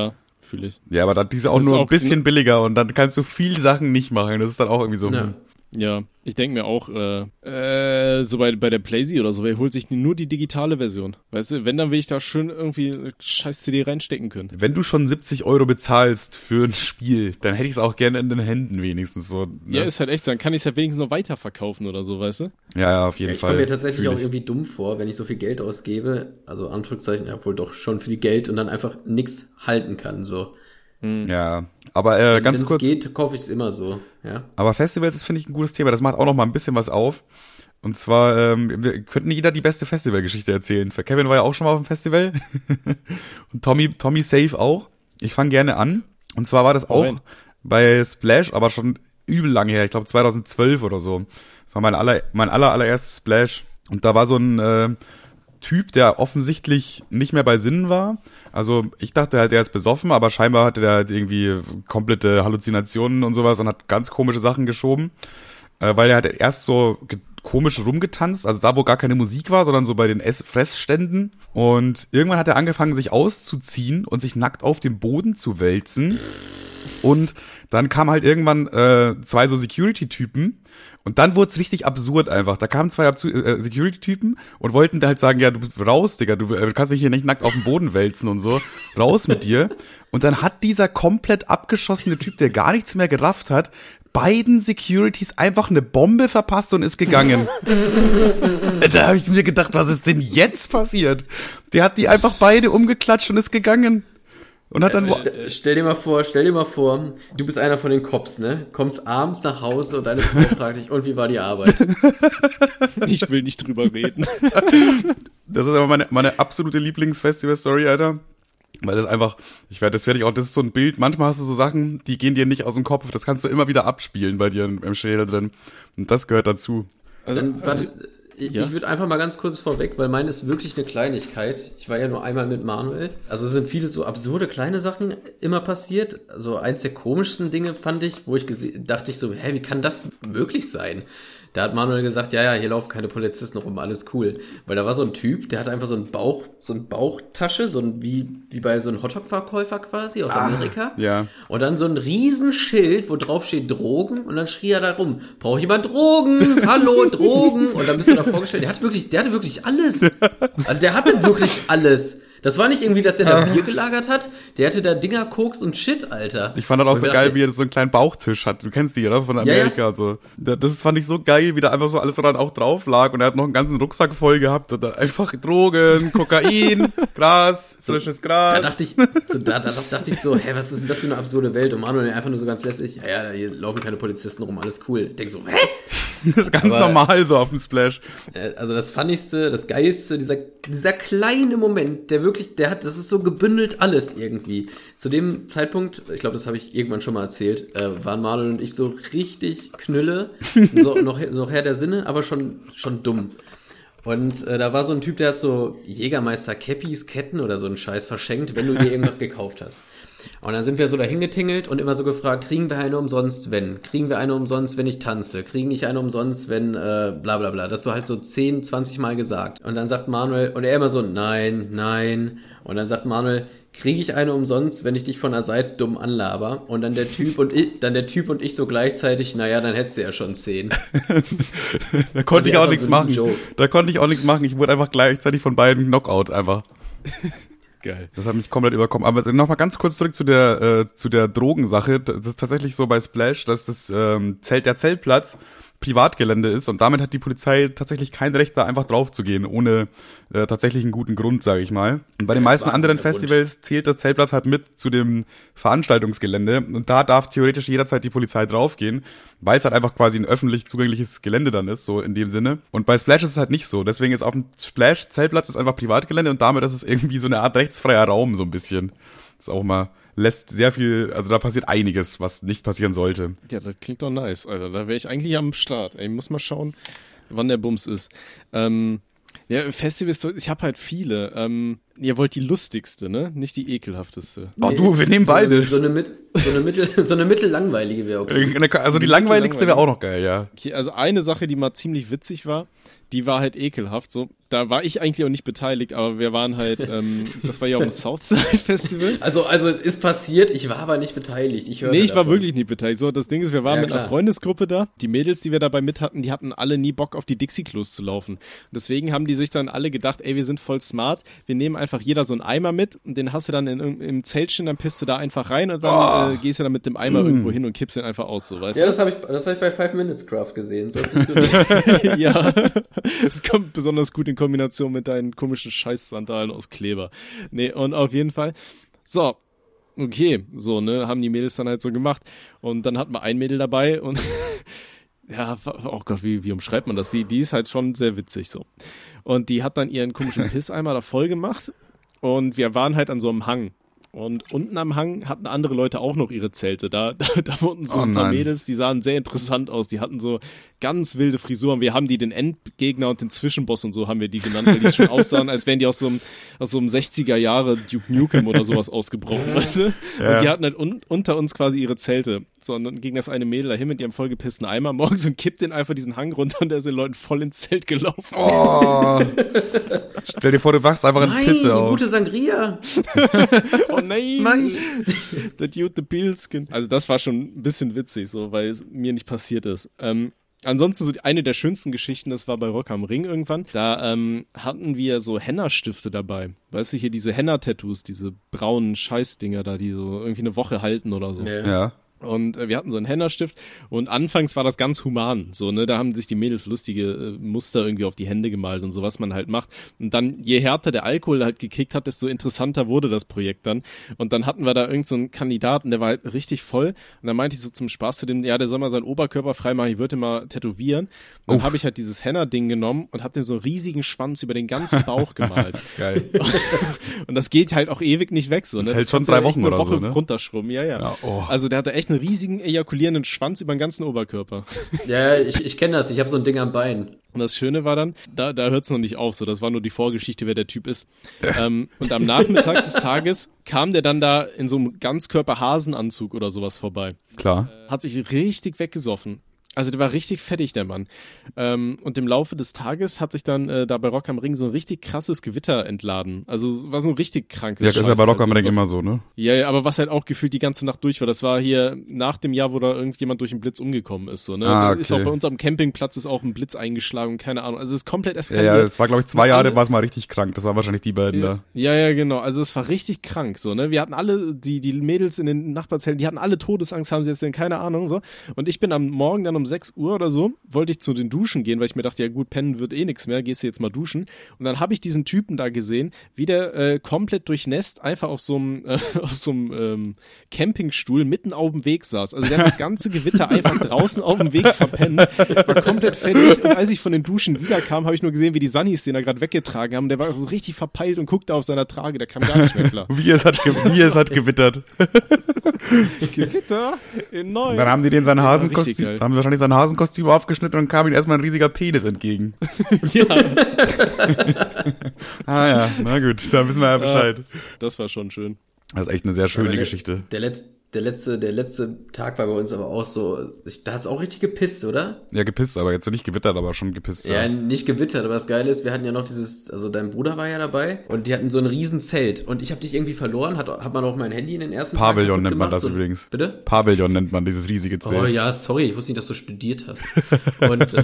fühle ich. Ja, aber die ist auch nur ein bisschen billiger und dann kannst du viele Sachen nicht machen. Das ist dann auch irgendwie so. Ja, ich denke mir auch, so bei der PlayZ oder so, wer holt sich nur die digitale Version? Weißt du, wenn, dann will ich da schön irgendwie eine scheiß CD reinstecken können. Wenn du schon 70 € bezahlst für ein Spiel, dann hätte ich es auch gerne in den Händen wenigstens so. Ne? Ja, ist halt echt so, dann kann ich es ja wenigstens noch weiterverkaufen oder so, weißt du? Ja, auf jeden Fall. Ich komme mir tatsächlich auch irgendwie dumm vor, wenn ich so viel Geld ausgebe, also Anführungszeichen, ja wohl doch schon viel Geld und dann einfach nichts halten kann, so. Ja, aber ganz kurz. Wenn es geht, kaufe ich es immer so, ja. Aber Festivals ist, finde ich, ein gutes Thema. Das macht auch noch mal ein bisschen was auf. Und zwar, wir könnten jeder die beste Festivalgeschichte erzählen. Für Kevin war ja auch schon mal auf dem Festival. Und Tommy safe auch. Ich fange gerne an. Und zwar war das auch bei Splash, aber schon übel lange her. Ich glaube 2012 oder so. Das war mein allererstes Splash. Und da war so ein Typ, der offensichtlich nicht mehr bei Sinnen war. Also ich dachte halt, der ist besoffen, aber scheinbar hatte der halt irgendwie komplette Halluzinationen und sowas und hat ganz komische Sachen geschoben, weil er hat erst so komisch rumgetanzt, also da, wo gar keine Musik war, sondern so bei den Fressständen. Und irgendwann hat er angefangen, sich auszuziehen und sich nackt auf dem Boden zu wälzen. Und dann kam halt irgendwann 2 so Security-Typen. Und dann wurde es richtig absurd einfach. Da kamen 2 Security-Typen und wollten da halt sagen, ja, du raus, Digga, du kannst dich hier nicht nackt auf den Boden wälzen und so. Raus mit dir. Und dann hat dieser komplett abgeschossene Typ, der gar nichts mehr gerafft hat, beiden Securities einfach eine Bombe verpasst und ist gegangen. Da habe ich mir gedacht, was ist denn jetzt passiert? Der hat die einfach beide umgeklatscht und ist gegangen. Und hat dann stell dir mal vor, du bist einer von den Cops, ne? Kommst abends nach Hause und deine Frau fragt dich, und wie war die Arbeit? Ich will nicht drüber reden. Das ist aber meine absolute Lieblingsfestival-Story, Alter. Weil das einfach, das ist so ein Bild, manchmal hast du so Sachen, die gehen dir nicht aus dem Kopf, das kannst du immer wieder abspielen bei dir im Schädel drin. Und das gehört dazu. Also, ich würde einfach mal ganz kurz vorweg, weil meine ist wirklich eine Kleinigkeit. Ich war ja nur einmal mit Manuel. Also es sind viele so absurde kleine Sachen immer passiert. Also eins der komischsten Dinge fand ich, wo ich dachte ich so, wie kann das möglich sein? Da hat Manuel gesagt, ja, hier laufen keine Polizisten rum, alles cool. Weil da war so ein Typ, der hatte einfach so eine Bauchtasche, wie bei so einem Hotdog-Verkäufer quasi aus Amerika. Ja. Und dann so ein Riesenschild, wo drauf steht Drogen, und dann schrie er da rum, braucht jemand Drogen? Hallo, Drogen? Und dann bist du da vorgestellt, der hatte wirklich alles. Also der hatte wirklich alles. Das war nicht irgendwie, dass der da Bier gelagert hat. Der hatte da Dinger, Koks und Shit, Alter. Ich fand das auch so geil, wie er so einen kleinen Bauchtisch hat. Du kennst die, oder? Von Amerika und so. Das fand ich so geil, wie da einfach so alles so dann auch drauf lag. Und er hat noch einen ganzen Rucksack voll gehabt. Und da einfach Drogen, Kokain, Gras, frisches Gras. Da dachte ich so, was ist denn das für eine absurde Welt? Und Manuel einfach nur so ganz lässig, ja, hier laufen keine Polizisten rum, alles cool. Ich denk so, Das ist ganz normal so auf dem Splash. Also das Funnyste, das Geilste, dieser kleine Moment, das ist so gebündelt alles irgendwie. Zu dem Zeitpunkt, ich glaube, das habe ich irgendwann schon mal erzählt, waren Manuel und ich so richtig Knülle, so noch Herr der Sinne, aber schon dumm. Und da war so ein Typ, der hat so Jägermeister-Cappies, Ketten oder so einen Scheiß verschenkt, wenn du dir irgendwas gekauft hast. Und dann sind wir so dahin getingelt und immer so gefragt, kriegen wir eine umsonst, wenn? Kriegen wir eine umsonst, wenn ich tanze? Kriegen ich eine umsonst, wenn bla bla bla? Das so halt so 10, 20 Mal gesagt. Und dann sagt Manuel, und er immer so, nein. Und dann sagt Manuel, kriege ich eine umsonst, wenn ich dich von der Seite dumm anlaber? Und dann der Typ und ich so gleichzeitig, naja, dann hättest du ja schon 10. Da konnte ich auch nichts machen. Ich wurde einfach gleichzeitig von beiden Knockout einfach. Geil. Das hat mich komplett überkommen. Aber nochmal ganz kurz zurück zu der Drogensache. Das ist tatsächlich so bei Splash, dass der Zeltplatz Privatgelände ist und damit hat die Polizei tatsächlich kein Recht, da einfach drauf zu gehen, ohne tatsächlich einen guten Grund, sage ich mal. Und bei den meisten anderen Festivals zählt das Zeltplatz halt mit zu dem Veranstaltungsgelände und da darf theoretisch jederzeit die Polizei draufgehen, weil es halt einfach quasi ein öffentlich zugängliches Gelände dann ist, so in dem Sinne. Und bei Splash ist es halt nicht so. Deswegen ist auf dem Splash Zeltplatz ist einfach Privatgelände und damit ist es irgendwie so eine Art rechtsfreier Raum, so ein bisschen. Das ist auch mal lässt sehr viel, also da passiert einiges, was nicht passieren sollte. Ja, das klingt doch nice, Alter. Da wäre ich eigentlich am Start. Ey, muss mal schauen, wann der Bums ist. Ja, Festivals, ich habe halt viele. Ihr wollt die lustigste, ne? Nicht die ekelhafteste. Oh du, wir nehmen beide. So eine mittellangweilige wäre okay. Also die langweiligste wäre auch noch geil, ja. Okay, also eine Sache, die mal ziemlich witzig war, die war halt ekelhaft. So, da war ich eigentlich auch nicht beteiligt, aber wir waren halt, das war ja auch ein Southside Festival. Also ist passiert, ich war aber nicht beteiligt. Ich war wirklich nicht beteiligt. So, das Ding ist, wir waren mit einer Freundesgruppe da. Die Mädels, die wir dabei mit hatten, die hatten alle nie Bock auf die Dixie-Klos zu laufen. Deswegen haben die sich dann alle gedacht, ey, wir sind voll smart. Wir nehmen einfach jeder so einen Eimer mit und den hast du dann im Zeltchen, dann pisst du da einfach rein und dann gehst du dann mit dem Eimer irgendwo hin und kippst den einfach aus, so, weißt du? Ja, das hab ich bei 5 Minutes Craft gesehen. So ja, es kommt besonders gut in Kombination mit deinen komischen Scheiß-Sandalen aus Kleber. Nee, und auf jeden Fall, so, okay, so, ne, haben die Mädels dann halt so gemacht und dann hatten wir ein Mädel dabei und ja, oh Gott, wie umschreibt man das? Die ist halt schon sehr witzig so. Und die hat dann ihren komischen Pisseimer da voll gemacht und wir waren halt an so einem Hang. Und unten am Hang hatten andere Leute auch noch ihre Zelte. Da wurden so ein paar Mädels, die sahen sehr interessant aus. Die hatten so ganz wilde Frisuren. Wir haben die den Endgegner und den Zwischenboss und so haben wir die genannt, weil die schon aussahen, als wären die aus so einem 60er Jahre Duke Nukem oder sowas ausgebrochen. Weißt du? Ja. Und die hatten halt unter uns quasi ihre Zelte. So, und dann ging das eine Mädel dahin mit ihrem vollgepissten Eimer morgens und kippt den einfach diesen Hang runter und der ist den Leuten voll ins Zelt gelaufen. Oh. Stell dir vor, du wachst einfach in Pisse auf. Die gute Sangria. Oh nein. Der Dude the Bealskin. Also das war schon ein bisschen witzig, so, weil es mir nicht passiert ist. Ansonsten so eine der schönsten Geschichten, das war bei Rock am Ring irgendwann. Da hatten wir so Henna-Stifte dabei. Weißt du, hier diese Henna-Tattoos, diese braunen Scheißdinger da, die so irgendwie eine Woche halten oder so. Ja. Und wir hatten so einen Henna-Stift und anfangs war das ganz human, so, ne, da haben sich die Mädels lustige Muster irgendwie auf die Hände gemalt und so, was man halt macht. Und dann, je härter der Alkohol halt gekickt hat, desto interessanter wurde das Projekt dann. Und dann hatten wir da irgend so einen Kandidaten, der war halt richtig voll. Und dann meinte ich so zum Spaß zu dem, ja, der soll mal seinen Oberkörper freimachen, ich würde mal tätowieren. Und dann habe ich halt dieses Henna-Ding genommen und habe dem so einen riesigen Schwanz über den ganzen Bauch gemalt. Geil. Und das geht halt auch ewig nicht weg, so, ne? Das hält schon 3 Wochen oder so, ne? Runterschrubben, ja. Oh. Also der hatte echt einen riesigen ejakulierenden Schwanz über den ganzen Oberkörper. Ja, ich kenne das. Ich habe so ein Ding am Bein. Und das Schöne war dann, da hört es noch nicht auf, so, das war nur die Vorgeschichte, wer der Typ ist. Und am Nachmittag des Tages kam der dann da in so einem Ganzkörper-Hasenanzug oder sowas vorbei. Klar. Hat sich richtig weggesoffen. Also der war richtig fettig, der Mann. Und im Laufe des Tages hat sich dann da bei Rock am Ring so ein richtig krasses Gewitter entladen. Also war so ein richtig krankes Scheiß. Ja, das ist ja bei Rock am Ring immer so, ne? Ja, aber was halt auch gefühlt die ganze Nacht durch war, das war hier nach dem Jahr, wo da irgendjemand durch einen Blitz umgekommen ist. So, ne? Okay. Ist auch bei uns am Campingplatz ist auch ein Blitz eingeschlagen, keine Ahnung. Also es ist komplett eskaliert. Ja, es war, glaube ich, 2 Jahre war es mal richtig krank. Das waren wahrscheinlich die beiden da. Ja, genau. Also es war richtig krank, so, ne? Wir hatten alle, die Mädels in den Nachbarzelten, die hatten alle Todesangst, haben sie jetzt denn, keine Ahnung, so. Und ich bin am Morgen dann um 6 Uhr oder so, wollte ich zu den Duschen gehen, weil ich mir dachte, ja gut, pennen wird eh nichts mehr, gehst du jetzt mal duschen. Und dann habe ich diesen Typen da gesehen, wie der komplett durchnässt einfach auf so einem Campingstuhl mitten auf dem Weg saß. Also der hat das ganze Gewitter einfach draußen auf dem Weg verpennt, war komplett fertig. Und als ich von den Duschen wiederkam, habe ich nur gesehen, wie die Sunnies den da gerade weggetragen haben. Der war so richtig verpeilt und guckte auf seiner Trage, der kam gar nicht mehr klar. Wie es hat gewittert. Gewitter in Neuss. Dann haben die den sein Hasenkostüm, haben wahrscheinlich sein Hasenkostüm aufgeschnitten und kam ihm erstmal ein riesiger Penis entgegen. Ja. Ja, na gut, da wissen wir ja Bescheid. Das war schon schön. Das ist echt eine sehr schöne Geschichte. Der letzte Tag war bei uns aber auch so, da hat's auch richtig gepisst, oder? Ja, gepisst, aber jetzt nicht gewittert, aber schon gepisst. Ja, nicht gewittert, aber das Geile ist, wir hatten ja noch also dein Bruder war ja dabei und die hatten so ein riesen Zelt und ich habe dich irgendwie verloren, hat man auch mein Handy in den ersten Pavillon nennt man das übrigens. Bitte? Pavillon nennt man dieses riesige Zelt. Oh ja, sorry, ich wusste nicht, dass du studiert hast. Und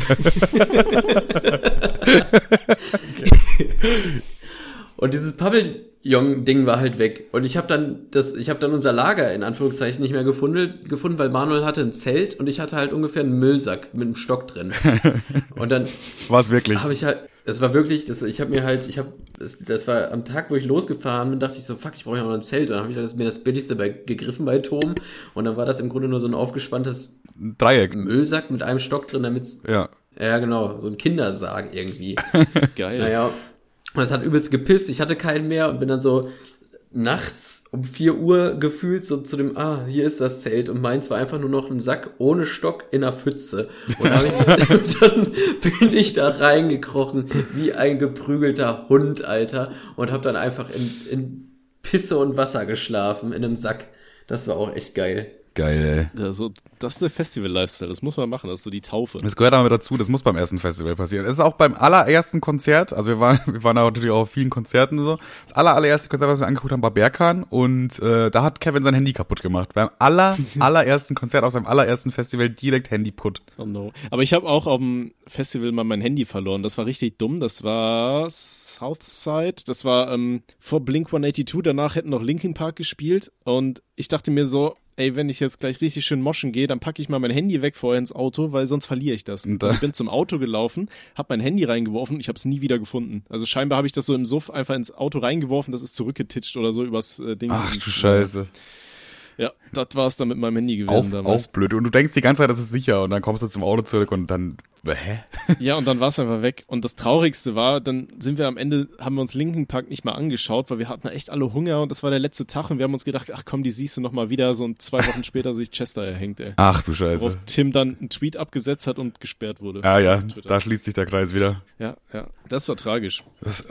und dieses Pavillon-Ding war halt weg. Und ich habe dann unser Lager in Anführungszeichen nicht mehr gefunden, weil Manuel hatte ein Zelt und ich hatte halt ungefähr einen Müllsack mit einem Stock drin. Und dann war es wirklich. Habe ich halt, das war wirklich, das war am Tag, wo ich losgefahren bin, dachte ich so, fuck, ich brauche ja noch ein Zelt. Und dann habe ich mir das Billigste gegriffen bei Tom. Und dann war das im Grunde nur so ein aufgespanntes Dreieck. Müllsack mit einem Stock drin, damit's. Ja. Ja, genau, so ein Kindersarg irgendwie. Geil. Naja. Und es hat übelst gepisst, ich hatte keinen mehr und bin dann so nachts um 4 Uhr gefühlt so zu dem, hier ist das Zelt und meins war einfach nur noch ein Sack ohne Stock in einer Pfütze. Und dann bin ich da reingekrochen wie ein geprügelter Hund, Alter, und hab dann einfach in Pisse und Wasser geschlafen in einem Sack. Das war auch echt geil. Geil, ey. Also, das ist der Festival-Lifestyle, das muss man machen, das ist so die Taufe. Das gehört aber dazu, das muss beim ersten Festival passieren. Es ist auch beim allerersten Konzert, also wir waren da natürlich auch auf vielen Konzerten und so. Das allererste Konzert, was wir angeguckt haben, war Berghain und da hat Kevin sein Handy kaputt gemacht. Beim allerersten Konzert aus seinem allerersten Festival direkt Handy kaputt. Oh no. Aber ich habe auch auf dem Festival mal mein Handy verloren, das war richtig dumm, das war Southside, das war vor Blink-182, danach hätten noch Linkin Park gespielt und ich dachte mir so, ey, wenn ich jetzt gleich richtig schön moschen gehe, dann packe ich mal mein Handy weg vorher ins Auto, weil sonst verliere ich das. Und ich bin zum Auto gelaufen, habe mein Handy reingeworfen und ich habe es nie wieder gefunden. Also scheinbar habe ich das so im Suff einfach ins Auto reingeworfen, das ist zurückgetitscht oder so übers Ding. Ach du Scheiße. Ja, das war es dann mit meinem Handy gewesen damals. Auch blöd. Und du denkst die ganze Zeit, das ist sicher und dann kommst du zum Auto zurück und dann, Ja, und dann war es einfach weg. Und das Traurigste war, dann sind wir am Ende, haben wir uns Linkin Park nicht mal angeschaut, weil wir hatten echt alle Hunger und das war der letzte Tag und wir haben uns gedacht, ach komm, die siehst du nochmal wieder, so und 2 Wochen später sich Chester erhängt, ey. Ach du Scheiße. Worauf Tim dann einen Tweet abgesetzt hat und gesperrt wurde. Ja, da schließt sich der Kreis wieder. Ja, das war tragisch. Das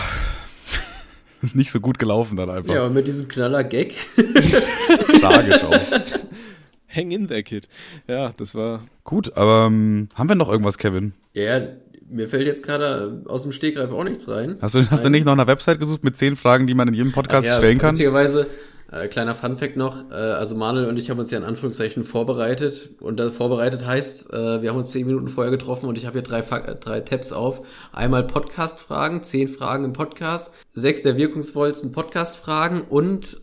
ist nicht so gut gelaufen dann einfach. Ja, und mit diesem Knaller-Gag. Tragisch auch. Hang in there, Kid. Ja, das war... Gut, aber haben wir noch irgendwas, Kevin? Ja, mir fällt jetzt gerade aus dem Stegreif auch nichts rein. Hast du nicht noch eine Website gesucht mit 10 Fragen, die man in jedem Podcast stellen kann? Witzigerweise, kleiner Funfact noch, also Manuel und ich haben uns ja in Anführungszeichen vorbereitet und vorbereitet heißt, wir haben uns 10 Minuten vorher getroffen und ich habe hier 3 Tabs auf. Einmal Podcast-Fragen, 10 Fragen im Podcast, 6 der wirkungsvollsten Podcast-Fragen und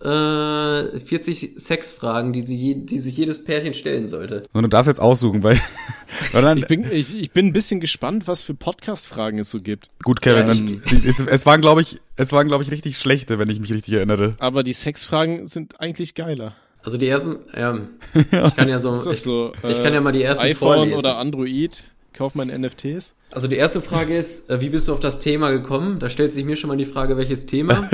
40 Sex-Fragen, die sich jedes Pärchen stellen sollte. Und du darfst jetzt aussuchen, weil dann, ich bin ein bisschen gespannt, was für Podcast-Fragen es so gibt. Gut, Kevin, es waren, glaube ich, richtig schlechte, wenn ich mich richtig erinnere. Aber die Sexfragen sind eigentlich geiler. Also die ersten, ich kann ja ich kann ja mal die ersten iPhone vorlesen. Oder Android, kauf mal NFTs. Also die erste Frage ist, wie bist du auf das Thema gekommen? Da stellt sich mir schon mal die Frage, welches Thema?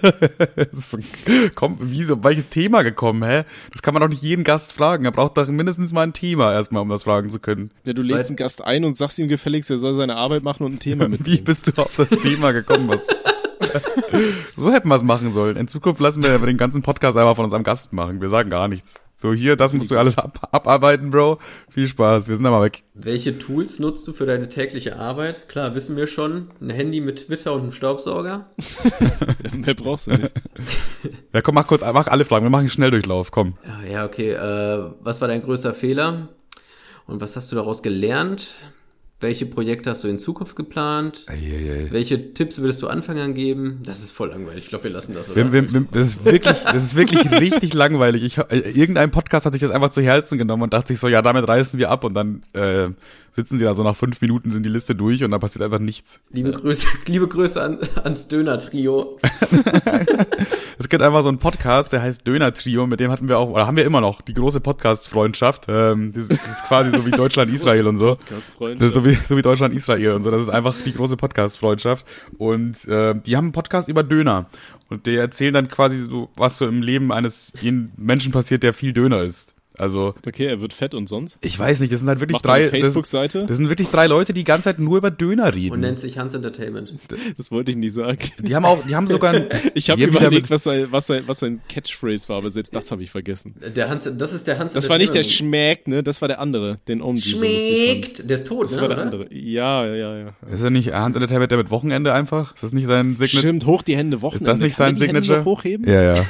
Welches Thema gekommen, hä? Das kann man doch nicht jeden Gast fragen. Er braucht doch mindestens mal ein Thema erstmal, um das fragen zu können. Ja, du lädst einen Gast ein und sagst ihm gefälligst, er soll seine Arbeit machen und ein Thema mitbringen. Wie bist du auf das Thema gekommen? So hätten wir es machen sollen. In Zukunft lassen wir den ganzen Podcast einfach von unserem Gast machen. Wir sagen gar nichts. So, hier, das musst du alles abarbeiten, Bro. Viel Spaß, wir sind aber weg. Welche Tools nutzt du für deine tägliche Arbeit? Klar, wissen wir schon. Ein Handy mit Twitter und einem Staubsauger. Mehr brauchst du nicht. Ja, komm, mach alle Fragen. Wir machen einen Schnelldurchlauf, komm. Ja, okay. Was war dein größter Fehler? Und was hast du daraus gelernt? Welche Projekte hast du in Zukunft geplant? Welche Tipps würdest du Anfängern geben? Das ist voll langweilig. Ich glaube, wir lassen das, oder? Das ist wirklich richtig langweilig. Irgendein Podcast hat sich das einfach zu Herzen genommen und dachte sich so, ja, damit reißen wir ab und dann sitzen die da so nach 5 Minuten sind die Liste durch und da passiert einfach nichts. Liebe Grüße ans Döner-Trio. Es gibt einfach so einen Podcast, der heißt Döner-Trio, mit dem hatten wir auch, oder haben wir immer noch, die große Podcast-Freundschaft. Das ist quasi so wie Deutschland-Israel und so. Das ist so wie Deutschland-Israel und so. Das ist einfach die große Podcast-Freundschaft. Und die haben einen Podcast über Döner. Und die erzählen dann quasi so, was so im Leben eines jeden Menschen passiert, der viel Döner isst. Also. Okay, er wird fett und sonst? Ich weiß nicht, das sind halt wirklich Macht eine Facebook-Seite? Das sind wirklich 3 Leute, die die ganze Zeit nur über Döner reden. Und nennt sich Hans Entertainment. Das wollte ich nicht sagen. Die haben sogar ich habe überlegt, was sein Catchphrase war, aber selbst das habe ich vergessen. Das ist der Hans. Das war nicht der Schmeckt, ne? Das war der andere, den Omdi. Schmeckt! Der ist tot, das ne? war der andere. Ja. Ist er nicht Hans Entertainment, der mit Wochenende einfach? Ist das nicht sein Signature? Stimmt, hoch die Hände, Wochenende. Ist das nicht sein Signature? Hände hochheben? Ja.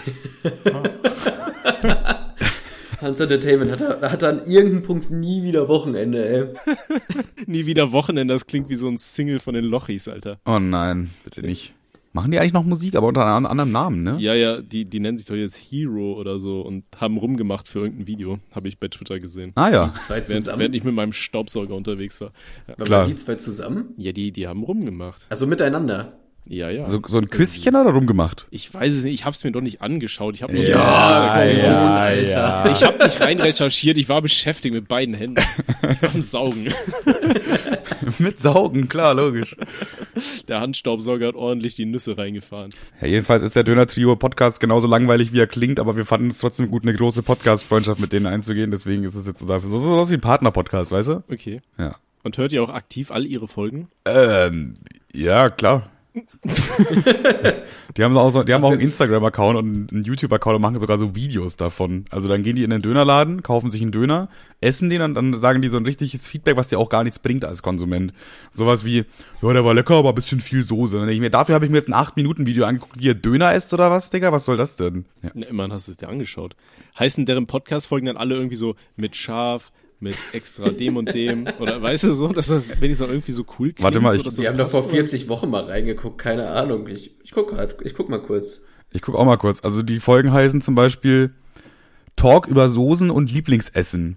Hans Entertainment hat an irgendeinem Punkt nie wieder Wochenende, ey. Nie wieder Wochenende, das klingt wie so ein Single von den Lochis, Alter. Oh nein, bitte nicht. Machen die eigentlich noch Musik, aber unter einem anderen Namen, ne? Ja, die nennen sich doch jetzt Hero oder so und haben rumgemacht für irgendein Video, habe ich bei Twitter gesehen. Ah ja. Die 2 zusammen? Während ich mit meinem Staubsauger unterwegs war. Ja. Aber waren die 2 zusammen? Ja, die haben rumgemacht. Also miteinander? Ja. So ein Küsschen oder rumgemacht? Ich weiß es nicht, ich hab's mir doch nicht angeschaut. Ich habe nur Alter. Ich habe nicht rein recherchiert, ich war beschäftigt mit beiden Händen. Ich war am Saugen. Mit Saugen, klar, logisch. Der Handstaubsauger hat ordentlich die Nüsse reingefahren. Ja, jedenfalls ist der Döner-Trio-Podcast genauso langweilig, wie er klingt, aber wir fanden es trotzdem gut, eine große Podcast-Freundschaft mit denen einzugehen, deswegen ist es jetzt so dafür. So was wie ein Partner-Podcast, weißt du? Okay. Ja. Und hört ihr auch aktiv all ihre Folgen? Ja, klar. Die haben auch einen Instagram-Account und einen YouTube-Account und machen sogar so Videos davon. Also dann gehen die in den Dönerladen, kaufen sich einen Döner, essen den und dann sagen die so ein richtiges Feedback, was dir auch gar nichts bringt als Konsument. Sowas wie, ja, der war lecker, aber ein bisschen viel Soße. Und dafür habe ich mir jetzt ein 8-Minuten-Video angeguckt, wie ihr Döner esst oder was, Digga? Was soll das denn? Ja. Na, immerhin hast du es dir angeschaut. Heißen deren Podcast-Folgen dann alle irgendwie so mit Schaf, mit extra dem und dem, oder weißt du so, dass das wenigstens auch irgendwie so cool klingt. Warte mal, wir haben doch vor 40 Wochen mal reingeguckt, keine Ahnung. Ich guck mal kurz. Ich guck auch mal kurz. Also die Folgen heißen zum Beispiel Talk über Soßen und Lieblingsessen.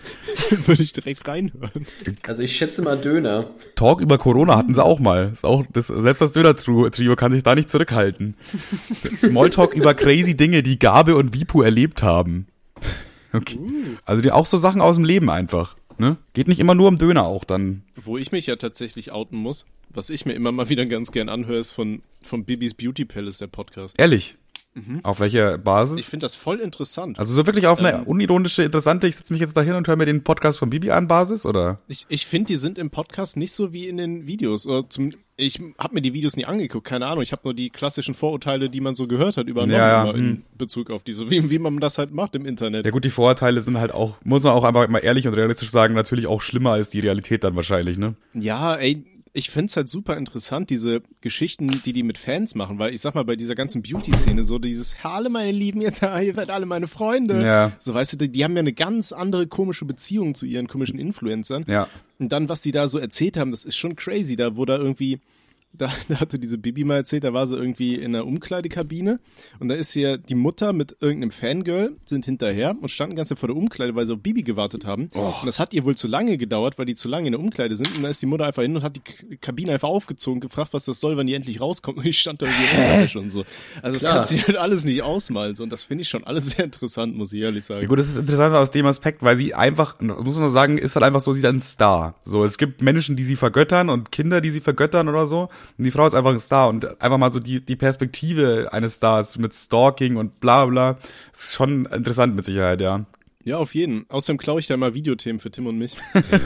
Würde ich direkt reinhören. Also ich schätze mal Döner. Talk über Corona hatten sie auch mal. Selbst das Döner-Trio kann sich da nicht zurückhalten. Smalltalk über crazy Dinge, die Gabe und Vipu erlebt haben. Okay. Also die auch so Sachen aus dem Leben einfach. Ne? Geht nicht immer nur um Döner auch dann. Wo ich mich ja tatsächlich outen muss, was ich mir immer mal wieder ganz gern anhöre, ist von Bibis Beauty Palace, der Podcast. Ehrlich? Auf welcher Basis? Ich finde das voll interessant. Also so wirklich auf eine unironische, interessante, ich setze mich jetzt da hin und höre mir den Podcast von Bibi an Basis, oder? Ich finde, die sind im Podcast nicht so wie in den Videos. Ich habe mir die Videos nie angeguckt, keine Ahnung. Ich habe nur die klassischen Vorurteile, die man so gehört hat, übernommen in Bezug auf diese, wie man das halt macht im Internet. Ja gut, die Vorurteile sind halt auch, muss man auch einfach mal ehrlich und realistisch sagen, natürlich auch schlimmer als die Realität dann wahrscheinlich, ne? Ja, ey, ich find's halt super interessant, diese Geschichten, die mit Fans machen, weil ich sag mal, bei dieser ganzen Beauty-Szene so dieses, alle meine Lieben, ihr seid alle meine Freunde. Ja. So, weißt du, die haben ja eine ganz andere komische Beziehung zu ihren komischen Influencern. Ja. Und dann, was die da so erzählt haben, das ist schon crazy, da irgendwie, da hatte diese Bibi mal erzählt, da war sie irgendwie in einer Umkleidekabine und da ist hier die Mutter mit irgendeinem Fangirl, sind hinterher und standen ganz vor der Umkleide, weil sie auf Bibi gewartet haben. Oh. Und das hat ihr wohl zu lange gedauert, weil die zu lange in der Umkleide sind und dann ist die Mutter einfach hin und hat die Kabine einfach aufgezogen, gefragt, was das soll, wann die endlich rauskommt und ich stand da irgendwie und so. Also das kannst du dir halt alles nicht ausmalen so. Und das finde ich schon alles sehr interessant, muss ich ehrlich sagen. Ja gut, das ist interessant aus dem Aspekt, weil sie einfach, muss man sagen, ist halt einfach so, sie ist ein Star. So, es gibt Menschen, die sie vergöttern und Kinder, die sie vergöttern oder so. Und die Frau ist einfach ein Star und einfach mal so die Perspektive eines Stars mit Stalking und bla bla. Das ist schon interessant mit Sicherheit, ja. Ja, auf jeden. Außerdem klaue ich da mal Videothemen für Tim und mich.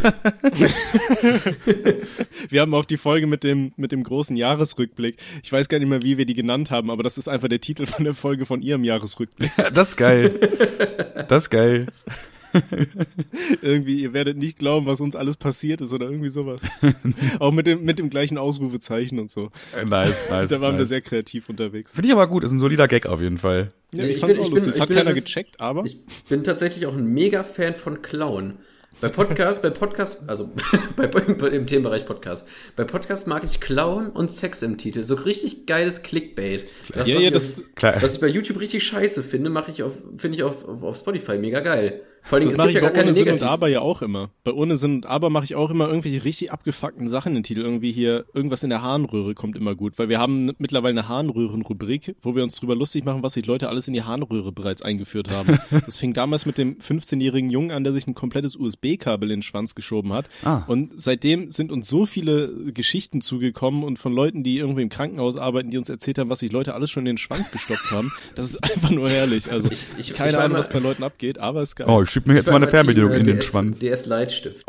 Wir haben auch die Folge mit dem großen Jahresrückblick. Ich weiß gar nicht mehr, wie wir die genannt haben, aber das ist einfach der Titel von der Folge von ihrem Jahresrückblick. Das ist geil. Das ist geil. Irgendwie, ihr werdet nicht glauben, was uns alles passiert ist oder irgendwie sowas. Auch mit dem gleichen Ausrufezeichen und so. Nice. Da waren wir sehr kreativ unterwegs. Finde ich aber gut, ist ein solider Gag auf jeden Fall. Ja, ich fand's auch lustig. Das hat keiner gecheckt, aber... Ich bin tatsächlich auch ein Mega-Fan von Clown. Bei Podcast, also im Themenbereich Podcast. Bei Podcast mag ich Clown und Sex im Titel. So richtig geiles Clickbait. Was ich bei YouTube richtig scheiße finde, finde ich auf Spotify mega geil. Vor allem, das mache ich bei Ohne Sinn und Aber ja auch immer. Bei Ohne Sinn und Aber mache ich auch immer irgendwelche richtig abgefuckten Sachen in den Titel. Irgendwie hier, irgendwas in der Harnröhre kommt immer gut. Weil wir haben mittlerweile eine Harnröhren-Rubrik, wo wir uns drüber lustig machen, was sich Leute alles in die Harnröhre bereits eingeführt haben. Das fing damals mit dem 15-jährigen Jungen an, der sich ein komplettes USB-Kabel in den Schwanz geschoben hat. Und seitdem sind uns so viele Geschichten zugekommen und von Leuten, die irgendwie im Krankenhaus arbeiten, die uns erzählt haben, was sich Leute alles schon in den Schwanz gestopft haben. Das ist einfach nur herrlich. Also keine Ahnung, was bei Leuten abgeht, aber es ist geil. Oh, ich schieb mir jetzt mal eine Fernbedienung in den Schwanz. DS-Leitstift.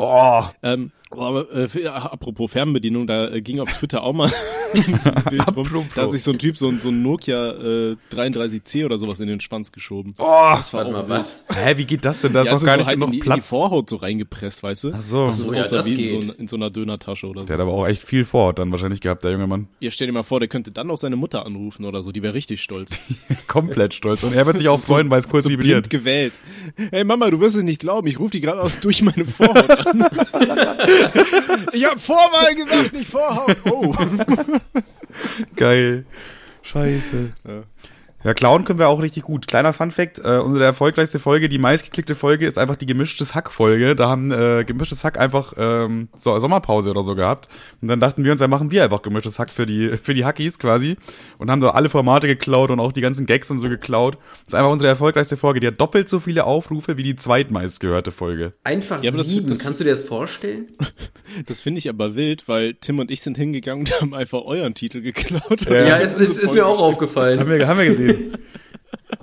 Apropos Fernbedienung, da ging auf Twitter auch mal ein Bild rum, da hat sich so ein Typ so ein Nokia 33C oder sowas in den Schwanz geschoben. Das war auch was. Hä, wie geht das denn? Da ist doch gar nicht genug Platz. In die Vorhaut so reingepresst, weißt du? Ach so. Das ist wie in so einer Dönertasche oder so. Der hat aber auch echt viel Vorhaut dann wahrscheinlich gehabt, der junge Mann. Ihr stellt dir mal vor, der könnte dann auch seine Mutter anrufen oder so, die wäre richtig stolz. Komplett stolz. Und er wird sich auch freuen, weil es kurz vibriert. Gewählt. Hey Mama, du wirst es nicht glauben, ich rufe die gerade durch meine Vorhaut an. Ich hab Vorwahl gemacht, nicht Vorhaut. Oh. Geil. Scheiße. Ja, Clown können wir auch richtig gut. Kleiner Funfact, unsere erfolgreichste Folge, die meistgeklickte Folge ist einfach die Gemischtes Hack-Folge. Da haben Gemischtes Hack einfach Sommerpause oder so gehabt. Und dann dachten wir uns, dann machen wir einfach Gemischtes Hack für die Hackies quasi. Und haben so alle Formate geklaut und auch die ganzen Gags und so geklaut. Das ist einfach unsere erfolgreichste Folge. Die hat doppelt so viele Aufrufe wie die zweitmeistgehörte Folge. Einfach 7, kannst du dir das vorstellen? Das finde ich aber wild, weil Tim und ich sind hingegangen und haben einfach euren Titel geklaut. Ja, es ist mir auch aufgefallen. Haben wir gesehen.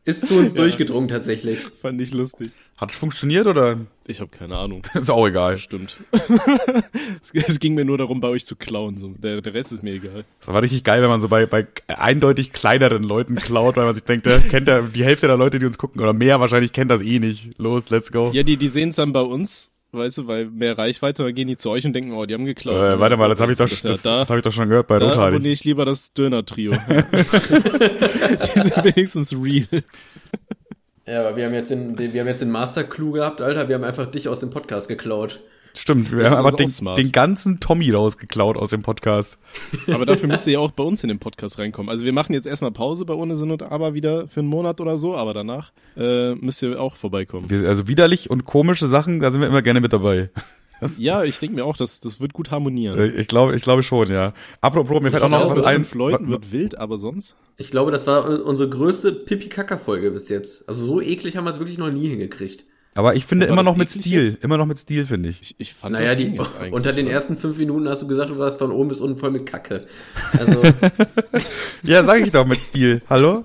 Ist zu uns durchgedrungen tatsächlich. Fand ich lustig. Hat es funktioniert oder? Ich habe keine Ahnung. Ist auch egal. Stimmt. Es ging mir nur darum, bei euch zu klauen. So. Der Rest ist mir egal. Das war richtig geil, wenn man so bei eindeutig kleineren Leuten klaut, weil man sich denkt, kennt ja die Hälfte der Leute, die uns gucken, oder mehr wahrscheinlich kennt das eh nicht. Los, let's go. Ja, die sehen es dann bei uns, weißt du, weil mehr Reichweite, dann gehen die zu euch und denken, oh, die haben geklaut. Warte mal, das habe ich doch schon gehört bei Rothaarig. Da abonniere ich lieber das Döner-Trio. Die sind wenigstens real. Ja, aber wir haben jetzt den Master-Clou gehabt, Alter. Wir haben einfach dich aus dem Podcast geklaut. Stimmt, wir haben einfach den ganzen Tommy rausgeklaut aus dem Podcast. Aber dafür müsst ihr ja auch bei uns in den Podcast reinkommen. Also wir machen jetzt erstmal Pause bei Ohne Sinn und Aber wieder für einen Monat oder so, aber danach müsst ihr auch vorbeikommen. Also widerlich und komische Sachen, da sind wir immer gerne mit dabei. Ja, ich denke mir auch, das wird gut harmonieren. Ich glaube schon, ja. Apropos, mir fällt auch noch was ein. 5 Leuten wird wild, aber sonst? Ich glaube, das war unsere größte Pipi-Kaka-Folge bis jetzt. Also so eklig haben wir es wirklich noch nie hingekriegt. Aber ich finde immer noch mit Stil. Immer noch mit Stil, finde ich. Ich fand naja, das jetzt eigentlich unter den ersten 5 Minuten hast du gesagt, du warst von oben bis unten voll mit Kacke. Also. Ja, sag ich doch mit Stil. Hallo?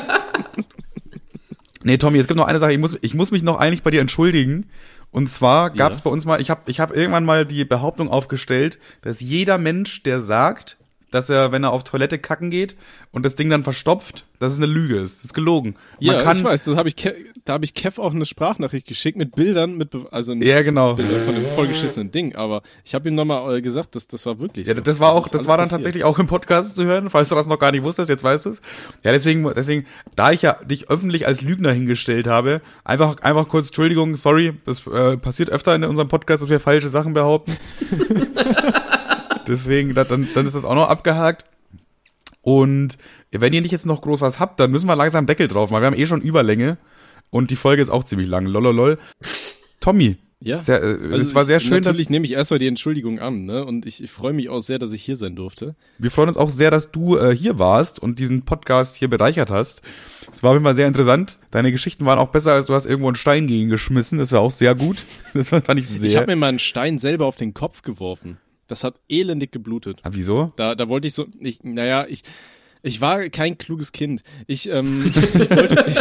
Nee, Tommy, es gibt noch eine Sache. Ich muss mich noch eigentlich bei dir entschuldigen. Und zwar gab es bei uns mal, ich hab irgendwann mal die Behauptung aufgestellt, dass jeder Mensch, der sagt, dass er, wenn er auf Toilette kacken geht und das Ding dann verstopft, dass es eine Lüge ist. Das ist gelogen. Ja, ich weiß, da habe ich Kev auch eine Sprachnachricht geschickt mit Bildern, ja, genau. Bildern von dem vollgeschissenen Ding, aber ich habe ihm nochmal gesagt, das war wirklich so. Ja, das war dann tatsächlich auch im Podcast zu hören, falls du das noch gar nicht wusstest, jetzt weißt du es. Ja, deswegen, da ich ja dich öffentlich als Lügner hingestellt habe, einfach kurz, Entschuldigung, sorry, das passiert öfter in unserem Podcast, dass wir falsche Sachen behaupten. Deswegen, dann ist das auch noch abgehakt. Und wenn ihr nicht jetzt noch groß was habt, dann müssen wir langsam Deckel drauf machen. Wir haben eh schon Überlänge und die Folge ist auch ziemlich lang. Lololol. Tommy. Ja. Es war sehr schön, natürlich nehme ich erstmal die Entschuldigung an, ne? Und ich freue mich auch sehr, dass ich hier sein durfte. Wir freuen uns auch sehr, dass du hier warst und diesen Podcast hier bereichert hast. Es war auf jeden Fall sehr interessant. Deine Geschichten waren auch besser, als du hast irgendwo einen Stein gegen geschmissen. Das war auch sehr gut. Das fand ich sehr. Ich habe mir mal einen Stein selber auf den Kopf geworfen. Das hat elendig geblutet. Ah, wieso? Da wollte ich war kein kluges Kind. Ich wollte nicht.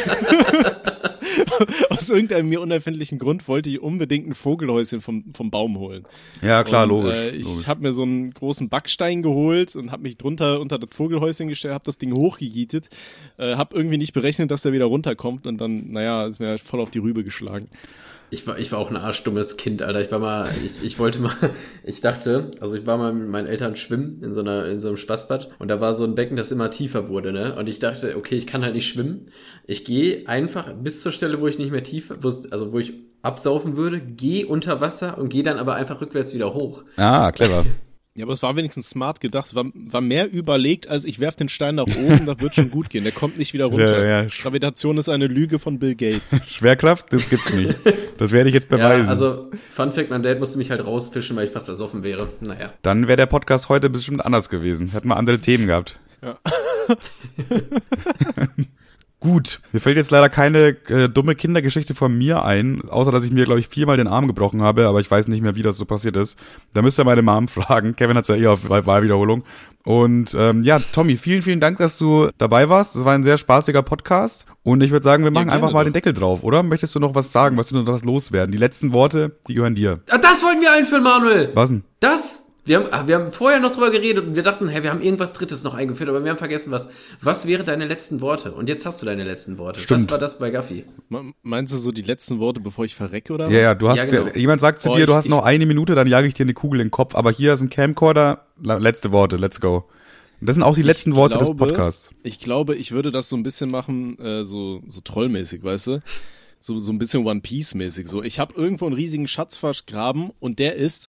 Aus irgendeinem mir unerfindlichen Grund wollte ich unbedingt ein Vogelhäuschen vom Baum holen. Ja, klar, logisch. Ich habe mir so einen großen Backstein geholt und habe mich drunter unter das Vogelhäuschen gestellt, habe das Ding hochgejietet, habe irgendwie nicht berechnet, dass der wieder runterkommt und dann, ist mir halt voll auf die Rübe geschlagen. Ich war auch ein arschdummes Kind, Alter. Ich war mal mit meinen Eltern schwimmen in so einem Spaßbad und da war so ein Becken, das immer tiefer wurde, ne? Und ich dachte, okay, ich kann halt nicht schwimmen. Ich gehe einfach bis zur Stelle, wo ich nicht mehr wo ich absaufen würde, gehe unter Wasser und gehe dann aber einfach rückwärts wieder hoch. Ah, clever. Ja, aber es war wenigstens smart gedacht. War mehr überlegt, als ich werf den Stein nach oben, das wird schon gut gehen. Der kommt nicht wieder runter. Ja. Gravitation ist eine Lüge von Bill Gates. Schwerkraft, das gibt's nicht. Das werde ich jetzt beweisen. Ja, also Fun Fact, mein Dad musste mich halt rausfischen, weil ich fast ersoffen wäre. Naja. Dann wäre der Podcast heute bestimmt anders gewesen. Hätten wir andere Themen gehabt. Ja. Gut, mir fällt jetzt leider keine dumme Kindergeschichte von mir ein, außer dass ich mir, glaube ich, 4-mal den Arm gebrochen habe, aber ich weiß nicht mehr, wie das so passiert ist. Da müsst ihr meine Mom fragen. Kevin hat's ja eh auf Wahlwiederholung. Und Tommy, vielen, vielen Dank, dass du dabei warst. Das war ein sehr spaßiger Podcast. Und ich würde sagen, wir machen einfach mal den Deckel drauf, oder? Möchtest du noch was sagen? Möchtest du noch was loswerden? Die letzten Worte, die gehören dir. Das wollten wir einführen, Manuel! Was denn? Wir haben vorher noch drüber geredet und wir dachten, wir haben irgendwas Drittes noch eingeführt, aber wir haben vergessen, was wäre deine letzten Worte? Und jetzt hast du deine letzten Worte. Stimmt. Was war das bei Gaffi? Meinst du so die letzten Worte, bevor ich verrecke, oder? Ja, du hast, genau. Jemand sagt zu dir, du hast noch 1 Minute, dann jage ich dir eine Kugel in den Kopf, aber hier ist ein Camcorder, letzte Worte, let's go. Und das sind auch die letzten Worte des Podcasts. Ich glaube, ich würde das so ein bisschen machen, so trollmäßig, weißt du? So ein bisschen One Piece mäßig. So, ich habe irgendwo einen riesigen Schatz vergraben und der ist